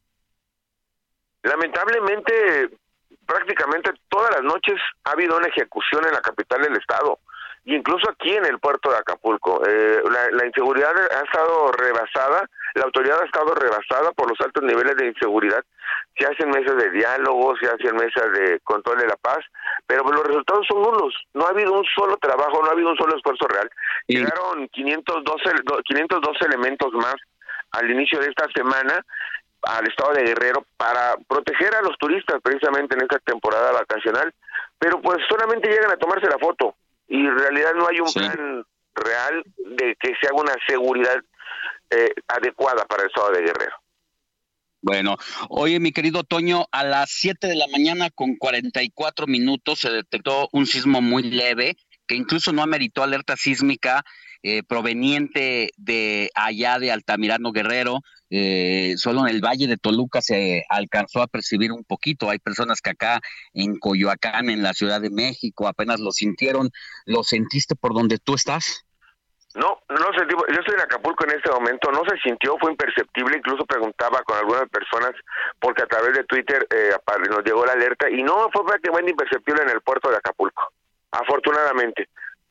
Speaker 21: Lamentablemente, prácticamente todas las noches ha habido una ejecución en la capital del estado, y incluso aquí en el puerto de Acapulco. Eh, la, la inseguridad ha estado rebasada, la autoridad ha estado rebasada por los altos niveles de inseguridad. Se hacen mesas de diálogo, se hacen mesas de control de la paz, pero los resultados son nulos. No ha habido un solo trabajo, no ha habido un solo esfuerzo real. Sí. Llegaron quinientos doce elementos más al inicio de esta semana al estado de Guerrero para proteger a los turistas precisamente en esta temporada vacacional, pero pues solamente llegan a tomarse la foto y en realidad no hay un sí. plan real de que se haga una seguridad eh, adecuada para el estado de Guerrero.
Speaker 7: Bueno, oye, mi querido Toño, a las siete de la mañana con cuarenta y cuatro minutos se detectó un sismo muy leve que incluso no ameritó alerta sísmica eh, proveniente de allá de Altamirano, Guerrero. Eh, solo en el Valle de Toluca se alcanzó a percibir un poquito. Hay personas que acá en Coyoacán, en la Ciudad de México, apenas lo sintieron. ¿Lo sentiste por donde tú estás?
Speaker 21: No, no sentí. Yo estoy en Acapulco en este momento, no se sintió, fue imperceptible. Incluso preguntaba con algunas personas porque a través de Twitter eh, nos llegó la alerta y no, fue prácticamente imperceptible en el puerto de Acapulco, afortunadamente.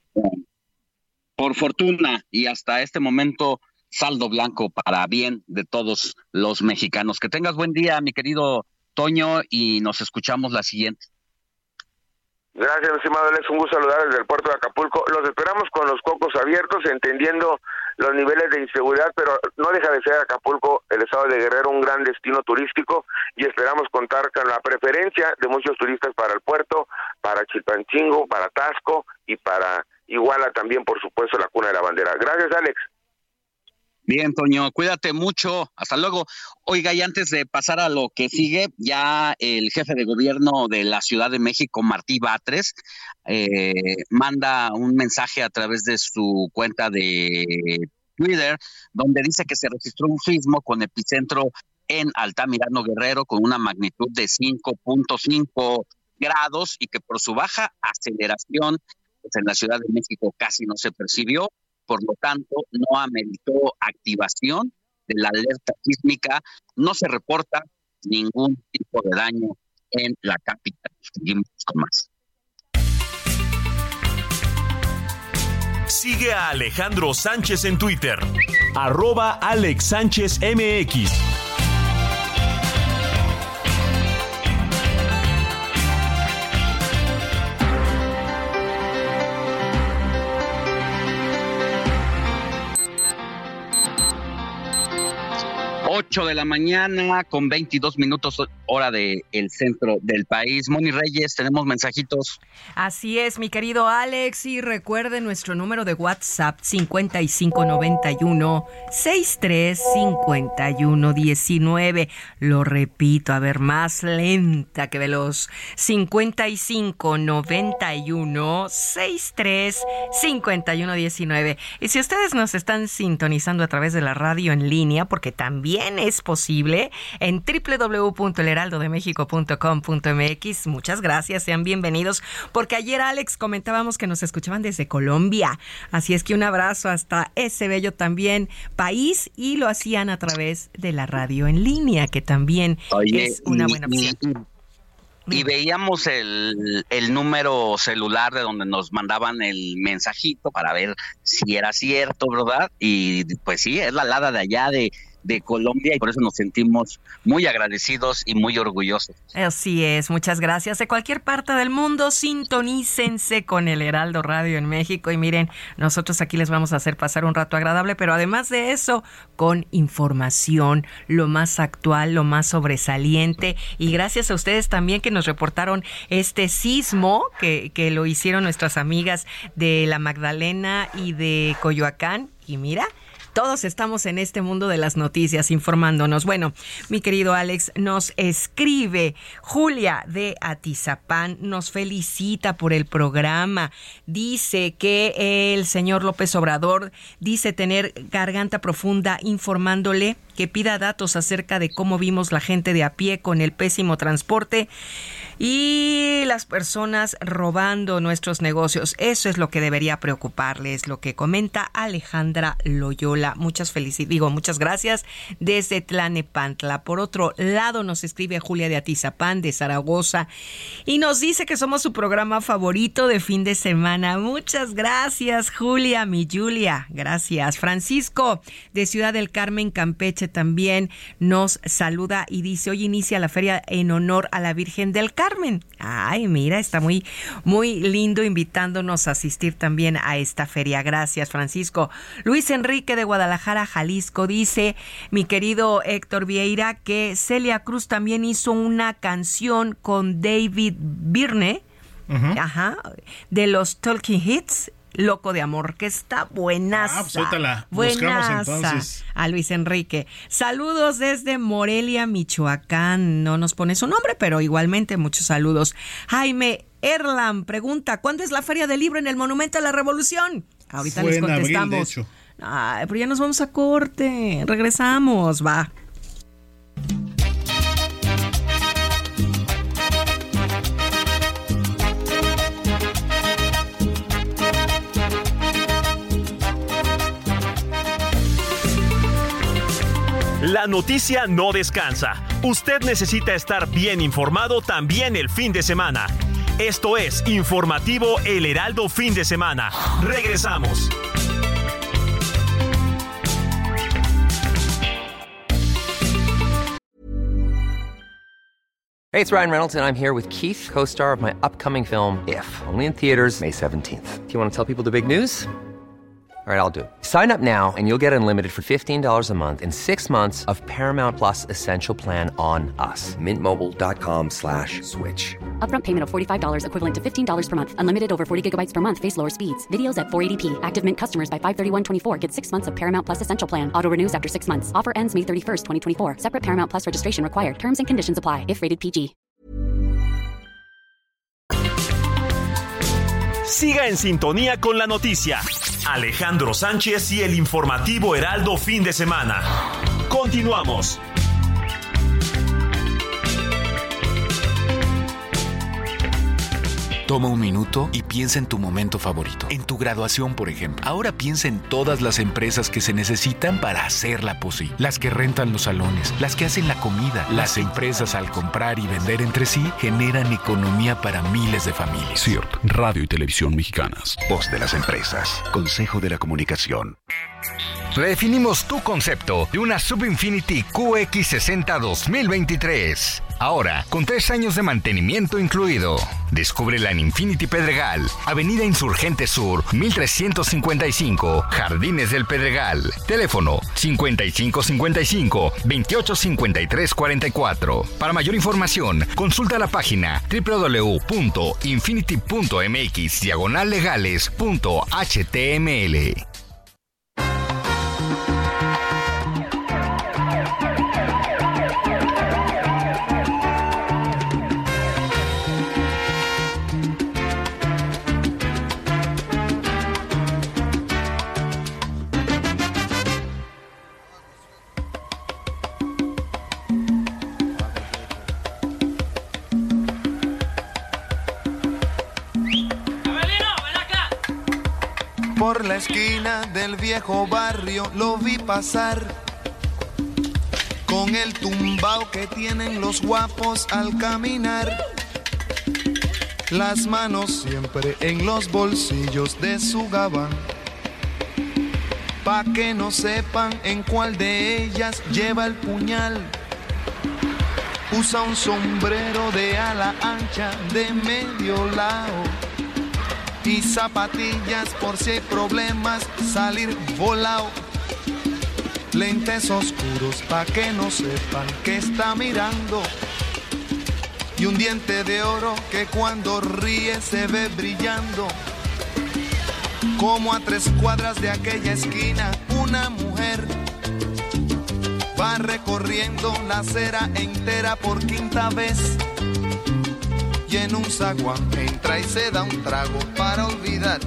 Speaker 7: Por fortuna, y hasta este momento saldo blanco para bien de todos los mexicanos. Que tengas buen día, mi querido Toño, y nos escuchamos la siguiente.
Speaker 21: Gracias, estimado Alex, un gusto saludar desde el puerto de Acapulco. Los esperamos con los cocos abiertos, entendiendo los niveles de inseguridad, pero no deja de ser Acapulco, el estado de Guerrero, un gran destino turístico, y esperamos contar con la preferencia de muchos turistas para el puerto, para Chilpancingo, para Taxco y para Iguala también, por supuesto, la cuna de la bandera. Gracias, Alex.
Speaker 7: Bien, Toño, cuídate mucho, hasta luego. Oiga, y antes de pasar a lo que sigue, ya el jefe de gobierno de la Ciudad de México, Martí Batres, eh, manda un mensaje a través de su cuenta de Twitter, donde dice que se registró un sismo con epicentro en Altamirano, Guerrero, con una magnitud de cinco punto cinco grados y que por su baja aceleración pues en la Ciudad de México casi no se percibió. Por lo tanto, no ameritó activación de la alerta sísmica, no se reporta ningún tipo de daño en la capital. Seguimos con más.
Speaker 2: Sigue a Alejandro Sánchez en Twitter, arroba Alex Sánchez M X.
Speaker 7: ocho de la mañana con veintidós minutos hora del centro del país. Moni Reyes, tenemos mensajitos.
Speaker 8: Así es, mi querido Alex, y recuerde nuestro número de WhatsApp cincuenta y cinco noventa y uno sesenta y tres cincuenta y uno diecinueve. Lo repito, a ver, más lenta que veloz. cincuenta y cinco noventa y uno sesenta y tres cincuenta y uno diecinueve. Y si ustedes nos están sintonizando a través de la radio en línea, porque también es posible en doble u doble u doble u punto el heraldo de méxico punto com punto m x. Muchas gracias, sean bienvenidos, porque ayer, Alex, comentábamos que nos escuchaban desde Colombia, así es que un abrazo hasta ese bello también país, y lo hacían a través de la radio en línea, que también Oye, es una buena opción.
Speaker 7: Y, y, y veíamos el, el número celular de donde nos mandaban el mensajito para ver si era cierto, ¿verdad? Y pues sí, es la Lada de allá de... de Colombia, y por eso nos sentimos muy agradecidos y muy orgullosos.
Speaker 8: Así es, muchas gracias. De cualquier parte del mundo, sintonícense con el Heraldo Radio en México, y miren, nosotros aquí les vamos a hacer pasar un rato agradable, pero además de eso, con información, lo más actual, lo más sobresaliente, y gracias a ustedes también que nos reportaron este sismo, que, que lo hicieron nuestras amigas de La Magdalena y de Coyoacán, y mira, todos estamos en este mundo de las noticias informándonos. Bueno, mi querido Alex, nos escribe Julia de Atizapán, nos felicita por el programa. Dice que el señor López Obrador dice tener garganta profunda, informándole que pida datos acerca de cómo vimos la gente de a pie con el pésimo transporte y las personas robando nuestros negocios. Eso es lo que debería preocuparles, lo que comenta Alejandra Loyola. Muchas felicidades, digo, muchas gracias desde Tlanepantla. Por otro lado, nos escribe Julia de Atizapán, de Zaragoza, y nos dice que somos su programa favorito de fin de semana. Muchas gracias, Julia, mi Julia. Gracias. Francisco, de Ciudad del Carmen, Campeche, también nos saluda y dice: hoy inicia la feria en honor a la Virgen del Carmen. Ay, mira, está muy, muy lindo, invitándonos a asistir también a esta feria. Gracias, Francisco. Luis Enrique de Guadalajara, Jalisco, dice mi querido Héctor Vieira que Celia Cruz también hizo una canción con David Byrne, uh-huh. ajá, de los Talking Hits, Loco de Amor, que está buenaza. Ah, pues ahorita la buscamos entonces. A Luis Enrique. Saludos desde Morelia, Michoacán. No nos pone su nombre, pero igualmente muchos saludos. Jaime Erlan pregunta: ¿cuándo es la Feria del Libro en el Monumento a la Revolución? Ahorita Fue les contestamos. Abril, de hecho. Ay, pero ya nos vamos a corte. Regresamos, va.
Speaker 2: La noticia no descansa. Usted necesita estar bien informado también el fin de semana. Esto es Informativo El Heraldo Fin de Semana. Regresamos.
Speaker 1: Hey, it's Ryan Reynolds, and I'm here with Keith, co-star of my upcoming film, If, only in theaters May seventeenth. Do you want to tell people the big news? All right, I'll do it. Sign up now and you'll get unlimited for fifteen dollars a month and six months of Paramount Plus Essential Plan on us. Mint Mobile dot com slash switch.
Speaker 22: Upfront payment of forty-five dollars equivalent to fifteen dollars per month. Unlimited over forty gigabytes per month. Face lower speeds. Videos at four eighty p. Active Mint customers by five thirty-one twenty-four get six months of Paramount Plus Essential Plan. Auto renews after six months. Offer ends May thirty-first, twenty twenty-four. Separate Paramount Plus registration required. Terms and conditions apply if rated P G.
Speaker 2: Siga en sintonía con la noticia. Alejandro Sánchez y el informativo Heraldo Fin de Semana. Continuamos.
Speaker 23: Toma un minuto y piensa en tu momento favorito. En tu graduación, por ejemplo. Ahora piensa en todas las empresas que se necesitan para hacerla posible. Las que rentan los salones, las que hacen la comida. Las empresas, al comprar y vender entre sí, generan economía para miles de familias.
Speaker 24: C I R T, Radio y Televisión Mexicanas.
Speaker 25: Voz de las empresas. Consejo de la Comunicación.
Speaker 26: Redefinimos tu concepto de una Sub Infinity Q X sesenta dos mil veintitrés. Ahora, con tres años de mantenimiento incluido. Descúbrela en Infinity Pedregal, Avenida Insurgente Sur, mil trescientos cincuenta y cinco, Jardines del Pedregal. Teléfono cincuenta y cinco cincuenta y cinco, veintiocho cincuenta y tres cuarenta y cuatro. Para mayor información, consulta la página doble u doble u doble u punto infinity punto m x diagonal legales punto h t m l.
Speaker 19: Por la esquina del viejo barrio lo vi pasar, con el tumbao que tienen los guapos al caminar. Las manos siempre en los bolsillos de su gabán, pa' que no sepan en cuál de ellas lleva el puñal. Usa un sombrero de ala ancha de medio lado y zapatillas por si hay problemas salir volado. Lentes oscuros pa' que no sepan que está mirando, y un diente de oro que cuando ríe se ve brillando. Como a tres cuadras de aquella esquina una mujer va recorriendo la acera entera por quinta vez, y en un zaguán entra y se da un trago para olvidar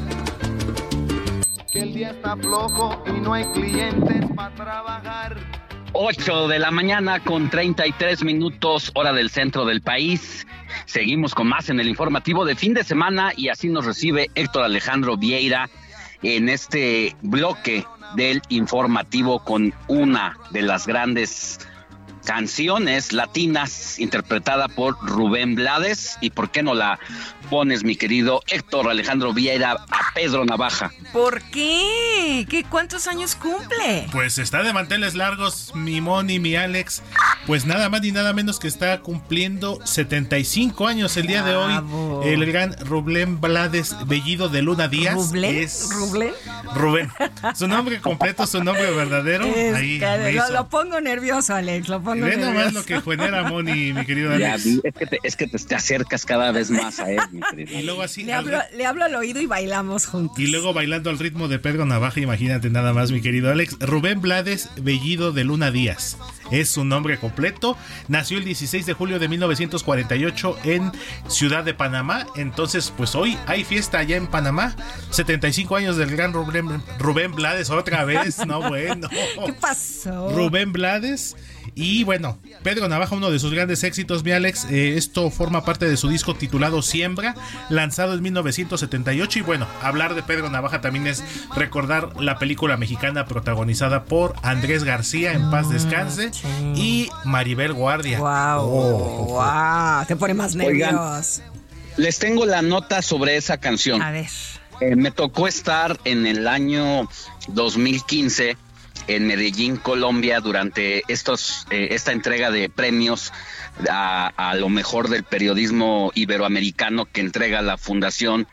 Speaker 19: que el día está flojo y no hay clientes para trabajar.
Speaker 7: ocho de la mañana con treinta y tres minutos, hora del centro del país. Seguimos con más en el informativo de fin de semana y así nos recibe Héctor Alejandro Vieira en este bloque del informativo con una de las grandes canciones latinas interpretada por Rubén Blades. ¿Y por qué no la pones, mi querido Héctor Alejandro Vieira, a Pedro Navaja?
Speaker 8: ¿Por qué? ¿Qué cuántos años cumple?
Speaker 9: Pues está de manteles largos, mi Moni, mi Alex. Pues nada más ni nada menos que está cumpliendo setenta y cinco años el día
Speaker 8: Bravo.
Speaker 9: de hoy. El gran Rubén Blades Bellido de Luna Díaz.
Speaker 8: ¿Rubén?
Speaker 9: Es...
Speaker 8: ¿Rubén?
Speaker 9: Rubén. Su nombre completo, su nombre verdadero.
Speaker 8: Es
Speaker 9: Ahí
Speaker 8: que
Speaker 9: me
Speaker 8: lo,
Speaker 9: hizo.
Speaker 8: lo pongo nervioso, Alex, lo pongo
Speaker 9: Ve
Speaker 8: nervioso.
Speaker 9: nomás lo que genera Moni, mi querido
Speaker 7: Ya
Speaker 9: Alex.
Speaker 7: vi, es que, te, es que te, te acercas cada vez más a él, mi querido.
Speaker 9: Y luego así.
Speaker 8: Le hablo, le hablo al oído y bailamos juntos.
Speaker 9: Y luego bailando al ritmo de Pedro Navaja, imagínate nada más, mi querido Alex. Rubén Blades Bellido de Luna Díaz es su nombre completo. Nació el dieciséis de julio de mil novecientos cuarenta y ocho en Ciudad de Panamá. Entonces, pues hoy hay fiesta allá en Panamá. setenta y cinco años del gran Rubén, Rubén Blades, otra vez, no bueno.
Speaker 8: ¿Qué pasó?
Speaker 9: Rubén Blades. Y bueno, Pedro Navaja, uno de sus grandes éxitos, mi Alex. Eh, esto forma parte de su disco titulado Siembra, lanzado en mil novecientos setenta y ocho. Y bueno, hablar de Pedro Navaja también es recordar la película mexicana protagonizada por Andrés García, en paz descanse,
Speaker 8: sí.
Speaker 9: y Maribel Guardia.
Speaker 8: Wow,
Speaker 9: Oh.
Speaker 8: wow, te pone más
Speaker 7: Oigan,
Speaker 8: nervioso.
Speaker 7: les tengo la nota sobre esa canción.
Speaker 8: A ver.
Speaker 7: Eh, me tocó estar en el año dos mil quince en Medellín, Colombia, durante estos eh, esta entrega de premios a, a lo mejor del periodismo iberoamericano que entrega la Fundación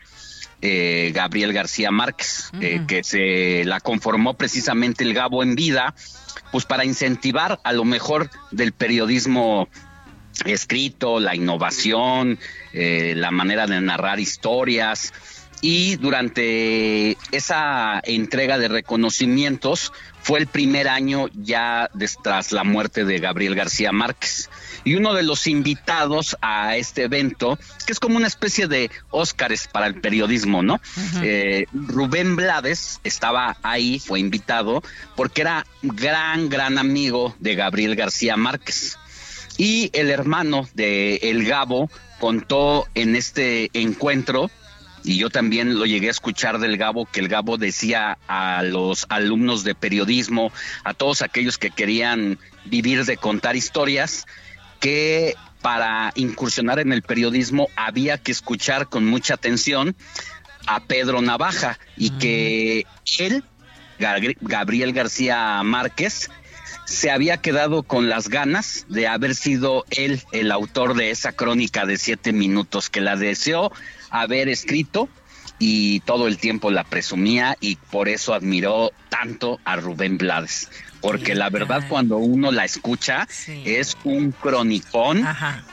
Speaker 7: eh, Gabriel García Márquez, uh-huh. eh, que se la conformó precisamente el Gabo en vida, pues para incentivar a lo mejor del periodismo escrito, la innovación, eh, la manera de narrar historias. Y durante esa entrega de reconocimientos fue el primer año ya tras la muerte de Gabriel García Márquez. Y uno de los invitados a este evento, que es como una especie de Óscares para el periodismo, ¿no? Uh-huh. Eh, Rubén Blades estaba ahí, fue invitado, porque era gran, gran amigo de Gabriel García Márquez. Y el hermano de El Gabo contó en este encuentro, y yo también lo llegué a escuchar del Gabo, que el Gabo decía a los alumnos de periodismo, a todos aquellos que querían vivir de contar historias, que para incursionar en el periodismo había que escuchar con mucha atención a Pedro Navaja, y mm. que él, Gabriel García Márquez, se había quedado con las ganas de haber sido él el autor de esa crónica de siete minutos, que la deseó haber escrito y todo el tiempo la presumía, y por eso admiró tanto a Rubén Blades, porque sí, la verdad ay. cuando uno la escucha sí. es un cronicón. Ajá.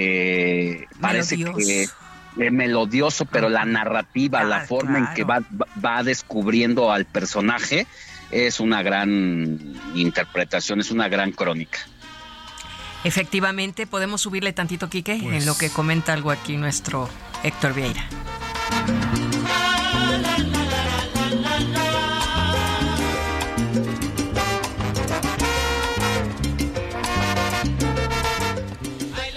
Speaker 7: Que parece melodioso. que es melodioso, pero la narrativa, ah, la forma claro. en que va, va descubriendo al personaje es una gran interpretación, es una gran crónica.
Speaker 8: Efectivamente, podemos subirle tantito, Quique,
Speaker 9: pues...
Speaker 8: en lo que comenta algo aquí nuestro Héctor Vieira.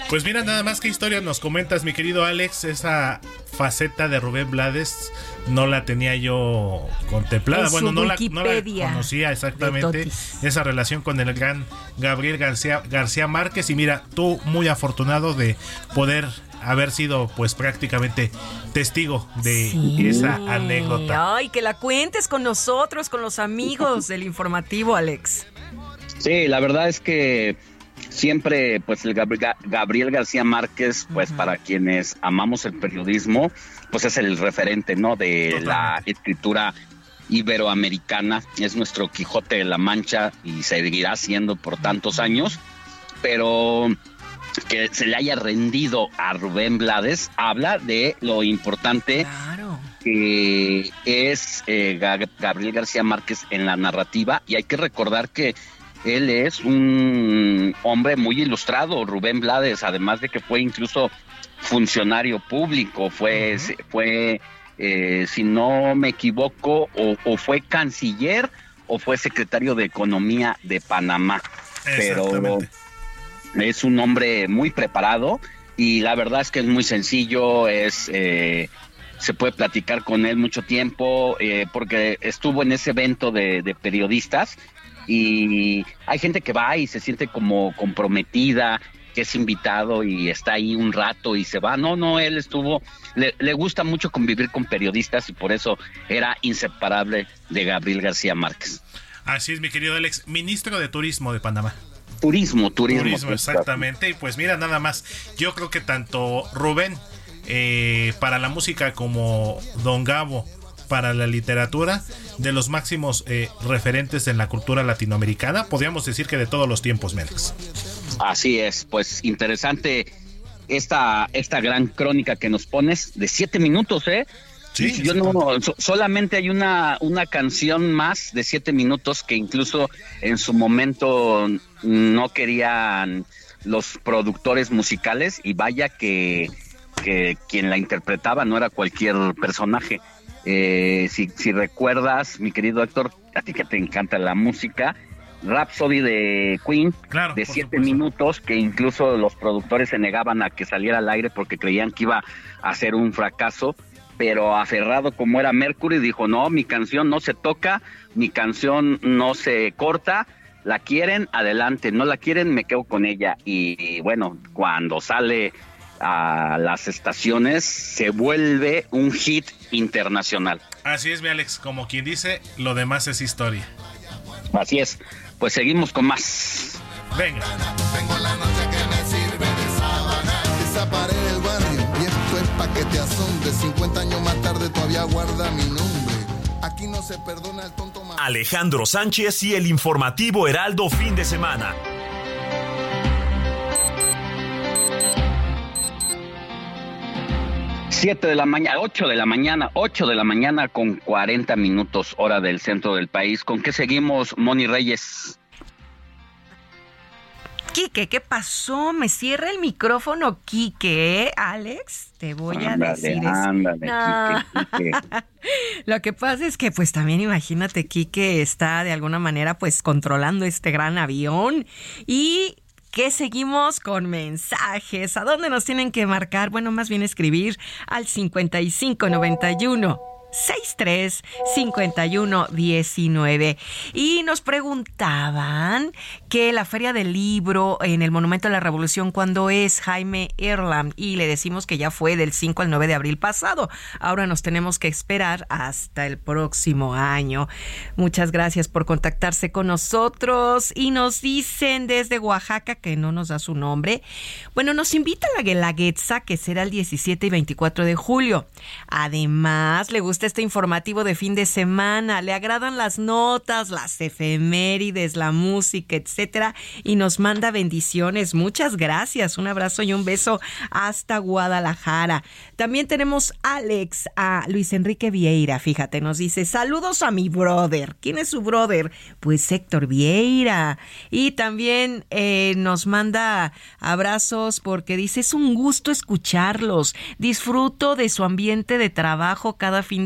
Speaker 9: Pues mira, nada más qué historia nos comentas, mi querido Alex. Esa faceta de Rubén Blades no la tenía yo contemplada. Bueno, no la, no la conocía exactamente, esa relación con el gran Gabriel García, García Márquez. Y mira, tú muy afortunado de poder haber sido pues prácticamente testigo de sí. esa anécdota.
Speaker 8: Ay, que la cuentes con nosotros, con los amigos del informativo, Alex.
Speaker 7: Sí, la verdad es que siempre, pues el Gabriel García Márquez, pues uh-huh. para quienes amamos el periodismo, pues es el referente, ¿no? De Totalmente. La escritura iberoamericana, es nuestro Quijote de la Mancha y seguirá siendo por tantos años, pero que se le haya rendido a Rubén Blades habla de lo importante claro. que es eh, Gabriel García Márquez en la narrativa, y hay que recordar que él es un hombre muy ilustrado, Rubén Blades, además de que fue incluso funcionario público, fue, uh-huh. fue eh, si no me equivoco, o, o fue canciller o fue secretario de Economía de Panamá. Pero es un hombre muy preparado y la verdad es que es muy sencillo, es eh, se puede platicar con él mucho tiempo, eh, porque estuvo en ese evento de, de periodistas. Y hay gente que va y se siente como comprometida, que es invitado y está ahí un rato y se va. No, no, él estuvo, le, le gusta mucho convivir con periodistas y por eso era inseparable de Gabriel García Márquez.
Speaker 9: Así es, mi querido Alex, ministro de Turismo de Panamá.
Speaker 7: Turismo, turismo.
Speaker 9: Turismo, exactamente. Y pues mira, nada más, yo creo que tanto Rubén eh, para la música como Don Gabo para la literatura, de los máximos eh, referentes en la cultura latinoamericana, podríamos decir que de todos los tiempos, Mélix.
Speaker 7: Así es, pues interesante esta, esta gran crónica que nos pones de siete minutos, ¿eh? Sí, yo no, so, solamente hay una, una canción más de siete minutos que incluso en su momento no querían los productores musicales, y vaya que, que quien la interpretaba no era cualquier personaje. Eh, si, si recuerdas, mi querido Héctor, a ti que te encanta la música, Rhapsody de Queen, claro, de siete minutos, que incluso los productores se negaban a que saliera al aire porque creían que iba a ser un fracaso, pero aferrado como era Mercury, dijo, no, mi canción no se toca, mi canción no se corta, la quieren, adelante, no la quieren, me quedo con ella. Y, y bueno, cuando sale a las estaciones se vuelve un hit internacional.
Speaker 9: Así es, mi Alex, como quien dice, lo demás es historia.
Speaker 7: Así es, pues seguimos con más.
Speaker 9: Venga.
Speaker 3: Tengo la noche que me sirve de sábana. Esa pared del barrio, y esto es pa' que te asombre. cincuenta años más tarde todavía guarda mi nombre. Aquí no se perdona el tonto más.
Speaker 2: Alejandro Sánchez y el informativo Heraldo fin de semana.
Speaker 7: Siete de la mañana, ocho de la mañana, ocho de la mañana con cuarenta minutos, hora del centro del país. ¿Con qué seguimos, Moni Reyes?
Speaker 8: Quique, ¿qué pasó? Me cierra el micrófono, Quique, ¿eh? Alex, te voy ándale, a decir eso.
Speaker 7: Ándale, no. Quique, Quique.
Speaker 8: Lo que pasa es que, pues, también imagínate, Quique está de alguna manera, pues, controlando este gran avión y... que seguimos con mensajes. ¿A dónde nos tienen que marcar? Bueno, más bien escribir al cincuenta y cinco noventa y uno sesenta y tres cincuenta y uno diecinueve. Y nos preguntaban que la Feria del Libro en el Monumento a la Revolución, ¿cuándo es, Jaime Erland? Y le decimos que ya fue del cinco al nueve de abril pasado. Ahora nos tenemos que esperar hasta el próximo año. Muchas gracias por contactarse con nosotros. Y nos dicen desde Oaxaca, que no nos da su nombre, bueno, nos invita a la Guelaguetza, que será el diecisiete y veinticuatro de julio. Además, le gusta este informativo de fin de semana, le agradan las notas, las efemérides, la música, etcétera, y nos manda bendiciones. Muchas gracias, un abrazo y un beso hasta Guadalajara. También tenemos Alex, a Luis Enrique Vieira, fíjate, nos dice, saludos a mi brother. ¿Quién es su brother? Pues Héctor Vieira. Y también eh, nos manda abrazos porque dice, es un gusto escucharlos, disfruto de su ambiente de trabajo cada fin de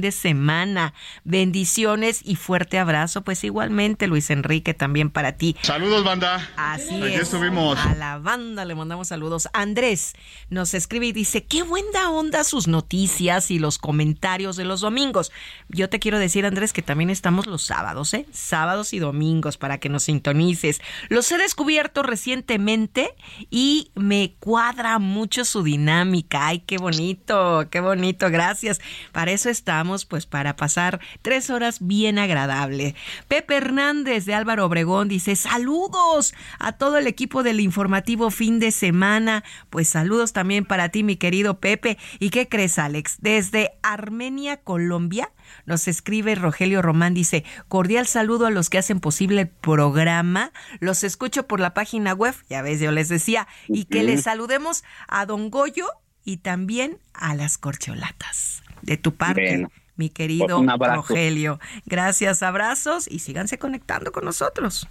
Speaker 8: fin de semana. Bendiciones y fuerte abrazo. Pues igualmente, Luis Enrique, también para ti.
Speaker 4: Saludos, banda.
Speaker 8: Así
Speaker 4: Aquí
Speaker 8: es.
Speaker 4: estuvimos.
Speaker 8: A la banda le mandamos saludos. Andrés nos escribe y dice, qué buena onda sus noticias y los comentarios de los domingos. Yo te quiero decir, Andrés, que también estamos los sábados, ¿eh? Sábados y domingos para que nos sintonices. Los he descubierto recientemente y me cuadra mucho su dinámica. Ay, qué bonito, qué bonito, gracias. Para eso estamos, pues para pasar tres horas bien agradable. Pepe Hernández de Álvaro Obregón dice, saludos a todo el equipo del informativo fin de semana. Pues saludos también para ti, mi querido Pepe. ¿Y qué crees, Alex? Desde Armenia, Colombia, nos escribe Rogelio Román, dice, cordial saludo a los que hacen posible el programa. Los escucho por la página web, ya ves, yo les decía, y que les saludemos a Don Goyo y también a las corcholatas. De tu parte, bueno, mi querido Rogelio. Gracias, abrazos y síganse conectando con nosotros.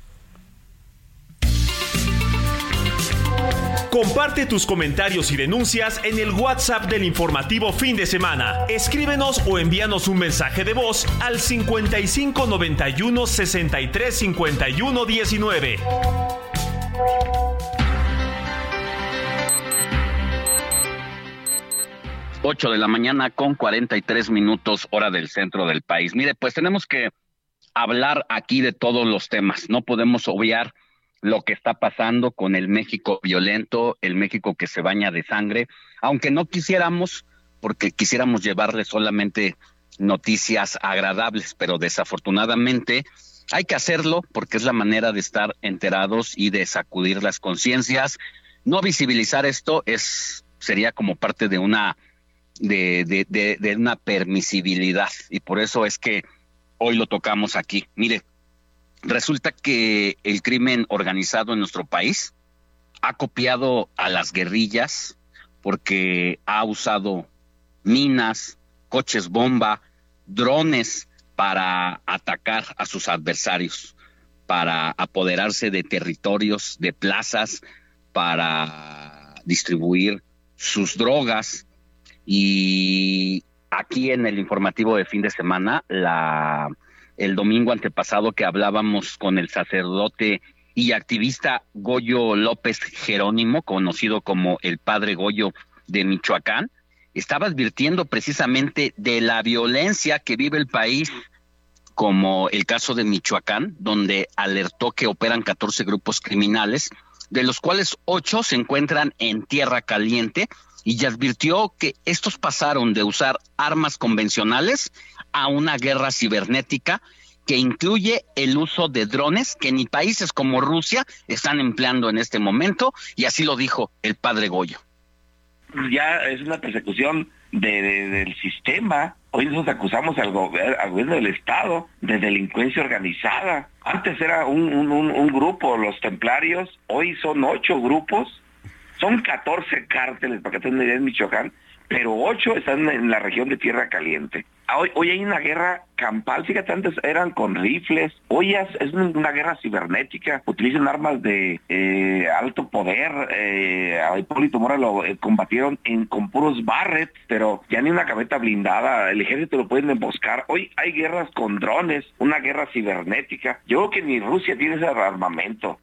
Speaker 2: Comparte tus comentarios y denuncias en el WhatsApp del informativo fin de semana. Escríbenos o envíanos un mensaje de voz al cincuenta y cinco noventa y uno sesenta y tres cincuenta y uno diecinueve.
Speaker 7: ocho de la mañana con cuarenta y tres minutos, hora del centro del país. Mire, pues tenemos que hablar aquí de todos los temas. No podemos obviar lo que está pasando con el México violento, el México que se baña de sangre, aunque no quisiéramos, porque quisiéramos llevarle solamente noticias agradables, pero desafortunadamente hay que hacerlo porque es la manera de estar enterados y de sacudir las conciencias. No visibilizar esto es sería como parte de una de, de, de, de una permisibilidad, y por eso es que hoy lo tocamos aquí. Mire, resulta que el crimen organizado en nuestro país ha copiado a las guerrillas porque ha usado minas, coches bomba, drones para atacar a sus adversarios, para apoderarse de territorios, de plazas, para distribuir sus drogas. Y aquí en el informativo de fin de semana, la el domingo antepasado que hablábamos con el sacerdote y activista Goyo López Jerónimo, conocido como el Padre Goyo de Michoacán, estaba advirtiendo precisamente de la violencia que vive el país, como el caso de Michoacán, donde alertó que operan catorce grupos criminales, de los cuales ocho se encuentran en Tierra Caliente, y advirtió que estos pasaron de usar armas convencionales a una guerra cibernética que incluye el uso de drones que ni países como Rusia están empleando en este momento, y así lo dijo el Padre Goyo.
Speaker 5: Ya es una persecución de, de, del sistema. Hoy nosotros acusamos al, gober, al gobierno del Estado de delincuencia organizada. Antes era un, un, un, un grupo, los templarios, hoy son ocho grupos, son catorce cárteles, para que tengan una idea, en Michoacán, pero ocho están en la región de Tierra Caliente. Hoy, hoy hay una guerra campal, fíjate, antes eran con rifles, hoy es, es una guerra cibernética, utilizan armas de eh, alto poder, eh, a Hipólito Mora lo eh, combatieron en, con puros Barrett, pero ya ni una camioneta blindada, el ejército lo pueden emboscar. Hoy hay guerras con drones, una guerra cibernética. Yo creo que ni Rusia tiene ese armamento.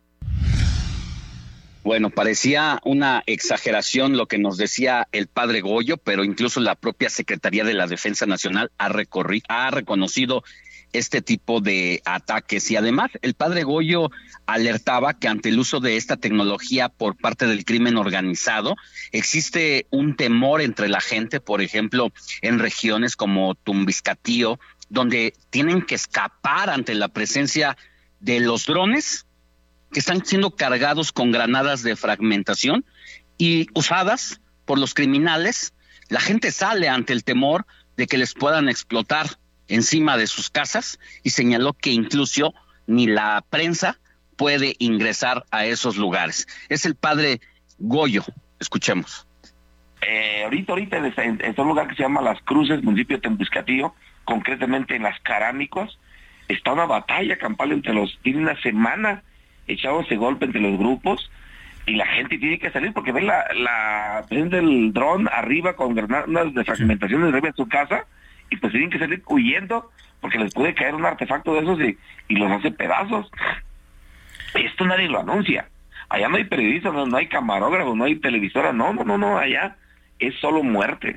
Speaker 7: Bueno, parecía una exageración lo que nos decía el Padre Goyo, pero incluso la propia Secretaría de la Defensa Nacional ha, recorri- ha reconocido este tipo de ataques. Y además, el Padre Goyo alertaba que ante el uso de esta tecnología por parte del crimen organizado, existe un temor entre la gente, por ejemplo, en regiones como Tumbiscatío, donde tienen que escapar ante la presencia de los drones que están siendo cargados con granadas de fragmentación y usadas por los criminales. La gente sale ante el temor de que les puedan explotar encima de sus casas, y señaló que incluso ni la prensa puede ingresar a esos lugares. Es el Padre Goyo. Escuchemos.
Speaker 5: Eh, ahorita, ahorita en este, en este lugar que se llama Las Cruces, municipio de Tembuscatío, concretamente en Las Carámicos, está una batalla campal entre los, tiene una semana echado ese golpe entre los grupos, y la gente tiene que salir porque ve la, la presencia del dron arriba con granadas de fragmentación arriba de su casa, y pues tienen que salir huyendo porque les puede caer un artefacto de esos y, y los hace pedazos. Esto nadie lo anuncia. Allá no hay periodistas, no, no hay camarógrafos, no hay televisora, no, no, no, no, allá es solo muerte.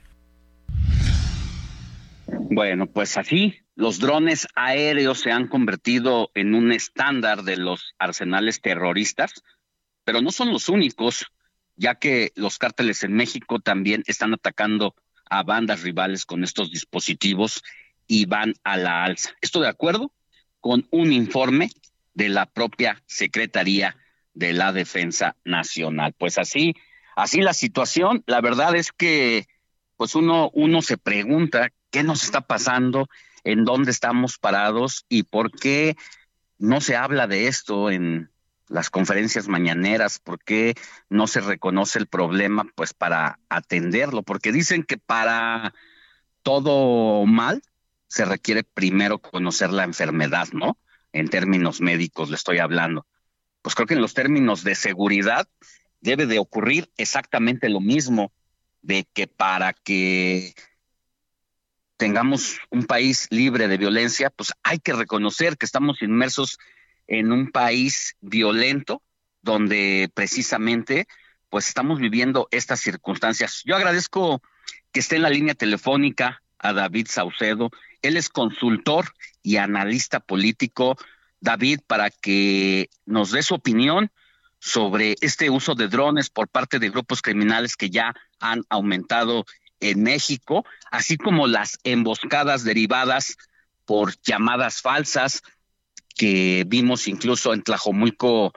Speaker 7: Bueno, pues así, los drones aéreos se han convertido en un estándar de los arsenales terroristas, pero no son los únicos, ya que los cárteles en México también están atacando a bandas rivales con estos dispositivos y van a la alza. Esto de acuerdo con un informe de la propia Secretaría de la Defensa Nacional. Pues así, así la situación. La verdad es que pues uno, uno se pregunta qué nos está pasando, en dónde estamos parados y por qué no se habla de esto en las conferencias mañaneras, por qué no se reconoce el problema pues para atenderlo, porque dicen que para todo mal se requiere primero conocer la enfermedad, ¿no? En términos médicos le estoy hablando. Pues creo que en los términos de seguridad debe de ocurrir exactamente lo mismo, de que para que tengamos un país libre de violencia, pues hay que reconocer que estamos inmersos en un país violento, donde precisamente pues estamos viviendo estas circunstancias. Yo agradezco que esté en la línea telefónica a David Saucedo. Él es consultor y analista político. David, para que nos dé su opinión sobre este uso de drones por parte de grupos criminales que ya han aumentado en México, así como las emboscadas derivadas por llamadas falsas que vimos incluso en Tlajomulco,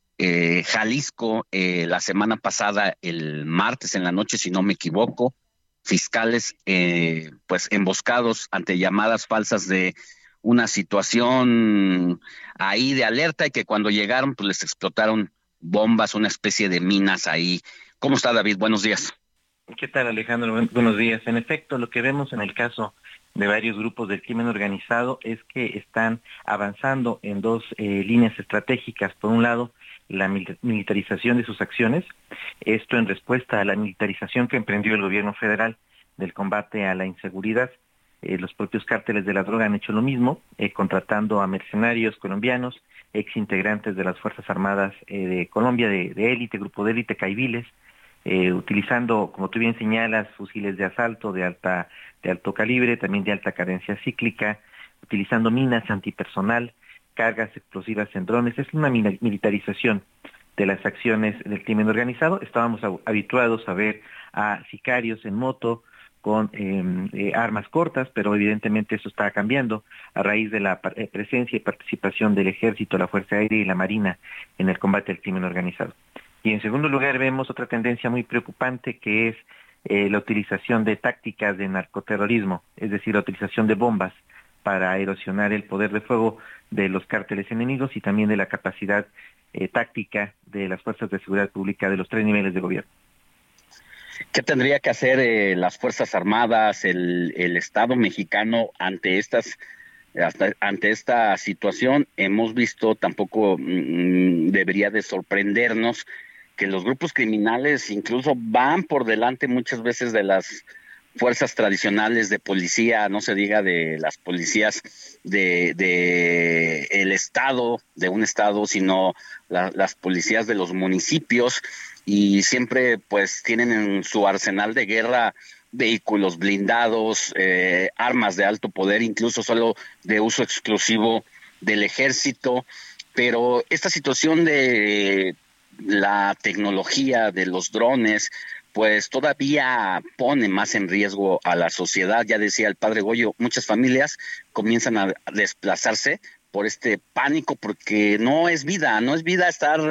Speaker 7: eh, Jalisco, eh, la semana pasada, el martes en la noche, si no me equivoco, fiscales eh, pues emboscados ante llamadas falsas de una situación ahí de alerta y que cuando llegaron pues les explotaron bombas, una especie de minas ahí. ¿Cómo está, David? Buenos días.
Speaker 4: ¿Qué tal, Alejandro? Buenos días. En efecto, lo que vemos en el caso de varios grupos del crimen organizado es que están avanzando en dos eh, líneas estratégicas. Por un lado, la militarización de sus acciones, esto en respuesta a la militarización que emprendió el gobierno federal del combate a la inseguridad. Eh, los propios cárteles de la droga han hecho lo mismo, eh, contratando a mercenarios colombianos, ex integrantes de las Fuerzas Armadas eh, de Colombia, de, de élite, grupo de élite, caiviles, eh, utilizando, como tú bien señalas, fusiles de asalto de alta de alto calibre, también de alta cadencia cíclica, utilizando minas antipersonal, cargas explosivas en drones. Es una militarización de las acciones del crimen organizado. Estábamos habituados a ver a sicarios en moto con eh, eh, armas cortas, pero evidentemente eso está cambiando a raíz de la eh, presencia y participación del Ejército, la Fuerza Aérea y la Marina en el combate al crimen organizado. Y en segundo lugar vemos otra tendencia muy preocupante que es eh, la utilización de tácticas de narcoterrorismo, es decir, la utilización de bombas para erosionar el poder de fuego de los cárteles enemigos y también de la capacidad eh, táctica de las fuerzas de seguridad pública de los tres niveles de gobierno.
Speaker 7: ¿Qué tendría que hacer eh, las Fuerzas Armadas, el, el Estado mexicano ante estas hasta, ante esta situación? Hemos visto, tampoco mmm, debería de sorprendernos que los grupos criminales incluso van por delante muchas veces de las fuerzas tradicionales de policía, no se diga de las policías de, de el estado, de un estado, sino la, las policías de los municipios, y siempre pues tienen en su arsenal de guerra vehículos blindados, eh, armas de alto poder, incluso solo de uso exclusivo del ejército. Pero esta situación de la tecnología de los drones pues todavía pone más en riesgo a la sociedad. Ya decía el padre Goyo, muchas familias comienzan a desplazarse por este pánico, porque no es vida, no es vida estar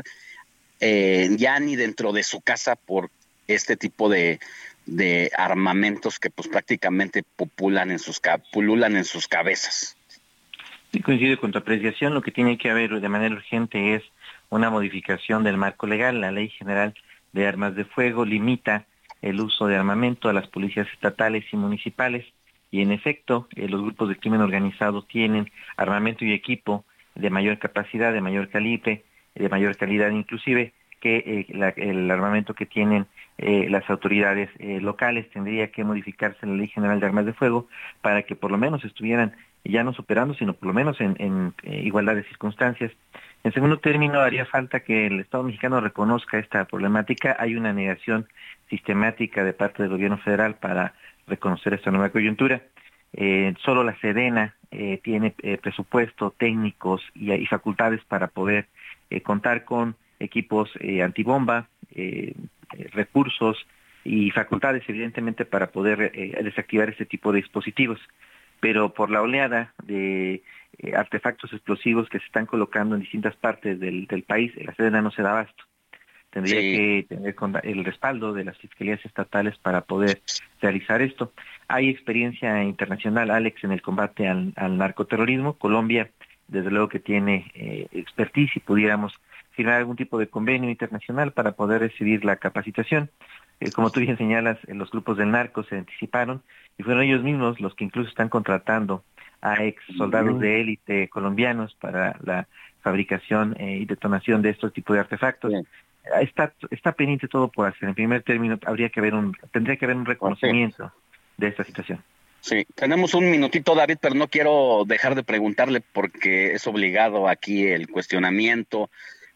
Speaker 7: eh, ya ni dentro de su casa por este tipo de, de armamentos que pues prácticamente populan en sus, pululan en sus cabezas.
Speaker 4: Sí, coincido con tu apreciación. Lo que tiene que haber de manera urgente es una modificación del marco legal. La Ley General de Armas de Fuego limita el uso de armamento a las policías estatales y municipales, y en efecto eh, los grupos de crimen organizado tienen armamento y equipo de mayor capacidad, de mayor calibre, de mayor calidad inclusive, que que eh, la, el armamento que tienen eh, las autoridades eh, locales. Tendría que modificarse la Ley General de Armas de Fuego para que por lo menos estuvieran ya no superando, sino por lo menos en, en eh, igualdad de circunstancias. En segundo término, haría falta que el Estado mexicano reconozca esta problemática. Hay una negación sistemática de parte del gobierno federal para reconocer esta nueva coyuntura. Eh, solo la Sedena eh, tiene eh, presupuesto, técnicos y, y facultades para poder eh, contar con equipos eh, antibomba, eh, eh, recursos y facultades, evidentemente, para poder eh, desactivar este tipo de dispositivos. Pero por la oleada de eh, artefactos explosivos que se están colocando en distintas partes del, del país, la Sedena no se da abasto. Tendría sí. que tener el respaldo de las fiscalías estatales para poder realizar esto. Hay experiencia internacional, Alex, en el combate al, al narcoterrorismo. Colombia, desde luego que tiene eh, expertise y pudiéramos firmar algún tipo de convenio internacional para poder recibir la capacitación. Eh, como tú bien señalas, eh, los grupos del narco se anticiparon y fueron ellos mismos los que incluso están contratando a ex soldados de élite colombianos para la fabricación eh, y detonación de estos tipos de artefactos. Sí. Está, está pendiente todo por hacer. En primer término, habría que haber un, tendría que haber un reconocimiento sí. de esta situación.
Speaker 7: Sí, tenemos un minutito, David, pero no quiero dejar de preguntarle porque es obligado aquí el cuestionamiento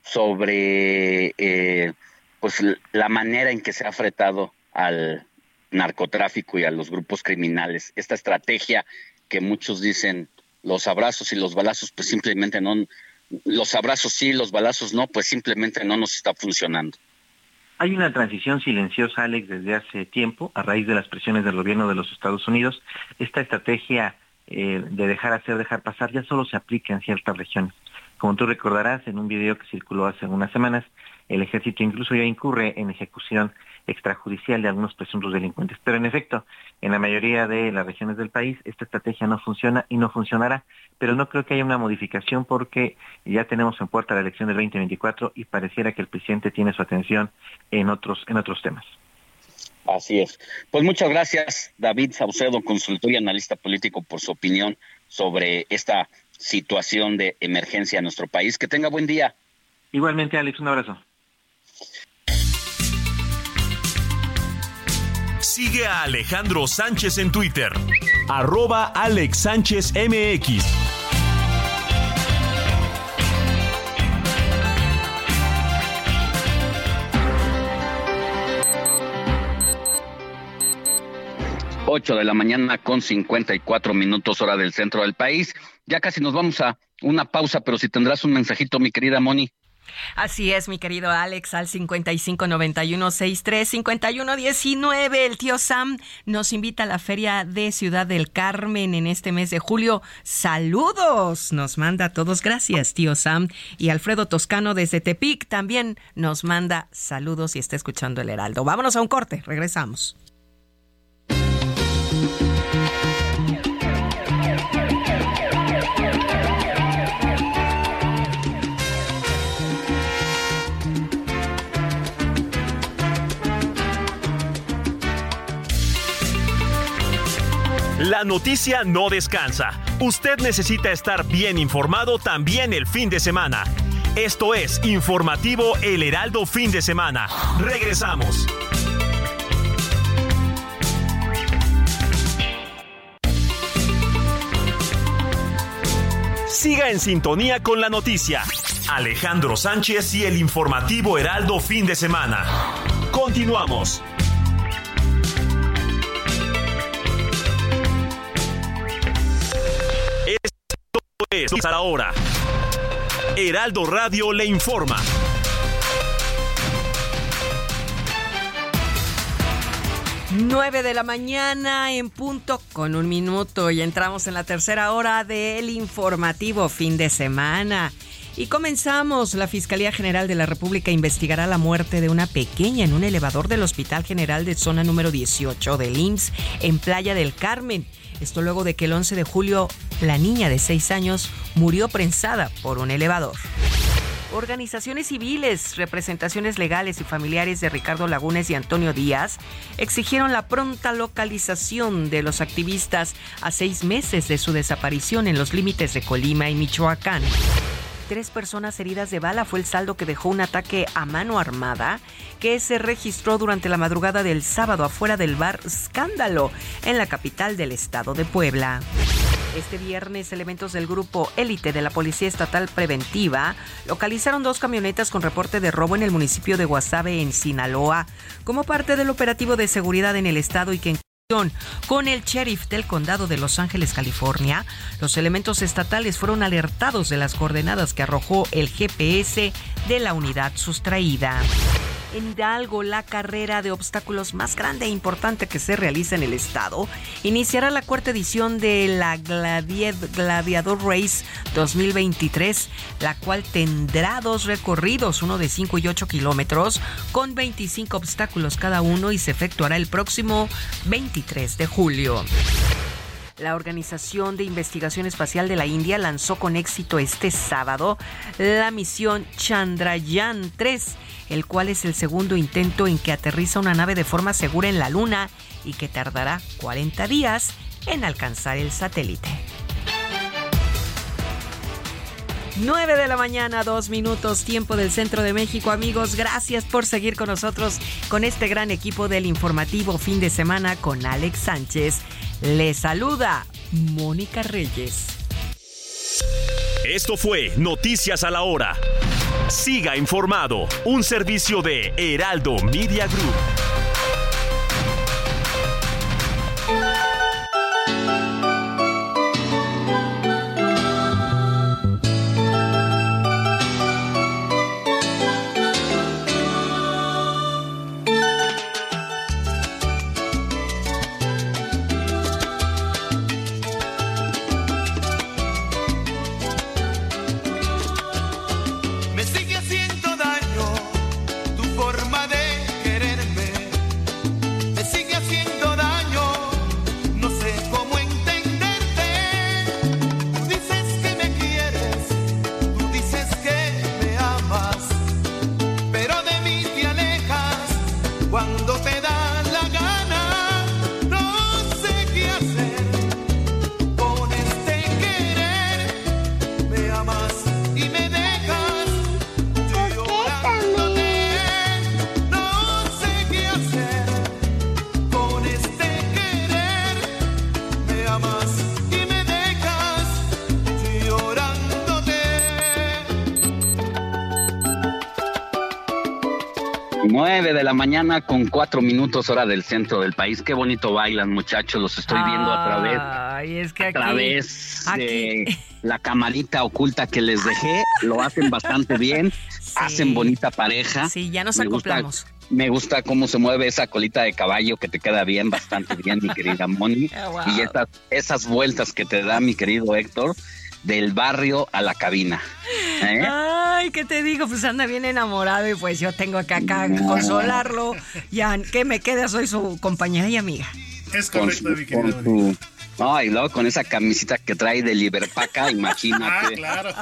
Speaker 7: sobre eh, pues la manera en que se ha fretado al narcotráfico y a los grupos criminales. Esta estrategia que muchos dicen los abrazos y los balazos, pues simplemente no... Los abrazos sí, los balazos no, pues simplemente no nos está funcionando.
Speaker 4: Hay una transición silenciosa, Alex, desde hace tiempo, a raíz de las presiones del gobierno de los Estados Unidos. Esta estrategia eh, de dejar hacer, dejar pasar, ya solo se aplica en ciertas regiones. Como tú recordarás, en un video que circuló hace unas semanas, el ejército incluso ya incurre en ejecución extrajudicial de algunos presuntos delincuentes. Pero en efecto, en la mayoría de las regiones del país, esta estrategia no funciona y no funcionará. Pero no creo que haya una modificación porque ya tenemos en puerta la elección del veinte veinticuatro y pareciera que el presidente tiene su atención en otros, en otros temas.
Speaker 7: Así es. Pues muchas gracias, David Saucedo, consultor y analista político, por su opinión sobre esta situación de emergencia en nuestro país. Que tenga buen día.
Speaker 4: Igualmente, Alex, un abrazo.
Speaker 2: Sigue a Alejandro Sánchez en Twitter, arroba Alex Sánchez M X.
Speaker 7: ocho de la mañana con cincuenta y cuatro minutos hora del centro del país. Ya casi nos vamos a una pausa, pero si tendrás un mensajito, mi querida Moni.
Speaker 8: Así es, mi querido Alex, al cincuenta y cinco noventa y uno sesenta y tres cincuenta y uno diecinueve. El tío Sam nos invita a la Feria de Ciudad del Carmen en este mes de julio. ¡Saludos! Nos manda a todos. Gracias, tío Sam. Y Alfredo Toscano desde Tepic también nos manda saludos y está escuchando el Heraldo. Vámonos a un corte, regresamos.
Speaker 2: La noticia no descansa. Usted necesita estar bien informado también el fin de semana. Esto es Informativo El Heraldo Fin de Semana. Regresamos. Siga en sintonía con la noticia. Alejandro Sánchez y el Informativo Heraldo Fin de Semana. Continuamos. Esto es a la hora. Heraldo Radio le informa.
Speaker 8: Nueve de la mañana en punto con un minuto y entramos en la tercera hora del Informativo Fin de Semana. Y comenzamos. La Fiscalía General de la República investigará la muerte de una pequeña en un elevador del Hospital General de Zona número dieciocho del I M S S en Playa del Carmen. Esto luego de que el once de julio la niña de seis años murió prensada por un elevador. Organizaciones civiles, representaciones legales y familiares de Ricardo Lagunes y Antonio Díaz exigieron la pronta localización de los activistas a seis meses de su desaparición en los límites de Colima y Michoacán. Tres personas heridas de bala fue el saldo que dejó un ataque a mano armada que se registró durante la madrugada del sábado afuera del bar Escándalo en la capital del estado de Puebla. Este viernes, elementos del grupo Élite de la Policía Estatal Preventiva localizaron dos camionetas con reporte de robo en el municipio de Guasave, en Sinaloa, como parte del operativo de seguridad en el estado, y que en con el sheriff del condado de Los Ángeles, California, los elementos estatales fueron alertados de las coordenadas que arrojó el G P S de la unidad sustraída. En Hidalgo, la carrera de obstáculos más grande e importante que se realiza en el estado iniciará la cuarta edición de la Gladi- Gladiador Race dos mil veintitrés, la cual tendrá dos recorridos, uno de cinco y ocho kilómetros, con veinticinco obstáculos cada uno, y se efectuará el próximo veintitrés de julio. La Organización de Investigación Espacial de la India lanzó con éxito este sábado la misión Chandrayaan tres, el cual es el segundo intento en que aterriza una nave de forma segura en la Luna y que tardará cuarenta días en alcanzar el satélite. nueve de la mañana, dos minutos, tiempo del centro de México. Amigos, gracias por seguir con nosotros, con este gran equipo del informativo fin de semana con Alex Sánchez. Les saluda Mónica Reyes.
Speaker 2: Esto fue Noticias a la Hora. Siga informado, un servicio de Heraldo Media Group.
Speaker 7: nueve de la mañana con cuatro minutos hora del centro del país. Qué bonito bailan, muchachos, los estoy viendo a través,
Speaker 8: Ay, es que
Speaker 7: a
Speaker 8: aquí,
Speaker 7: través
Speaker 8: aquí.
Speaker 7: de la camarita oculta que les dejé. Lo hacen bastante bien, sí. Hacen bonita pareja.
Speaker 8: Sí, ya nos
Speaker 7: me
Speaker 8: acoplamos.
Speaker 7: Gusta, me gusta cómo se mueve esa colita de caballo que te queda bien, bastante bien, mi querida Moni.
Speaker 8: Oh, wow.
Speaker 7: Y esas, esas vueltas que te da mi querido Héctor, del barrio a la cabina. ¿Eh?
Speaker 8: Ay, ¿qué te digo? Pues anda bien enamorado y pues yo tengo que acá no. consolarlo. Ya, que me queda, soy su compañera y amiga.
Speaker 9: Es correcto,
Speaker 7: con,
Speaker 9: mi querido.
Speaker 7: Con No, y luego con esa camisita que trae de Liberpaca, imagínate.
Speaker 9: Ah, claro.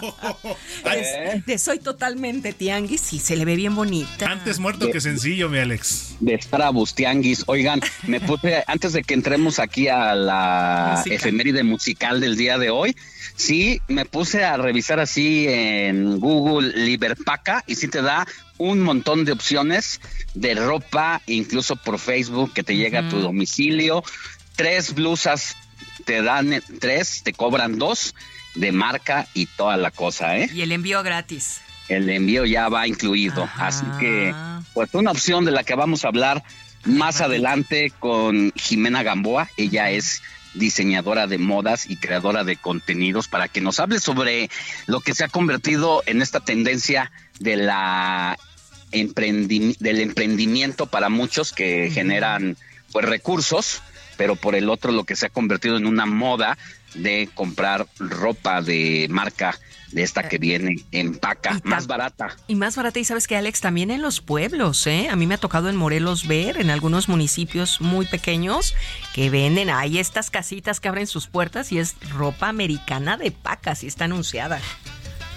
Speaker 8: ¿Eh? De soy totalmente tianguis y se le ve bien bonita.
Speaker 9: Antes muerto de, que sencillo, mi Alex.
Speaker 7: De Starabus Tianguis. Oigan, me puse, antes de que entremos aquí a la Musical. efeméride musical del día de hoy, sí, me puse a revisar así en Google Liberpaca y sí te da un montón de opciones de ropa, incluso por Facebook, que te llega uh-huh. a tu domicilio. Tres blusas te dan tres, te cobran dos de marca y toda la cosa, ¿eh?
Speaker 8: Y el envío gratis.
Speaker 7: El envío ya va incluido. Ajá. Así que, pues una opción de la que vamos a hablar más Ajá. adelante con Jimena Gamboa. Ella es diseñadora de modas y creadora de contenidos, para que nos hable sobre lo que se ha convertido en esta tendencia de la emprendi- del emprendimiento para muchos que uh-huh. generan pues recursos, pero por el otro lo que se ha convertido en una moda de comprar ropa de marca, de esta que viene en paca, más barata.
Speaker 8: Y más barata, y sabes que, Alex, también en los pueblos, ¿eh? A mí me ha tocado en Morelos ver en algunos municipios muy pequeños que venden, hay estas casitas que abren sus puertas y es ropa americana de paca, así está anunciada.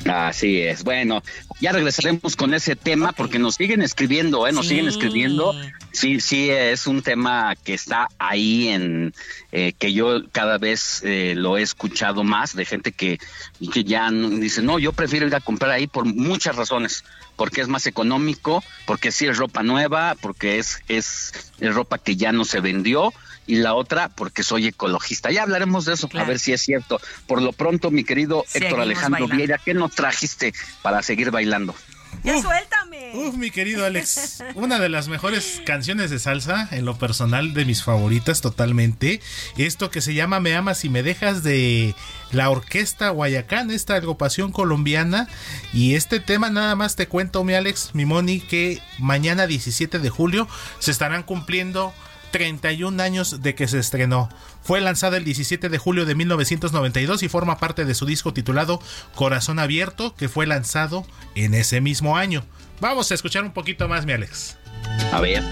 Speaker 7: Así es. Bueno, ya regresaremos con ese tema porque nos siguen escribiendo, ¿eh? Nos sí. siguen escribiendo. Sí, sí, es un tema que está ahí en eh, que yo cada vez eh, lo he escuchado más de gente que, que ya dice, no, yo prefiero ir a comprar ahí por muchas razones. Porque es más económico, porque sí es ropa nueva, porque es, es, es ropa que ya no se vendió. Y la otra, porque soy ecologista. Ya hablaremos de eso, claro. A ver si es cierto. Por lo pronto, mi querido Seguimos Héctor Alejandro bailando. Vieira, ¿qué nos trajiste para seguir bailando?
Speaker 8: ¡Ya uf, suéltame!
Speaker 9: Uf, mi querido Alex, una de las mejores canciones de salsa, en lo personal, de mis favoritas totalmente. Esto que se llama Me Amas y Me Dejas, de la Orquesta Guayacán, esta agrupación colombiana. Y este tema, nada más te cuento, mi Alex, mi Moni, que mañana diecisiete de julio se estarán cumpliendo treinta y un años de que se estrenó. Fue lanzada el diecisiete de julio de mil novecientos noventa y dos y forma parte de su disco titulado Corazón Abierto, que fue lanzado en ese mismo año. Vamos a escuchar un poquito más, mi Alex.
Speaker 7: A ver.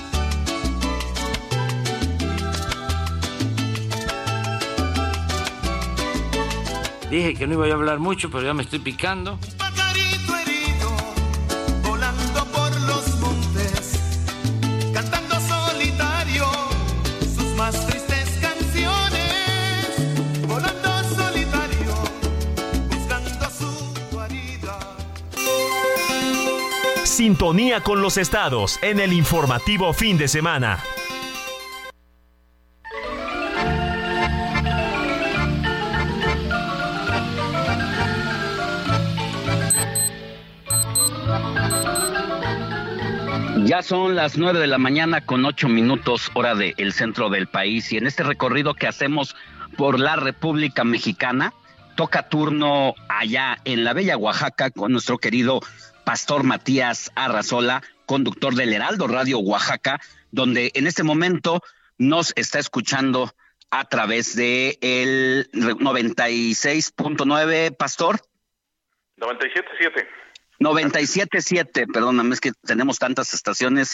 Speaker 6: Dije que no iba a hablar mucho, pero ya me estoy picando.
Speaker 10: Más tristes canciones, volando solitario, buscando su guarida.
Speaker 2: Sintonía con los estados en el informativo fin de semana.
Speaker 7: Ya son las nueve de la mañana con ocho minutos hora del centro del país y en este recorrido que hacemos por la República Mexicana toca turno allá en la bella Oaxaca con nuestro querido Pastor Matías Arrazola, conductor del Heraldo Radio Oaxaca, donde en este momento nos está escuchando a través de el noventa y seis punto nueve, Pastor.
Speaker 21: noventa y siete punto siete.
Speaker 7: noventa y siete punto siete, perdóname, es que tenemos tantas estaciones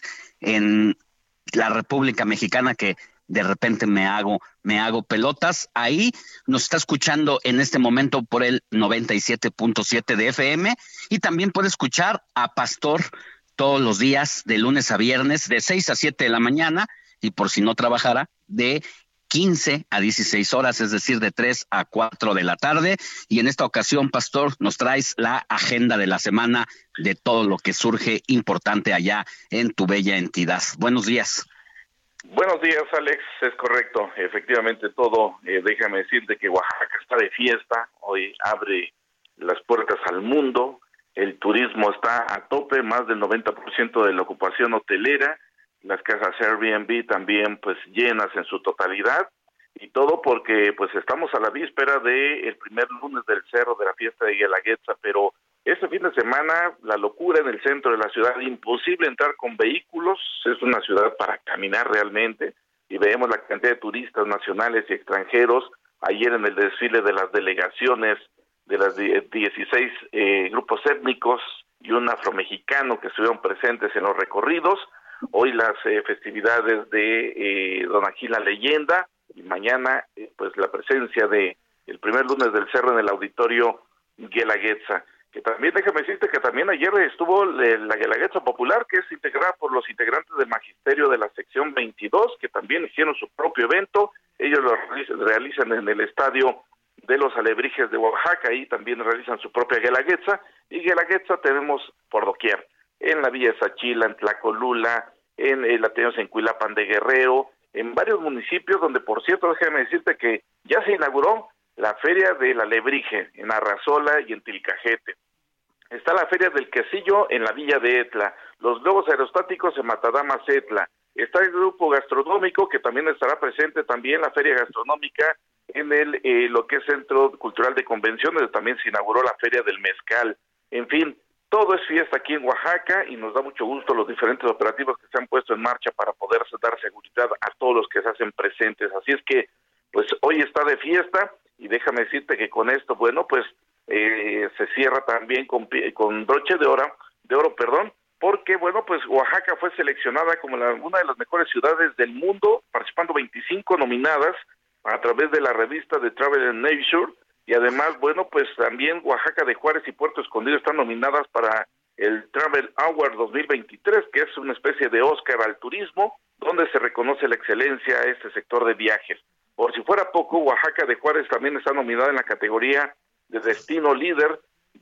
Speaker 7: en la República Mexicana que de repente me hago, me hago pelotas. Ahí nos está escuchando en este momento por el noventa y siete punto siete de F M y también puede escuchar a Pastor todos los días de lunes a viernes de seis a siete de la mañana y por si no trabajara de quince a dieciséis horas, es decir, de tres a cuatro de la tarde. Y en esta ocasión, Pastor, nos traes la agenda de la semana de todo lo que surge importante allá en tu bella entidad. Buenos días.
Speaker 21: Buenos días, Alex. Es correcto. Efectivamente, todo, eh, déjame decirte que Oaxaca está de fiesta. Hoy abre las puertas al mundo. El turismo está a tope, más del noventa por ciento de la ocupación hotelera. Las casas Airbnb también pues llenas en su totalidad y todo porque pues estamos a la víspera del primer lunes del cerro de la fiesta de Guelaguetza, pero este fin de semana la locura en el centro de la ciudad, imposible entrar con vehículos, es una ciudad para caminar realmente y vemos la cantidad de turistas nacionales y extranjeros. Ayer en el desfile de las delegaciones de las dieciséis eh, grupos étnicos y un afromexicano que estuvieron presentes en los recorridos. Hoy las eh, festividades de eh, Don Agil la Leyenda y mañana eh, pues la presencia de el primer lunes del cerro en el auditorio Guelaguetza, que también déjame decirte que también ayer estuvo eh, la Guelaguetza Popular, que es integrada por los integrantes del magisterio de la sección veintidós, que también hicieron su propio evento. Ellos lo realizan en el estadio de los Alebrijes de Oaxaca, y también realizan su propia Guelaguetza, y Guelaguetza tenemos por doquier, en la Villa de Sachila, en Tlacolula, en el Ateneos en Cuilapan de Guerrero, en varios municipios donde, por cierto, déjame decirte que ya se inauguró la Feria del Alebrije en Arrazola y en Tilcajete. Está la Feria del Quesillo en la Villa de Etla, los globos aerostáticos en Matadamas Etla. Está el grupo gastronómico que también estará presente, también la Feria Gastronómica en el eh, lo que es Centro Cultural de Convenciones, donde también se inauguró la Feria del Mezcal. En fin, todo es fiesta aquí en Oaxaca y nos da mucho gusto los diferentes operativos que se han puesto en marcha para poder dar seguridad a todos los que se hacen presentes. Así es que, pues hoy está de fiesta y déjame decirte que con esto, bueno, pues eh, se cierra también con, con broche de oro, de oro, perdón, porque, bueno, pues Oaxaca fue seleccionada como la, una de las mejores ciudades del mundo, participando veinticinco nominadas a través de la revista de Travel and Nature, y además, bueno, pues también Oaxaca de Juárez y Puerto Escondido están nominadas para el Travel Award dos mil veintitrés, que es una especie de Oscar al turismo, donde se reconoce la excelencia a este sector de viajes. Por si fuera poco, Oaxaca de Juárez también está nominada en la categoría de destino líder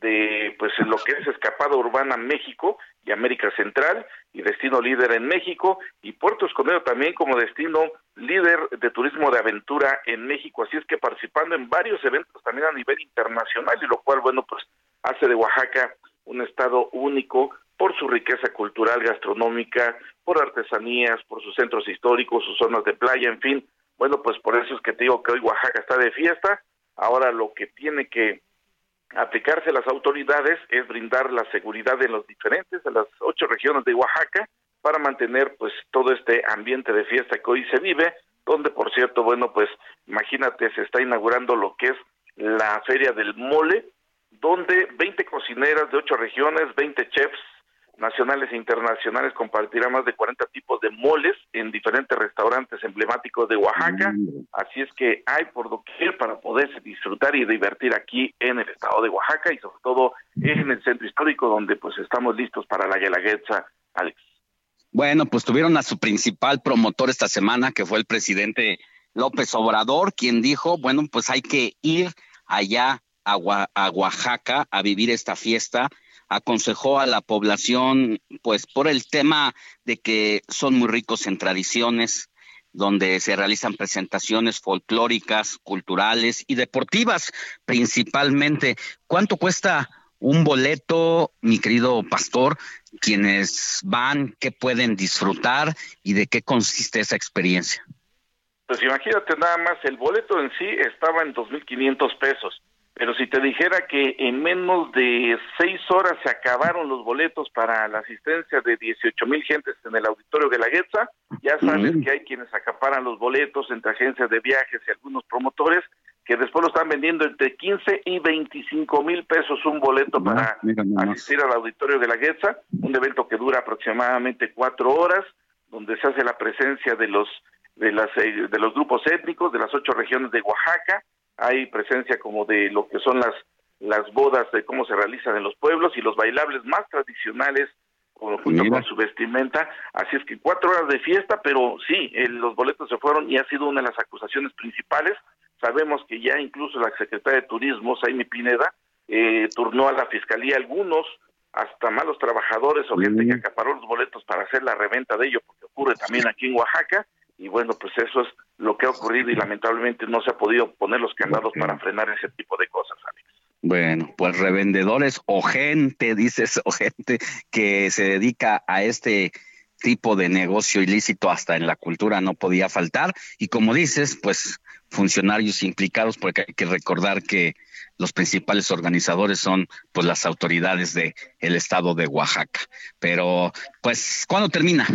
Speaker 21: de pues en lo que es escapada urbana México y América Central, y destino líder en México, y Puerto Escondido también como destino líder de turismo de aventura en México, así es que participando en varios eventos también a nivel internacional, y lo cual, bueno, pues hace de Oaxaca un estado único por su riqueza cultural, gastronómica, por artesanías, por sus centros históricos, sus zonas de playa, en fin. Bueno, pues por eso es que te digo que hoy Oaxaca está de fiesta. Ahora lo que tiene que aplicarse las autoridades es brindar la seguridad en los diferentes, en las ocho regiones de Oaxaca, para mantener pues todo este ambiente de fiesta que hoy se vive, donde por cierto, bueno, pues imagínate, se está inaugurando lo que es la Feria del Mole, donde veinte cocineras de ocho regiones, veinte chefs nacionales e internacionales compartirán más de cuarenta tipos de moles en diferentes restaurantes emblemáticos de Oaxaca, mm. así es que hay por doquier para poderse disfrutar y divertir aquí en el estado de Oaxaca y sobre todo en el centro histórico donde pues estamos listos para la Guelaguetza, Alex.
Speaker 7: Bueno, pues tuvieron a su principal promotor esta semana, que fue el presidente López Obrador, quien dijo, bueno, pues hay que ir allá a, Gua- a Oaxaca a vivir esta fiesta. Aconsejó a la población, pues por el tema de que son muy ricos en tradiciones, donde se realizan presentaciones folclóricas, culturales y deportivas principalmente. ¿Cuánto cuesta un boleto, mi querido pastor? Quienes van, ¿qué pueden disfrutar y de qué consiste esa experiencia?
Speaker 21: Pues imagínate nada más, el boleto en sí estaba en dos mil quinientos pesos. Pero si te dijera que en menos de seis horas se acabaron los boletos para la asistencia de dieciocho mil gentes en el auditorio de la Guelaguetza, ya sabes mm. que hay quienes acaparan los boletos entre agencias de viajes y algunos promotores que después lo están vendiendo entre quince y veinticinco mil pesos un boleto no, para asistir al auditorio de la Guelaguetza, un evento que dura aproximadamente cuatro horas, donde se hace la presencia de los de las eh, de los grupos étnicos de las ocho regiones de Oaxaca. Hay presencia como de lo que son las las bodas, de cómo se realizan en los pueblos y los bailables más tradicionales con, junto Mira. con su vestimenta, así es que cuatro horas de fiesta, pero sí, eh, los boletos se fueron y ha sido una de las acusaciones principales. Sabemos que ya incluso la secretaria de Turismo, Saimi Pineda, eh, turnó a la Fiscalía algunos, hasta malos trabajadores o gente que acaparó los boletos para hacer la reventa de ellos, porque ocurre también aquí en Oaxaca. Y bueno, pues eso es lo que ha ocurrido y lamentablemente no se ha podido poner los candados okay. para frenar ese tipo de cosas, Alex.
Speaker 7: Bueno, pues revendedores o gente, dices, o gente que se dedica a este tipo de negocio ilícito hasta en la cultura no podía faltar. Y como dices, pues funcionarios implicados, porque hay que recordar que los principales organizadores son pues las autoridades de el estado de Oaxaca. Pero, pues, ¿cuándo termina?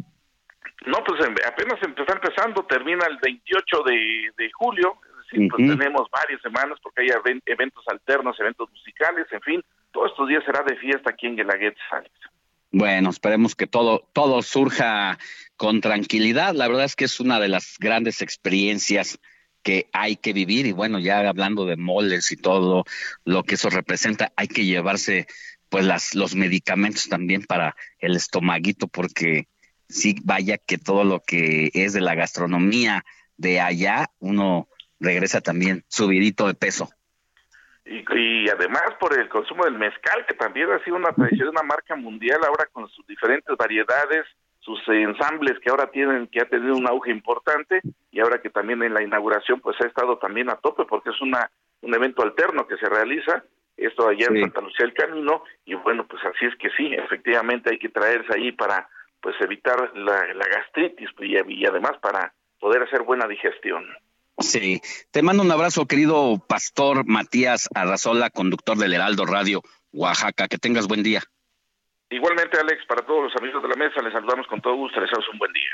Speaker 21: No, pues apenas está empezando, termina el veintiocho de, de julio, es decir, pues uh-huh. tenemos varias semanas porque hay eventos alternos, eventos musicales, en fin, todos estos días será de fiesta aquí en Guelaguetza, Alex.
Speaker 7: Bueno, esperemos que todo, todo surja con tranquilidad. La verdad es que es una de las grandes experiencias que hay que vivir, y bueno, ya hablando de moles y todo lo que eso representa, hay que llevarse pues las los medicamentos también para el estomaguito, porque sí, vaya que todo lo que es de la gastronomía de allá, uno regresa también subidito de peso.
Speaker 21: Y, y además por el consumo del mezcal, que también ha sido una tradición, una marca mundial ahora con sus diferentes variedades, sus ensambles que ahora tienen, que ha tenido un auge importante, y ahora que también en la inauguración pues ha estado también a tope, porque es una un evento alterno que se realiza, esto allá sí. en Santa Lucía del Camino, y bueno, pues así es que sí, efectivamente hay que traerse ahí para pues evitar la, la gastritis y, y además para poder hacer buena digestión.
Speaker 7: Sí, te mando un abrazo, querido pastor Matías Arrazola, conductor del Heraldo Radio Oaxaca, que tengas buen día.
Speaker 21: Igualmente, Alex, para todos los amigos de la mesa, les saludamos con todo gusto, les damos un buen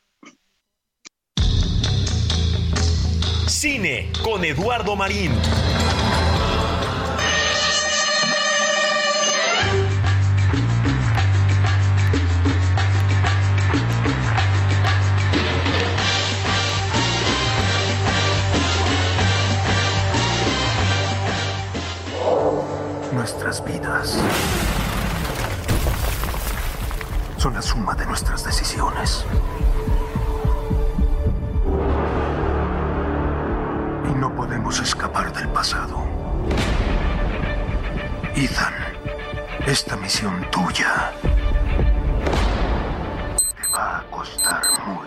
Speaker 21: día.
Speaker 2: Cine con Eduardo Marín.
Speaker 25: suma de nuestras decisiones. Y no podemos escapar del pasado. Ethan, esta misión tuya te va a costar muy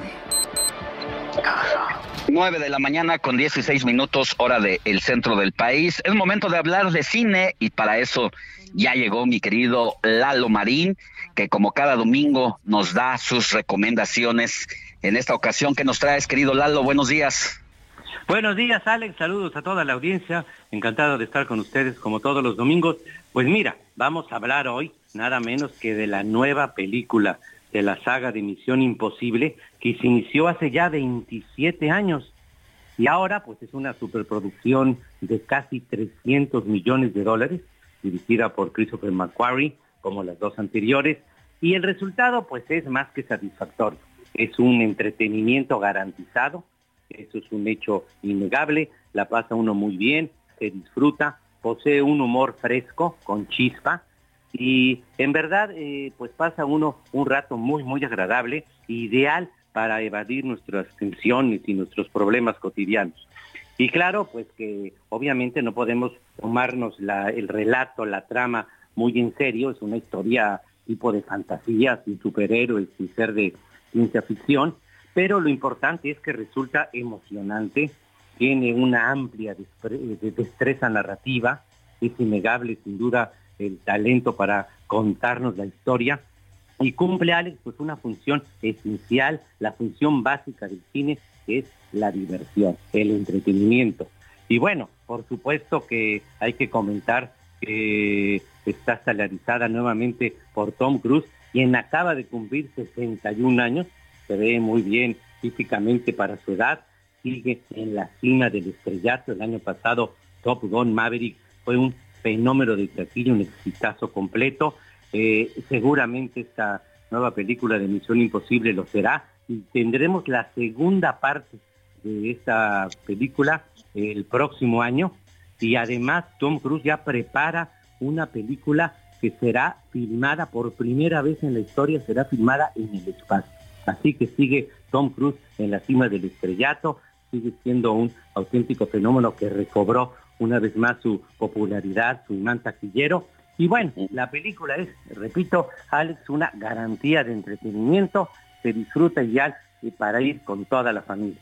Speaker 25: caro.
Speaker 7: nueve de la mañana con dieciséis minutos, hora del centro del país. Es momento de hablar de cine y para eso ya llegó mi querido Lalo Marín, que como cada domingo nos da sus recomendaciones. En esta ocasión, ¿qué nos traes, querido Lalo? Buenos días.
Speaker 11: Buenos días, Alex. Saludos a toda la audiencia. Encantado de estar con ustedes como todos los domingos. Pues mira, vamos a hablar hoy nada menos que de la nueva película de la saga de Misión Imposible, que se inició hace ya veintisiete años. Y ahora, pues es una superproducción de casi trescientos millones de dólares, dirigida por Christopher McQuarrie, como las dos anteriores. Y el resultado, pues es más que satisfactorio. Es un entretenimiento garantizado. Eso es un hecho innegable, la pasa uno muy bien, se disfruta, posee un humor fresco, con chispa, y en verdad, eh, pues pasa uno un rato muy, muy agradable, ideal para evadir nuestras tensiones y nuestros problemas cotidianos. Y claro, pues que obviamente no podemos tomarnos la, el relato, la trama muy en serio, es una historia tipo de fantasía, sin superhéroes, sin ser de ciencia ficción, pero lo importante es que resulta emocionante, tiene una amplia destreza narrativa, es innegable sin duda el talento para contarnos la historia, y cumple, Alex, pues una función esencial, la función básica del cine, que es la diversión, el entretenimiento. Y bueno, por supuesto que hay que comentar que está salarizada nuevamente por Tom Cruise, quien acaba de cumplir sesenta y un años, se ve muy bien físicamente para su edad, sigue en la cima del estrellato. El año pasado Top Gun Maverick fue un fenómeno de taquilla, un exitazo completo. Eh, seguramente esta nueva película de Misión Imposible lo será, y tendremos la segunda parte de esta película el próximo año, y además Tom Cruise ya prepara una película que será filmada por primera vez en la historia, será filmada en el espacio. Así que sigue Tom Cruise en la cima del estrellato, sigue siendo un auténtico fenómeno que recobró una vez más su popularidad, su imán taquillero. Y bueno, la película es, repito, Alex, una garantía de entretenimiento, se disfruta ideal y para ir con toda la familia.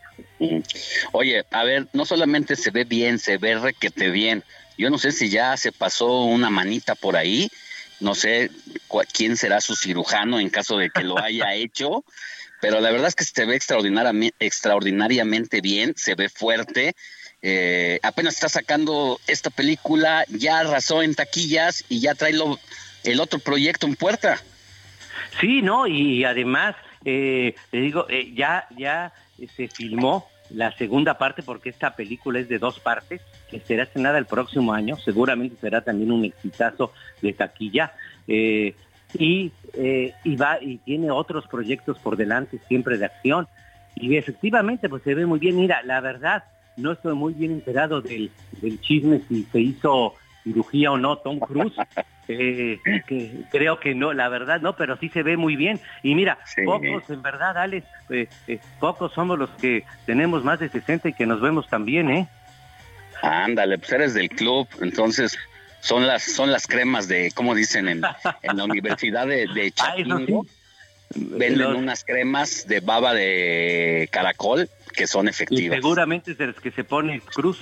Speaker 7: Oye, a ver, no solamente se ve bien, se ve requete bien. Yo no sé si ya se pasó una manita por ahí, no sé quién será su cirujano en caso de que lo haya hecho, pero la verdad es que se ve extraordinariamente, extraordinariamente bien, se ve fuerte. Eh, apenas está sacando esta película, ya arrasó en taquillas y ya trae lo, el otro proyecto en puerta.
Speaker 11: Sí, no, y además, eh, te digo, eh, ya, ya se filmó la segunda parte, porque esta película es de dos partes, que será estrenada el próximo año, seguramente será también un exitazo de taquilla, eh, y, eh, y va y tiene otros proyectos por delante, siempre de acción, y efectivamente pues se ve muy bien. Mira, la verdad, no estoy muy bien enterado del, del chisme si se hizo cirugía o no Tom Cruise, eh, que creo que no, la verdad no, pero sí se ve muy bien. Y mira, sí, pocos, en verdad, Alex, eh, eh, pocos somos los que tenemos más de sesenta y que nos vemos también, ¿eh?
Speaker 7: Ándale, pues eres del club, entonces son las son las cremas de, ¿cómo dicen en, en la Universidad de, de Chapingo? Venden los... unas cremas de baba de caracol que son efectivas.
Speaker 11: Y seguramente es de las que se pone Cruz.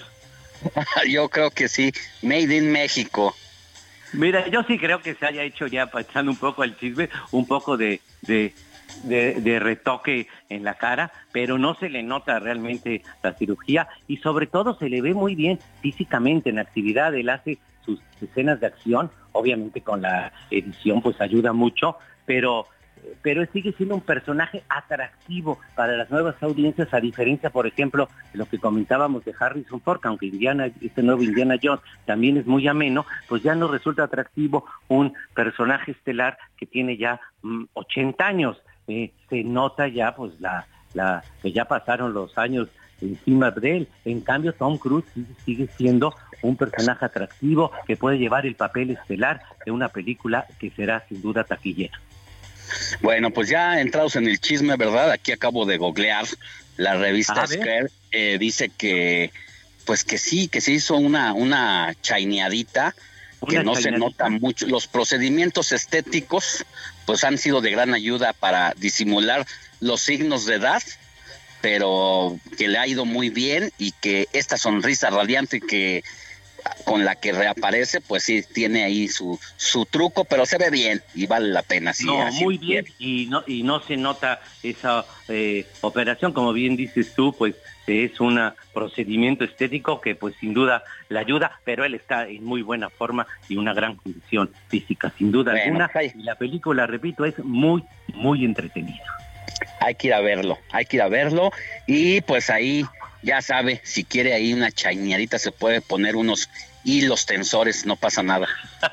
Speaker 7: Yo creo que sí, Made in México.
Speaker 11: Mira, yo sí creo que se haya hecho, ya echando un poco al chisme, un poco de, de, de, de retoque en la cara, pero no se le nota realmente la cirugía, y sobre todo se le ve muy bien físicamente en actividad. Él hace sus escenas de acción, obviamente con la edición pues ayuda mucho, pero... pero sigue siendo un personaje atractivo para las nuevas audiencias, a diferencia, por ejemplo, de lo que comentábamos de Harrison Ford, que aunque Indiana, este nuevo Indiana Jones también es muy ameno, pues ya no resulta atractivo un personaje estelar que tiene ya mm, ochenta años. Eh, se nota ya pues la, la que ya pasaron los años encima de él. En cambio, Tom Cruise sigue, sigue siendo un personaje atractivo que puede llevar el papel estelar de una película que será sin duda taquillera.
Speaker 7: Bueno, pues ya entrados en el chisme, ¿verdad? Aquí acabo de googlear la revista Esquer, eh, dice que, pues que sí, que se hizo una, una chaineadita, que no se nota mucho. Los procedimientos estéticos, pues han sido de gran ayuda para disimular los signos de edad, pero que le ha ido muy bien y que esta sonrisa radiante que con la que reaparece, pues sí, tiene ahí su su truco, pero se ve bien y vale la pena. Sí,
Speaker 11: no, muy bien, y no y no se nota esa eh, operación, como bien dices tú, pues es un procedimiento estético que pues sin duda le ayuda, pero él está en muy buena forma y una gran condición física, sin duda
Speaker 7: bueno,
Speaker 11: alguna,
Speaker 7: hay...
Speaker 11: y la película, repito, es muy, muy entretenida.
Speaker 7: Hay que ir a verlo, hay que ir a verlo, y pues ahí ya sabe, si quiere ahí una chaineadita se puede poner unos hilos tensores, no pasa nada.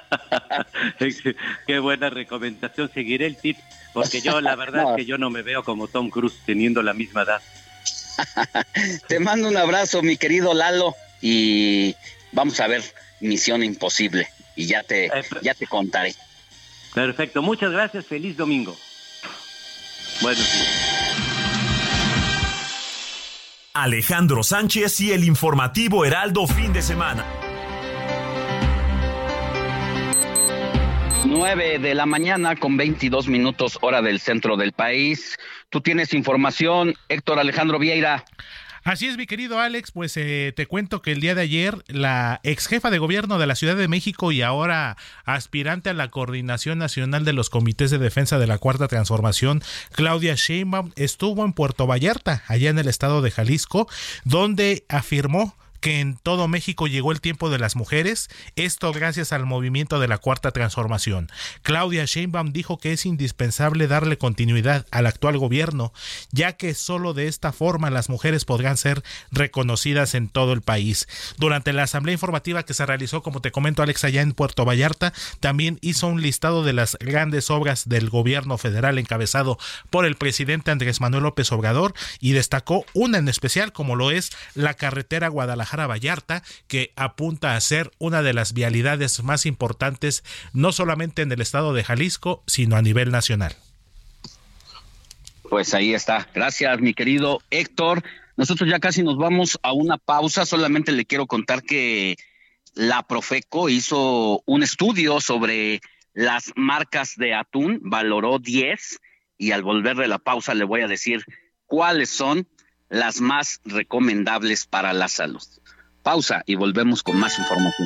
Speaker 11: Qué buena recomendación, seguiré el tip, porque yo la verdad no. es que yo no me veo como Tom Cruise teniendo la misma edad.
Speaker 7: Te mando un abrazo, mi querido Lalo, y vamos a ver Misión Imposible, y ya te, eh, ya te contaré.
Speaker 11: Perfecto, muchas gracias, feliz domingo. Buenos días.
Speaker 2: Alejandro Sánchez y el informativo Heraldo fin de semana.
Speaker 7: nueve de la mañana con veintidós minutos hora del centro del país. Tú tienes información, Héctor Alejandro Vieira.
Speaker 9: Así es, mi querido Alex, pues eh, te cuento que el día de ayer la ex jefa de gobierno de la Ciudad de México y ahora aspirante a la Coordinación Nacional de los Comités de Defensa de la Cuarta Transformación, Claudia Sheinbaum, estuvo en Puerto Vallarta, allá en el estado de Jalisco, donde afirmó que en todo México llegó el tiempo de las mujeres, esto gracias al movimiento de la Cuarta Transformación. Claudia Sheinbaum dijo que es indispensable darle continuidad al actual gobierno, ya que solo de esta forma las mujeres podrán ser reconocidas en todo el país. Durante la asamblea informativa que se realizó, como te comento, Alex, allá en Puerto Vallarta, también hizo un listado de las grandes obras del gobierno federal encabezado por el presidente Andrés Manuel López Obrador y destacó una en especial, como lo es la carretera Guadalajara Vallarta, que apunta a ser una de las vialidades más importantes no solamente en el estado de Jalisco, sino a nivel nacional.
Speaker 7: Pues ahí está. Gracias, mi querido Héctor. Nosotros ya casi nos vamos a una pausa. Solamente le quiero contar que la Profeco hizo un estudio sobre las marcas de atún, valoró diez, y al volver de la pausa le voy a decir cuáles son las más recomendables para la salud. Pausa y volvemos con más información.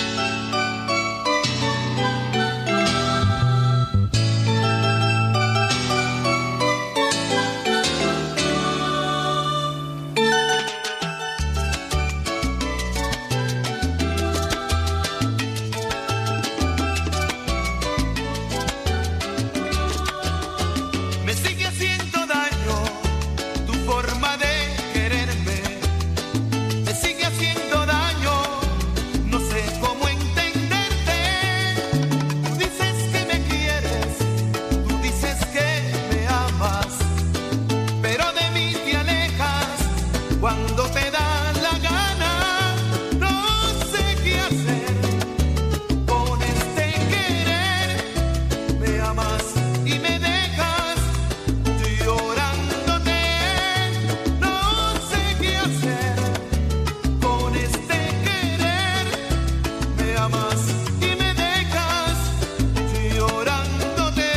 Speaker 10: Me sigue haciendo daño tu forma de quererme, me sigue haciendo daño, no sé cómo entenderte. Tú dices que me quieres, tú dices que me amas, pero de mí te alejas cuando te da la gana. No sé qué hacer con este querer, me amas y me dejas llorándote. No sé qué hacer con este querer, me amas y me dejas llorándote.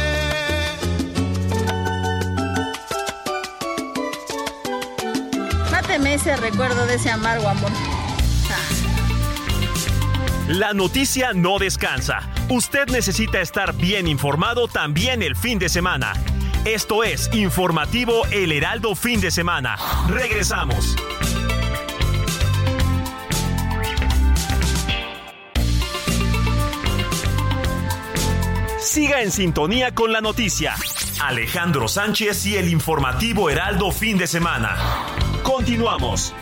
Speaker 12: Máteme ese recuerdo de ese amargo amor.
Speaker 2: La noticia no descansa. Usted necesita estar bien informado también el fin de semana. Esto es Informativo El Heraldo Fin de Semana. Regresamos. Siga en sintonía con la noticia. Alejandro Sánchez y el Informativo Heraldo Fin de Semana. Continuamos.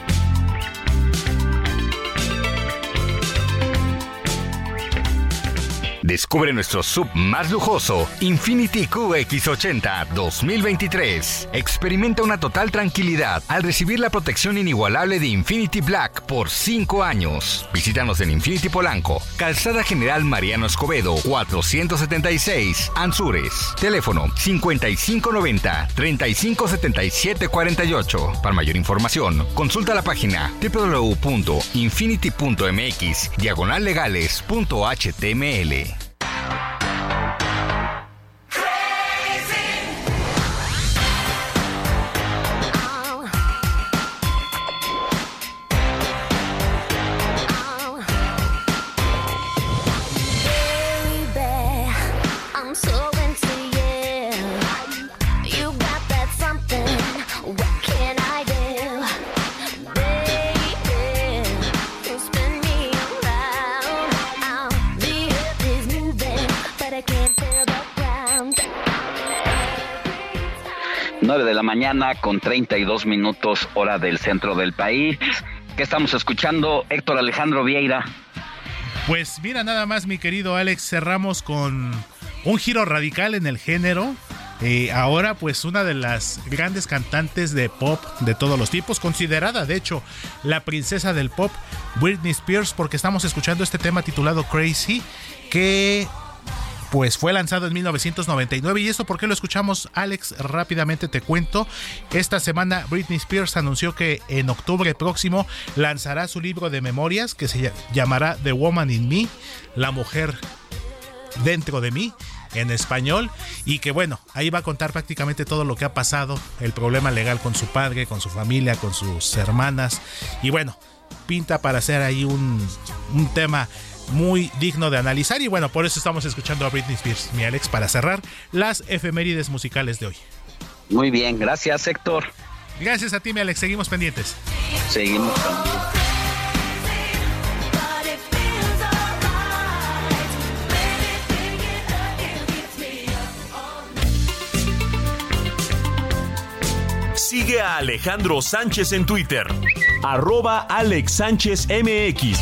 Speaker 26: Descubre nuestro sub más lujoso, Infiniti Q X ochenta dos mil veintitrés. Experimenta una total tranquilidad al recibir la protección inigualable de Infinity Black por cinco años. Visítanos en Infinity Polanco, Calzada General Mariano Escobedo, cuatrocientos setenta y seis, Anzures. Teléfono cincuenta y cinco noventa, treinta y cinco setenta y siete cuarenta y ocho. Para mayor información, consulta la página doble u doble u doble u punto infinity punto m x diagonal legales punto h t m l.
Speaker 7: nueve de la mañana con treinta y dos minutos hora del centro del país. ¿Qué estamos escuchando, Héctor Alejandro Vieira?
Speaker 9: Pues mira, nada más, mi querido Alex, cerramos con un giro radical en el género. Eh, ahora pues una de las grandes cantantes de pop de todos los tipos, considerada de hecho la princesa del pop, Britney Spears, porque estamos escuchando este tema titulado Crazy, que pues fue lanzado en mil novecientos noventa y nueve. ¿Y esto por qué lo escuchamos, Alex? Rápidamente te cuento. Esta semana Britney Spears anunció que en octubre próximo lanzará su libro de memorias que se llamará The Woman in Me, la mujer dentro de mí, en español, y que bueno, ahí va a contar prácticamente todo lo que ha pasado, el problema legal con su padre, con su familia, con sus hermanas, y bueno, pinta para hacer ahí un, un tema muy digno de analizar. Y bueno, por eso estamos escuchando a Britney Spears, mi Alex, para cerrar las efemérides musicales de hoy.
Speaker 7: Muy bien, gracias, Héctor.
Speaker 9: Gracias a ti, mi Alex, seguimos pendientes.
Speaker 7: Seguimos pendientes.
Speaker 2: Sigue a Alejandro Sánchez en Twitter, arroba Alex Sánchez M X.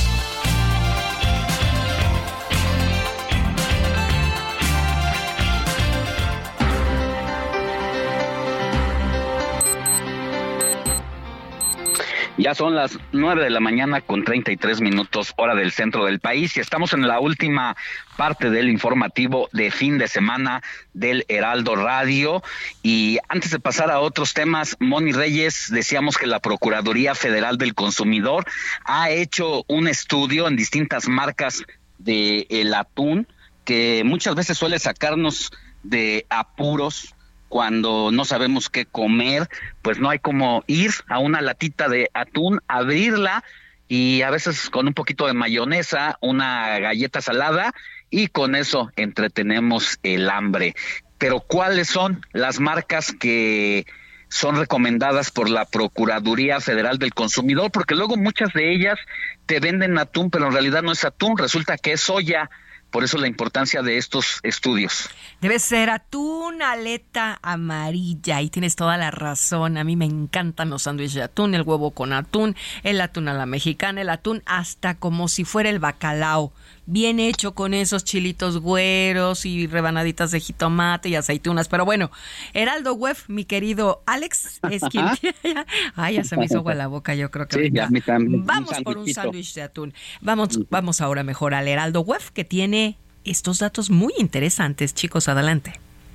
Speaker 7: Ya son las nueve de la mañana con treinta y tres minutos hora del centro del país y estamos en la última parte del informativo de fin de semana del Heraldo Radio. Y antes de pasar a otros temas, Moni Reyes, decíamos que la Procuraduría Federal del Consumidor ha hecho un estudio en distintas marcas de el atún que muchas veces suele sacarnos de apuros. Cuando no sabemos qué comer, pues no hay como ir a una latita de atún, abrirla y a veces con un poquito de mayonesa, una galleta salada y con eso entretenemos el hambre. Pero ¿cuáles son las marcas que son recomendadas por la Procuraduría Federal del Consumidor? Porque luego muchas de ellas te venden atún, pero en realidad no es atún, resulta que es soya. Por eso la importancia de estos estudios.
Speaker 8: Debe ser atún, aleta amarilla, y tienes toda la razón. A mí me encantan los sándwiches de atún, el huevo con atún, el atún a la mexicana, el atún hasta como si fuera el bacalao. Bien hecho con esos chilitos güeros y rebanaditas de jitomate y aceitunas. Pero bueno, Heraldo Web, mi querido Alex, es quien... Ay, ya se me hizo agua la boca, yo creo que...
Speaker 7: Sí, ya, a mí también.
Speaker 8: Vamos
Speaker 7: un
Speaker 8: por un sándwich de atún. Vamos, vamos ahora mejor al Heraldo Web, que tiene estos datos muy interesantes. Chicos, adelante.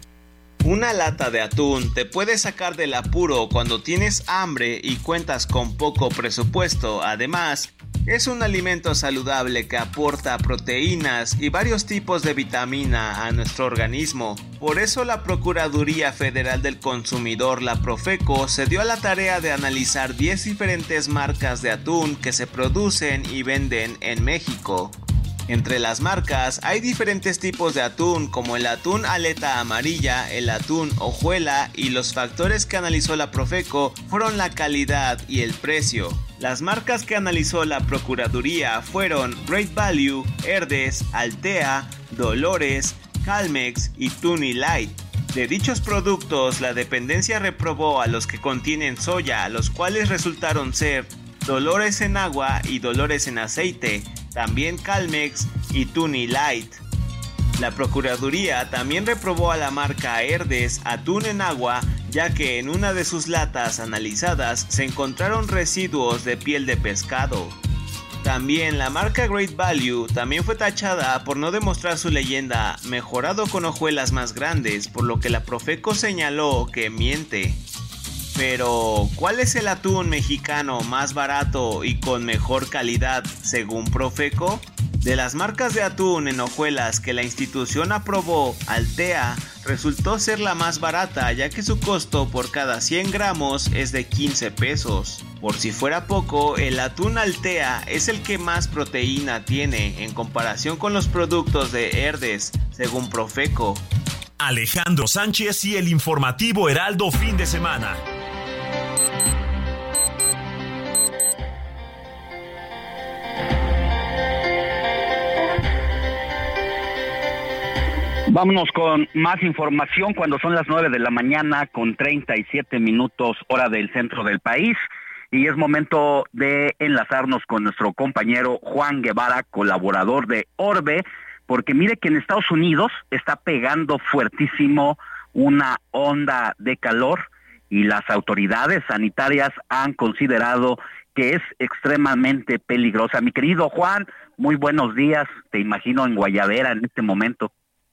Speaker 13: Una lata de atún te puede sacar del apuro cuando tienes hambre y cuentas con poco presupuesto. Además, es un alimento saludable que aporta proteínas y varios tipos de vitamina a nuestro organismo. Por eso la Procuraduría Federal del Consumidor, la Profeco, se dio a la tarea de analizar diez diferentes marcas de atún que se producen y venden en México. Entre las marcas hay diferentes tipos de atún, como el atún aleta amarilla, el atún hojuela, y los factores que analizó la Profeco fueron la calidad y el precio. Las marcas que analizó la Procuraduría fueron Great Value, Herdes, Altea, Dolores, Calmex y Tuni Light. De dichos productos, la dependencia reprobó a los que contienen soya, los cuales resultaron ser Dolores en agua y Dolores en aceite, también Calmex y Tuni Light. La Procuraduría también reprobó a la marca Herdes Atún en Agua, ya que en una de sus latas analizadas se encontraron residuos de piel de pescado. También la marca Great Value también fue tachada por no demostrar su leyenda mejorado con hojuelas más grandes, por lo que la Profeco señaló que miente. Pero, ¿cuál es el atún mexicano más barato y con mejor calidad según Profeco? De las marcas de atún en hojuelas que la institución aprobó, Altea resultó ser la más barata, ya que su costo por cada cien gramos es de quince pesos. Por si fuera poco, el atún Altea es el que más proteína tiene en comparación con los productos de Herdes, según Profeco.
Speaker 2: Alejandro Sánchez y el informativo Heraldo fin de semana.
Speaker 7: Vámonos con más información cuando son las nueve de la mañana con treinta y siete minutos hora del centro del país, y es momento de enlazarnos con nuestro compañero Juan Guevara, colaborador de Orbe, porque mire que en Estados Unidos está pegando fuertísimo una onda de calor y las autoridades sanitarias han considerado que es extremadamente peligrosa. Mi querido Juan, muy buenos días, te imagino en Guayabera en este momento.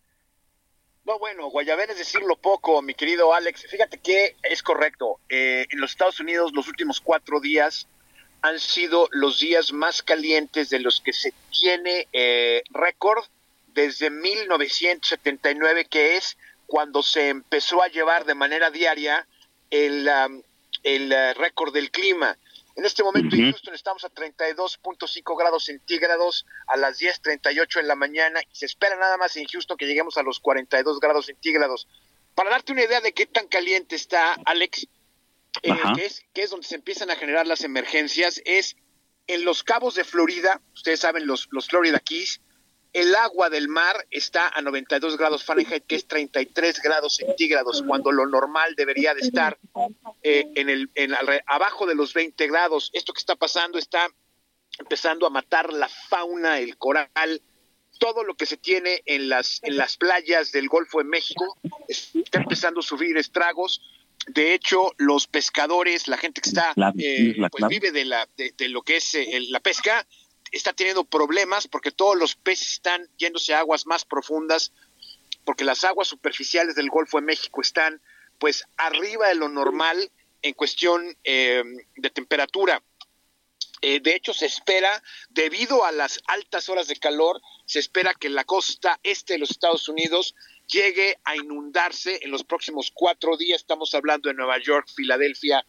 Speaker 14: No, bueno, Guayabera es decirlo poco, mi querido Alex. Fíjate que es correcto. Eh, en los Estados Unidos los últimos cuatro días han sido los días más calientes de los que se tiene eh, récord desde mil novecientos setenta y nueve, que es cuando se empezó a llevar de manera diaria el, um, el uh, récord del clima. En este momento uh-huh. en Houston estamos a treinta y dos punto cinco grados centígrados a las diez treinta y ocho en la mañana, y se espera nada más en Houston que lleguemos a los cuarenta y dos grados centígrados. Para darte una idea de qué tan caliente está, Alex, eh, que, es, que es donde se empiezan a generar las emergencias, es en los cabos de Florida. Ustedes saben, los, los Florida Keys, el agua del mar está a noventa y dos grados Fahrenheit, que es treinta y tres grados centígrados, cuando lo normal debería de estar eh, en el en abajo de los veinte grados. Esto que está pasando está empezando a matar la fauna, el coral, todo lo que se tiene en las en las playas del Golfo de México está empezando a sufrir estragos. De hecho, los pescadores, la gente que está eh, pues vive de la de, de lo que es eh, la pesca, está teniendo problemas porque todos los peces están yéndose a aguas más profundas, porque las aguas superficiales del Golfo de México están pues arriba de lo normal en cuestión eh, de temperatura. Eh, de hecho, se espera, debido a las altas horas de calor, se espera que la costa este de los Estados Unidos llegue a inundarse en los próximos cuatro días. Estamos hablando de Nueva York, Filadelfia,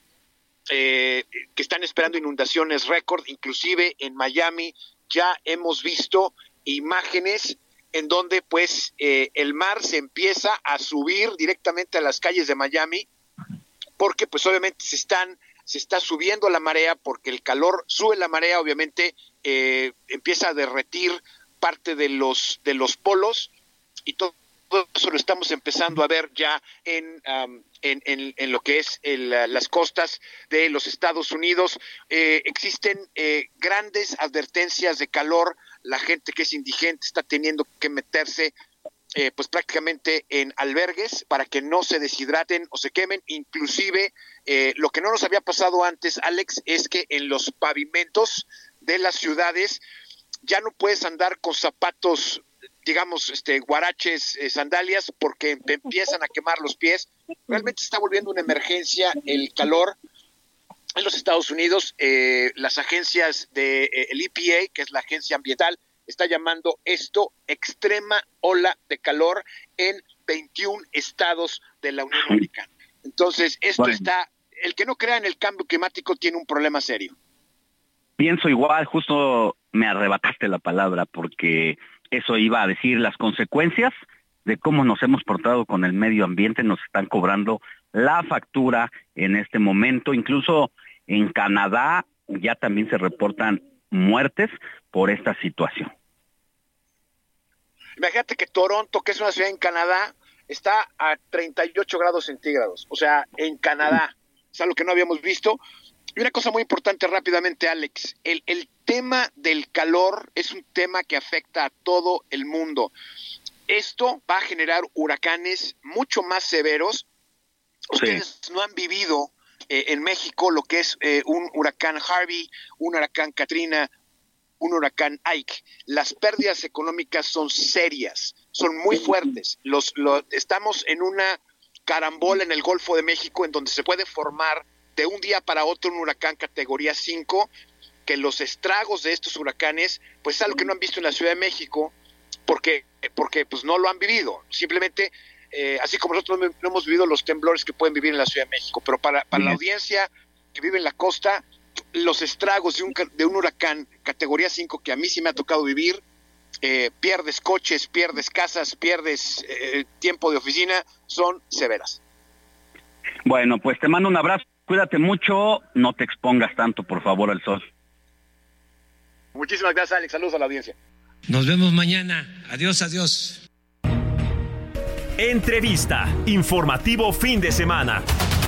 Speaker 14: Eh, que están esperando inundaciones récord. Inclusive en Miami ya hemos visto imágenes en donde pues eh, el mar se empieza a subir directamente a las calles de Miami, porque pues obviamente se están se está subiendo la marea, porque el calor sube la marea, obviamente eh, empieza a derretir parte de los de los polos, y todo eso lo estamos empezando a ver ya en um, En, en, en lo que es el, las costas de los Estados Unidos. Eh, existen eh, grandes advertencias de calor. La gente que es indigente está teniendo que meterse eh, pues prácticamente en albergues para que no se deshidraten o se quemen. Inclusive eh, lo que no nos había pasado antes, Alex, es que en los pavimentos de las ciudades ya no puedes andar con zapatos, digamos, este, guaraches, eh, sandalias, porque te empiezan a quemar los pies. Realmente se está volviendo una emergencia el calor en los Estados Unidos. Eh, las agencias de eh, el E P A, que es la agencia ambiental, está llamando esto extrema ola de calor en veintiún estados de la Unión Americana. Entonces, esto bueno. está, el que no crea en el cambio climático tiene un problema serio.
Speaker 7: Pienso igual, justo me arrebataste la palabra, porque eso iba a decir, las consecuencias de cómo nos hemos portado con el medio ambiente nos están cobrando la factura en este momento. Incluso en Canadá ya también se reportan muertes por esta situación.
Speaker 14: Imagínate que Toronto, que es una ciudad en Canadá, está a treinta y ocho grados centígrados, o sea, en Canadá, es algo que no habíamos visto. Y una cosa muy importante rápidamente, Alex, el, el tema del calor es un tema que afecta a todo el mundo. esto va a generar huracanes mucho más severos. Ustedes sí. no han vivido eh, en México lo que es eh, un huracán Harvey, un huracán Katrina, un huracán Ike. Las pérdidas económicas son serias, son muy fuertes. Los, los, estamos en una carambola en el Golfo de México en donde se puede formar de un día para otro un huracán categoría cinco, que los estragos de estos huracanes, pues es algo que no han visto en la Ciudad de México, porque, porque pues no lo han vivido. Simplemente, eh, así como nosotros no hemos vivido los temblores que pueden vivir en la Ciudad de México, pero para, para la audiencia que vive en la costa, los estragos de un, de un huracán categoría cinco que a mí sí me ha tocado vivir, eh, pierdes coches, pierdes casas, pierdes eh, tiempo de oficina, son severas.
Speaker 7: Bueno, pues te mando un abrazo, cuídate mucho, no te expongas tanto, por favor, al sol.
Speaker 14: Muchísimas gracias, Alex, saludos a la audiencia.
Speaker 6: Nos vemos mañana, adiós, adiós.
Speaker 2: Entrevista, informativo fin de semana.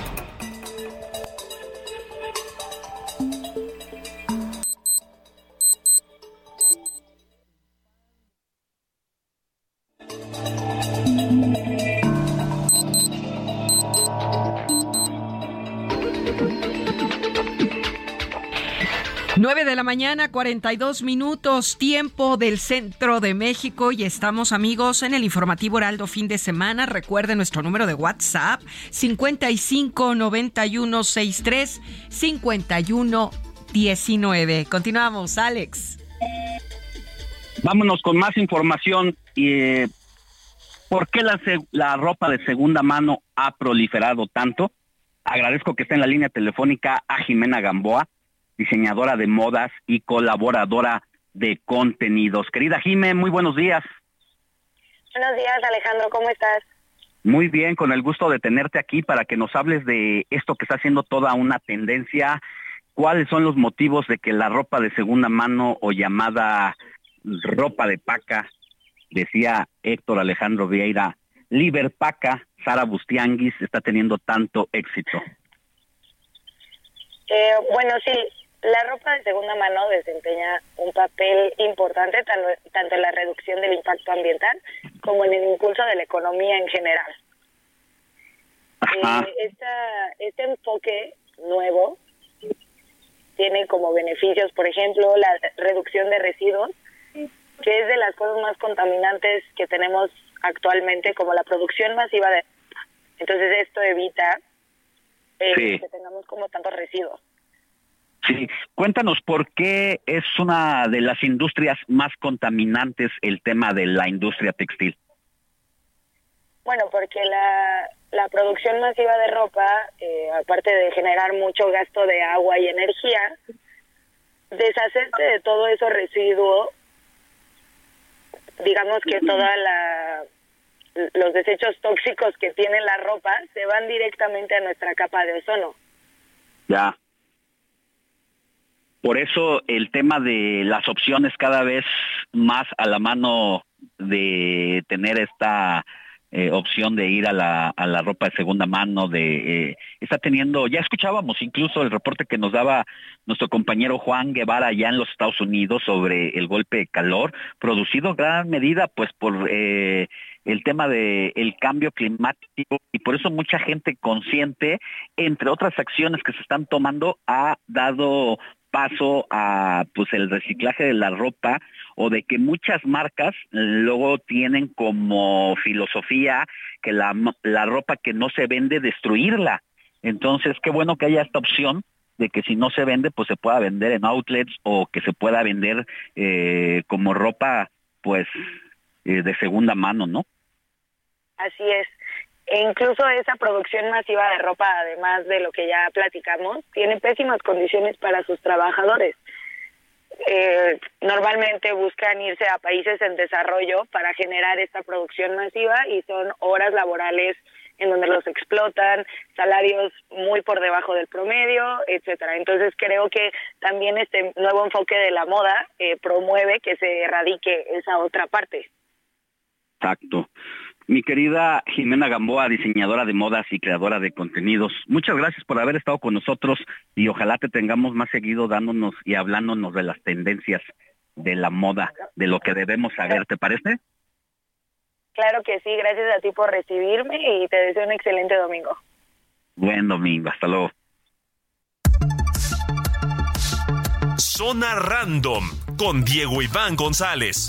Speaker 8: nueve de la mañana, cuarenta y dos minutos, tiempo del centro de México, y estamos, amigos, en el informativo Heraldo fin de semana. Recuerden nuestro número de WhatsApp, cincuenta y cinco, noventa y uno, sesenta y tres, cincuenta y uno, diecinueve. Continuamos, Alex.
Speaker 7: Vámonos con más información. Eh, ¿Por qué la, la ropa de segunda mano ha proliferado tanto? Agradezco que esté en la línea telefónica a Jimena Gamboa, diseñadora de modas y colaboradora de contenidos. Querida Jime, muy buenos días.
Speaker 1: Buenos días, Alejandro, ¿cómo estás?
Speaker 7: Muy bien, con el gusto de tenerte aquí para que nos hables de esto que está haciendo toda una tendencia. ¿Cuáles son los motivos de que la ropa de segunda mano o llamada ropa de paca, decía Héctor Alejandro Vieira, Liberpaca, Sara Bustianguis, está teniendo tanto éxito?
Speaker 1: Eh, bueno, sí, la ropa de segunda mano desempeña un papel importante tanto en la reducción del impacto ambiental como en el impulso de la economía en general. Eh, esta, este enfoque nuevo tiene como beneficios, por ejemplo, la reducción de residuos, que es de las cosas más contaminantes que tenemos actualmente, como la producción masiva de... Entonces esto evita eh, sí. que tengamos como tantos residuos.
Speaker 7: Sí, cuéntanos por qué es una de las industrias más contaminantes el tema de la industria textil.
Speaker 1: Bueno, porque la, la producción masiva de ropa, eh, aparte de generar mucho gasto de agua y energía, deshacerse de todo eso residuo, digamos que toda la los desechos tóxicos que tiene la ropa se van directamente a nuestra capa de ozono.
Speaker 7: Ya. Por eso el tema de las opciones cada vez más a la mano de tener esta eh, opción de ir a la a la ropa de segunda mano, de eh, está teniendo, ya escuchábamos incluso el reporte que nos daba nuestro compañero Juan Guevara allá en los Estados Unidos sobre el golpe de calor, producido en gran medida pues por eh, el tema de el cambio climático, y por eso mucha gente consciente, entre otras acciones que se están tomando, ha dado paso a pues el reciclaje de la ropa, o de que muchas marcas luego tienen como filosofía que la, la ropa que no se vende, destruirla. Entonces, qué bueno que haya esta opción de que si no se vende, pues se pueda vender en outlets, o que se pueda vender eh, como ropa pues eh, de segunda mano, ¿no?
Speaker 1: Así es. E incluso esa producción masiva de ropa, además de lo que ya platicamos, tiene pésimas condiciones para sus trabajadores. Eh, normalmente buscan irse a países en desarrollo para generar esta producción masiva, y son horas laborales en donde los explotan, salarios muy por debajo del promedio, etcétera. Entonces creo que también este nuevo enfoque de la moda eh, promueve que se erradique esa otra parte.
Speaker 7: Exacto. Mi querida Jimena Gamboa, diseñadora de modas y creadora de contenidos, muchas gracias por haber estado con nosotros, y ojalá te tengamos más seguido dándonos y hablándonos de las tendencias de la moda, de lo que debemos saber, ¿te parece?
Speaker 1: Claro que sí, gracias a ti por recibirme y te deseo un excelente domingo.
Speaker 15: Buen domingo, hasta luego.
Speaker 2: Zona Random con Diego Iván González.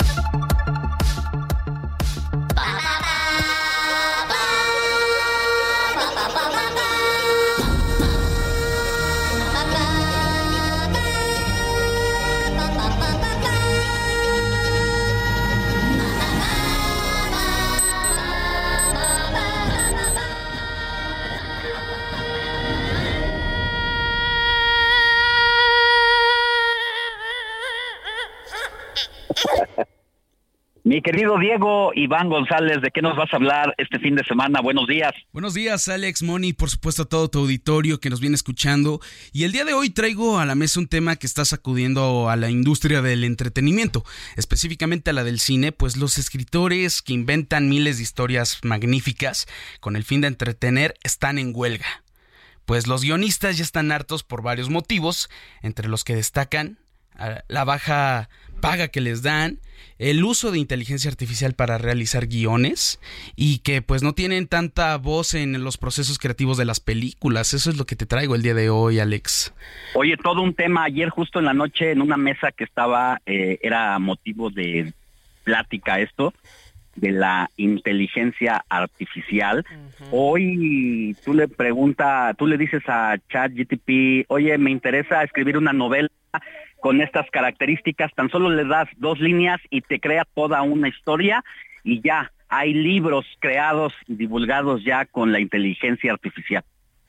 Speaker 15: Mi querido Diego Iván González, ¿de qué nos vas a hablar este fin de semana? Buenos días.
Speaker 16: Buenos días, Alex, Moni, por supuesto a todo tu auditorio que nos viene escuchando. Y el día de hoy traigo a la mesa un tema que está sacudiendo a la industria del entretenimiento, específicamente a la del cine, pues los escritores que inventan miles de historias magníficas con el fin de entretener están en huelga. Pues los guionistas ya están hartos por varios motivos, entre los que destacan la baja paga que les dan, el uso de inteligencia artificial para realizar guiones y que pues no tienen tanta voz en los procesos creativos de las películas. Eso es lo que te traigo el día de hoy, Alex.
Speaker 15: Oye, todo un tema. Ayer justo en la noche en una mesa que estaba, eh, era motivo de plática esto, de la inteligencia artificial. Uh-huh. Hoy tú le preguntas, tú le dices a ChatGPT, oye, me interesa escribir una novela con estas características, tan solo le das dos líneas y te crea toda una historia y ya hay libros creados y divulgados ya con la inteligencia artificial.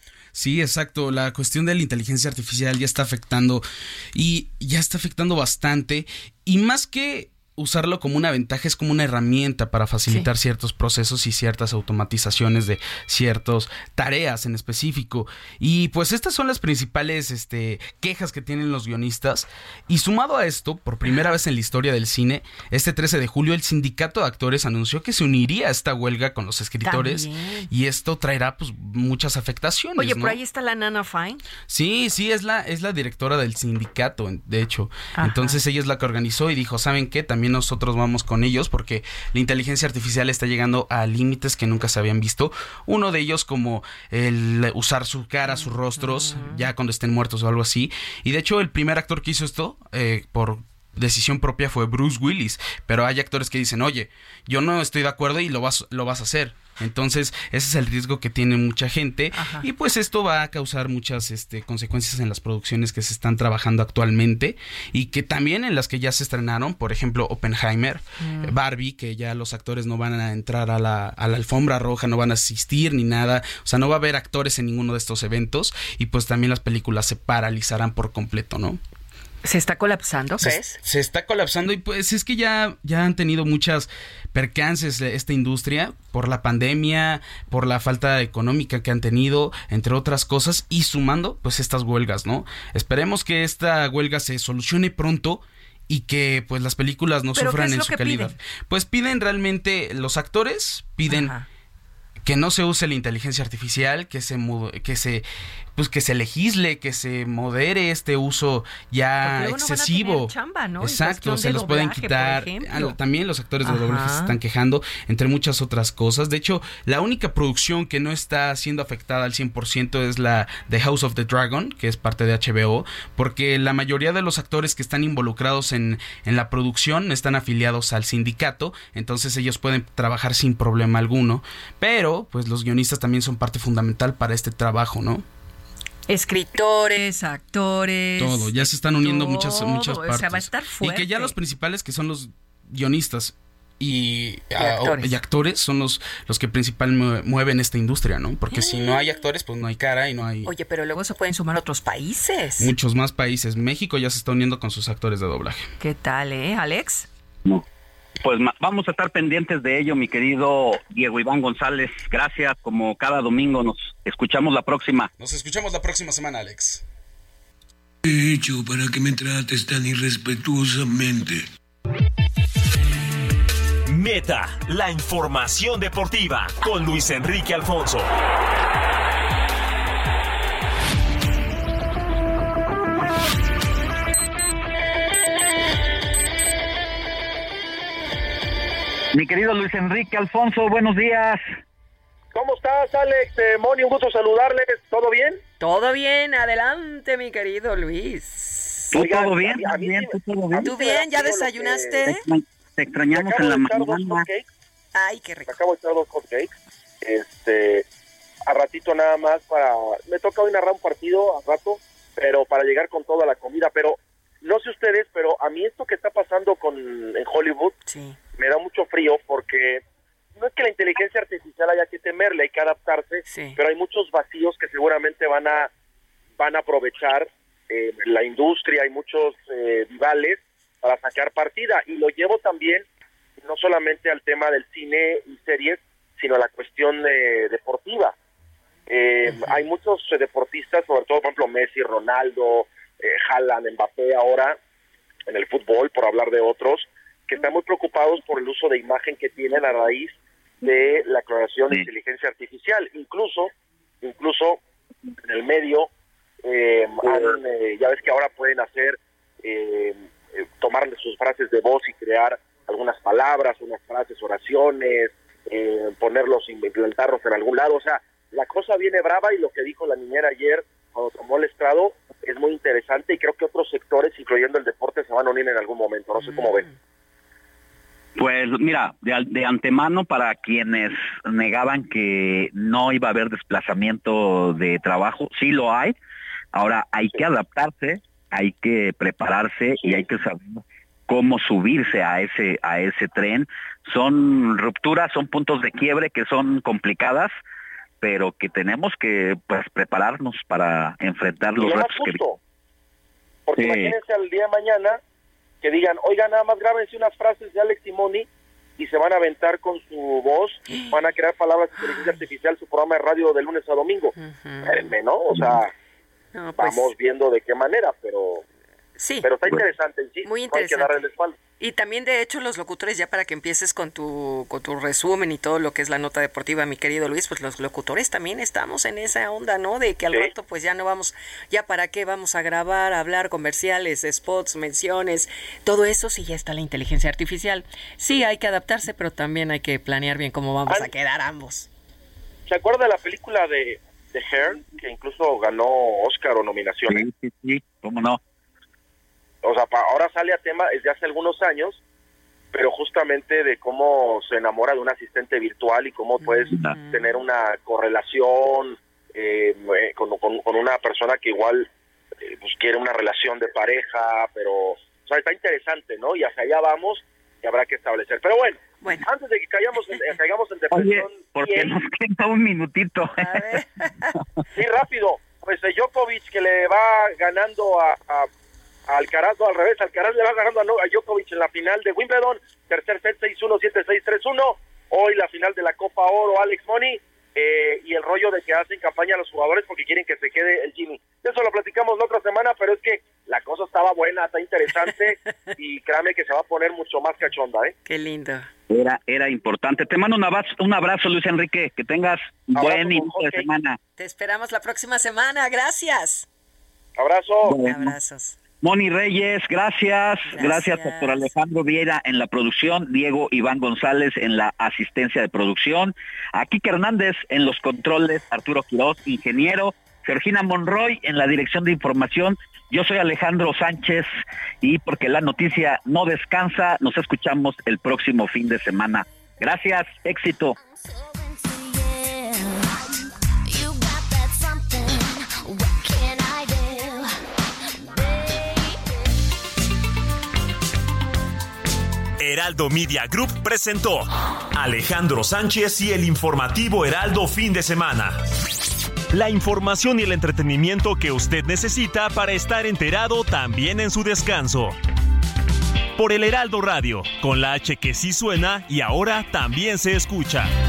Speaker 16: Sí, exacto. La cuestión de la inteligencia artificial ya está afectando y ya está afectando bastante, y más que usarlo como una ventaja, es como una herramienta para facilitar sí. ciertos procesos y ciertas automatizaciones de ciertas tareas en específico. Y pues estas son las principales este, quejas que tienen los guionistas. Y sumado a esto, por primera vez en la historia del cine, este trece de julio el sindicato de actores anunció que se uniría a esta huelga con los escritores. También. Y esto traerá pues muchas afectaciones.
Speaker 8: Oye,
Speaker 16: ¿no?
Speaker 8: por ahí está la Nana Fine.
Speaker 16: Sí, sí, es la, es la directora del sindicato, de hecho. Ajá. Entonces ella es la que organizó y dijo, ¿saben qué? También nosotros vamos con ellos porque la inteligencia artificial está llegando a límites que nunca se habían visto. Uno de ellos como el usar su cara, sus rostros, uh-huh. ya cuando estén muertos o algo así. Y de hecho el primer actor que hizo esto, eh, por decisión propia, fue Bruce Willis. Pero hay actores que dicen, oye, yo no estoy de acuerdo y lo vas, lo vas a hacer. Entonces ese es el riesgo que tiene mucha gente. Ajá. Y pues esto va a causar muchas este, consecuencias en las producciones que se están trabajando actualmente y que también en las que ya se estrenaron, por ejemplo Oppenheimer, mm. Barbie, que ya los actores no van a entrar a la, a la alfombra roja, no van a asistir ni nada, o sea, no va a haber actores en ninguno de estos eventos y pues también las películas se paralizarán por completo, ¿no?
Speaker 8: ¿Se está colapsando, crees?
Speaker 16: Se, se está colapsando y pues es que ya, ya han tenido muchas percances esta industria por la pandemia, por la falta económica que han tenido, entre otras cosas, y sumando pues estas huelgas, ¿no? Esperemos que esta huelga se solucione pronto y que pues las películas no sufran en su calidad. Piden? Pues piden realmente, los actores piden Ajá. que no se use la inteligencia artificial, que se que se pues que se legisle, que se modere este uso ya excesivo. No van a tener chamba, ¿no? Exacto, se los doblaje, pueden quitar. También los actores de Ajá. doblaje se están quejando, entre muchas otras cosas. De hecho, la única producción que no está siendo afectada al cien por ciento es la de House of the Dragon, que es parte de H B O, porque la mayoría de los actores que están involucrados en, en la producción están afiliados al sindicato, entonces ellos pueden trabajar sin problema alguno, pero pues los guionistas también son parte fundamental para este trabajo, ¿no?
Speaker 8: Escritores, actores.
Speaker 16: Todo, ya se están uniendo todo, muchas, muchas partes.
Speaker 8: O sea, va a estar fuerte.
Speaker 16: Y que ya los principales, que son los guionistas y, y, actores. Uh, y actores, son los, los que principalmente mueven esta industria, ¿no? Porque si no hay actores, pues no hay cara y no hay...
Speaker 8: Oye, pero luego se pueden sumar otros países.
Speaker 16: Muchos más países. México ya se está uniendo con sus actores de doblaje.
Speaker 8: ¿Qué tal, eh, Alex?
Speaker 15: No. Pues vamos a estar pendientes de ello, mi querido Diego Iván González. Gracias, como cada domingo. Nos escuchamos la próxima.
Speaker 16: Nos escuchamos la próxima semana, Alex.
Speaker 17: ¿Qué he hecho para que me trates tan irrespetuosamente?
Speaker 2: Meta, la información deportiva con Luis Enrique Alfonso.
Speaker 15: Mi querido Luis Enrique Alfonso, buenos días.
Speaker 18: ¿Cómo estás, Alex? Eh, Moni, un gusto saludarles. ¿Todo bien?
Speaker 8: Todo bien, adelante, mi querido Luis.
Speaker 15: ¿Tú todo bien?
Speaker 18: A mí, a mí,
Speaker 8: ¿Tú todo bien? ¿Tú bien? ¿Ya desayunaste?
Speaker 15: Que... Te, te extrañamos en la mañana.
Speaker 8: Ay, qué rico.
Speaker 18: Me acabo de echar dos hotcakes. Este, a ratito nada más para... Me toca hoy narrar un partido a rato, pero para llegar con toda la comida. Pero no sé ustedes, pero a mí esto que está pasando con en Hollywood
Speaker 8: sí.
Speaker 18: me da mucho frío porque no es que la inteligencia artificial haya que temerle, hay que adaptarse,
Speaker 8: sí.
Speaker 18: pero hay muchos vacíos que seguramente van a van a aprovechar eh, la industria, hay muchos eh, rivales para sacar partida, y lo llevo también no solamente al tema del cine y series, sino a la cuestión eh, deportiva. Eh, uh-huh. Hay muchos eh, deportistas, sobre todo, por ejemplo, Messi, Ronaldo, eh, Haaland, Mbappé ahora, en el fútbol, por hablar de otros, que están muy preocupados por el uso de imagen que tienen a raíz de la clonación de sí. inteligencia artificial. Incluso, incluso en el medio, eh, han, eh, ya ves que ahora pueden hacer, eh, eh, tomar sus frases de voz y crear algunas palabras, unas frases, oraciones, eh, ponerlos, implantarlos en algún lado. O sea, la cosa viene brava, y lo que dijo la niñera ayer cuando tomó el estrado es muy interesante, y creo que otros sectores, incluyendo el deporte, se van a unir en algún momento. No sé cómo ven.
Speaker 15: Pues mira, de, de antemano, para quienes negaban que no iba a haber desplazamiento de trabajo, sí lo hay. Ahora hay que adaptarse, hay que prepararse y hay que saber cómo subirse a ese a ese tren. Son rupturas, son puntos de quiebre que son complicadas, pero que tenemos que pues prepararnos para enfrentar los retos que...
Speaker 18: Porque sí. Imagínense al día de mañana que digan, oigan, nada más grábense unas frases de Alex y Moni, y se van a aventar con su voz, van a crear palabras de inteligencia artificial, su programa de radio de lunes a domingo. Uh-huh. ¿No? O sea, no, pues... vamos viendo de qué manera, pero...
Speaker 8: Sí.
Speaker 18: Pero está interesante, sí.
Speaker 8: Muy interesante.
Speaker 18: Hay que darle el espalda.
Speaker 8: Y también, de hecho, los locutores, ya para que empieces con tu con tu resumen y todo lo que es la nota deportiva, mi querido Luis, pues los locutores también estamos en esa onda, ¿no? De que al sí. rato, pues ya no vamos, ya para qué vamos a grabar, a hablar comerciales, spots, menciones, todo eso sí ya está la inteligencia artificial. Sí, hay que adaptarse, pero también hay que planear bien cómo vamos a quedar ambos.
Speaker 18: ¿Se acuerda de la película de, de Hair, que incluso ganó Oscar o nominaciones?
Speaker 15: Sí, sí, sí, cómo no.
Speaker 18: O sea, ahora sale a tema desde hace algunos años, pero justamente de cómo se enamora de un asistente virtual y cómo puedes uh-huh. tener una correlación eh, con, con, con una persona que igual eh, pues quiere una relación de pareja, pero o sea, está interesante, ¿no? Y hacia allá vamos y habrá que establecer. Pero bueno,
Speaker 8: bueno.
Speaker 18: antes de que caigamos en, caigamos en depresión...
Speaker 15: Oye, porque nos queda un minutito.
Speaker 18: A ver. Sí, rápido. Pues eh, Djokovic, que le va ganando a... a Alcaraz, no, al revés, Alcaraz le va ganando a, no, a Djokovic en la final de Wimbledon, tercer set seis uno, siete seis, tres uno, hoy la final de la Copa Oro, Alex Moni, eh, y el rollo de que hacen campaña a los jugadores porque quieren que se quede el Jimmy. Eso lo platicamos la otra semana, pero es que la cosa estaba buena, está interesante, y créame que se va a poner mucho más cachonda, ¿eh?
Speaker 8: Qué lindo.
Speaker 15: Era, era importante. Te mando un abrazo, un abrazo, Luis Enrique, que tengas abrazo, buen inicio de semana.
Speaker 8: Te esperamos la próxima semana, gracias.
Speaker 18: Abrazo.
Speaker 8: Bueno. Abrazos.
Speaker 15: Moni Reyes, gracias. gracias. Gracias, doctor Alejandro Vieira en la producción, Diego Iván González en la asistencia de producción, a Kike Hernández en los controles, Arturo Quiroz, ingeniero, Georgina Monroy en la dirección de información. Yo soy Alejandro Sánchez, y porque la noticia no descansa, nos escuchamos el próximo fin de semana. Gracias, éxito.
Speaker 2: Heraldo Media Group presentó Alejandro Sánchez y el informativo Heraldo Fin de Semana. La información y el entretenimiento que usted necesita para estar enterado también en su descanso. Por el Heraldo Radio, con la H que sí suena y ahora también se escucha.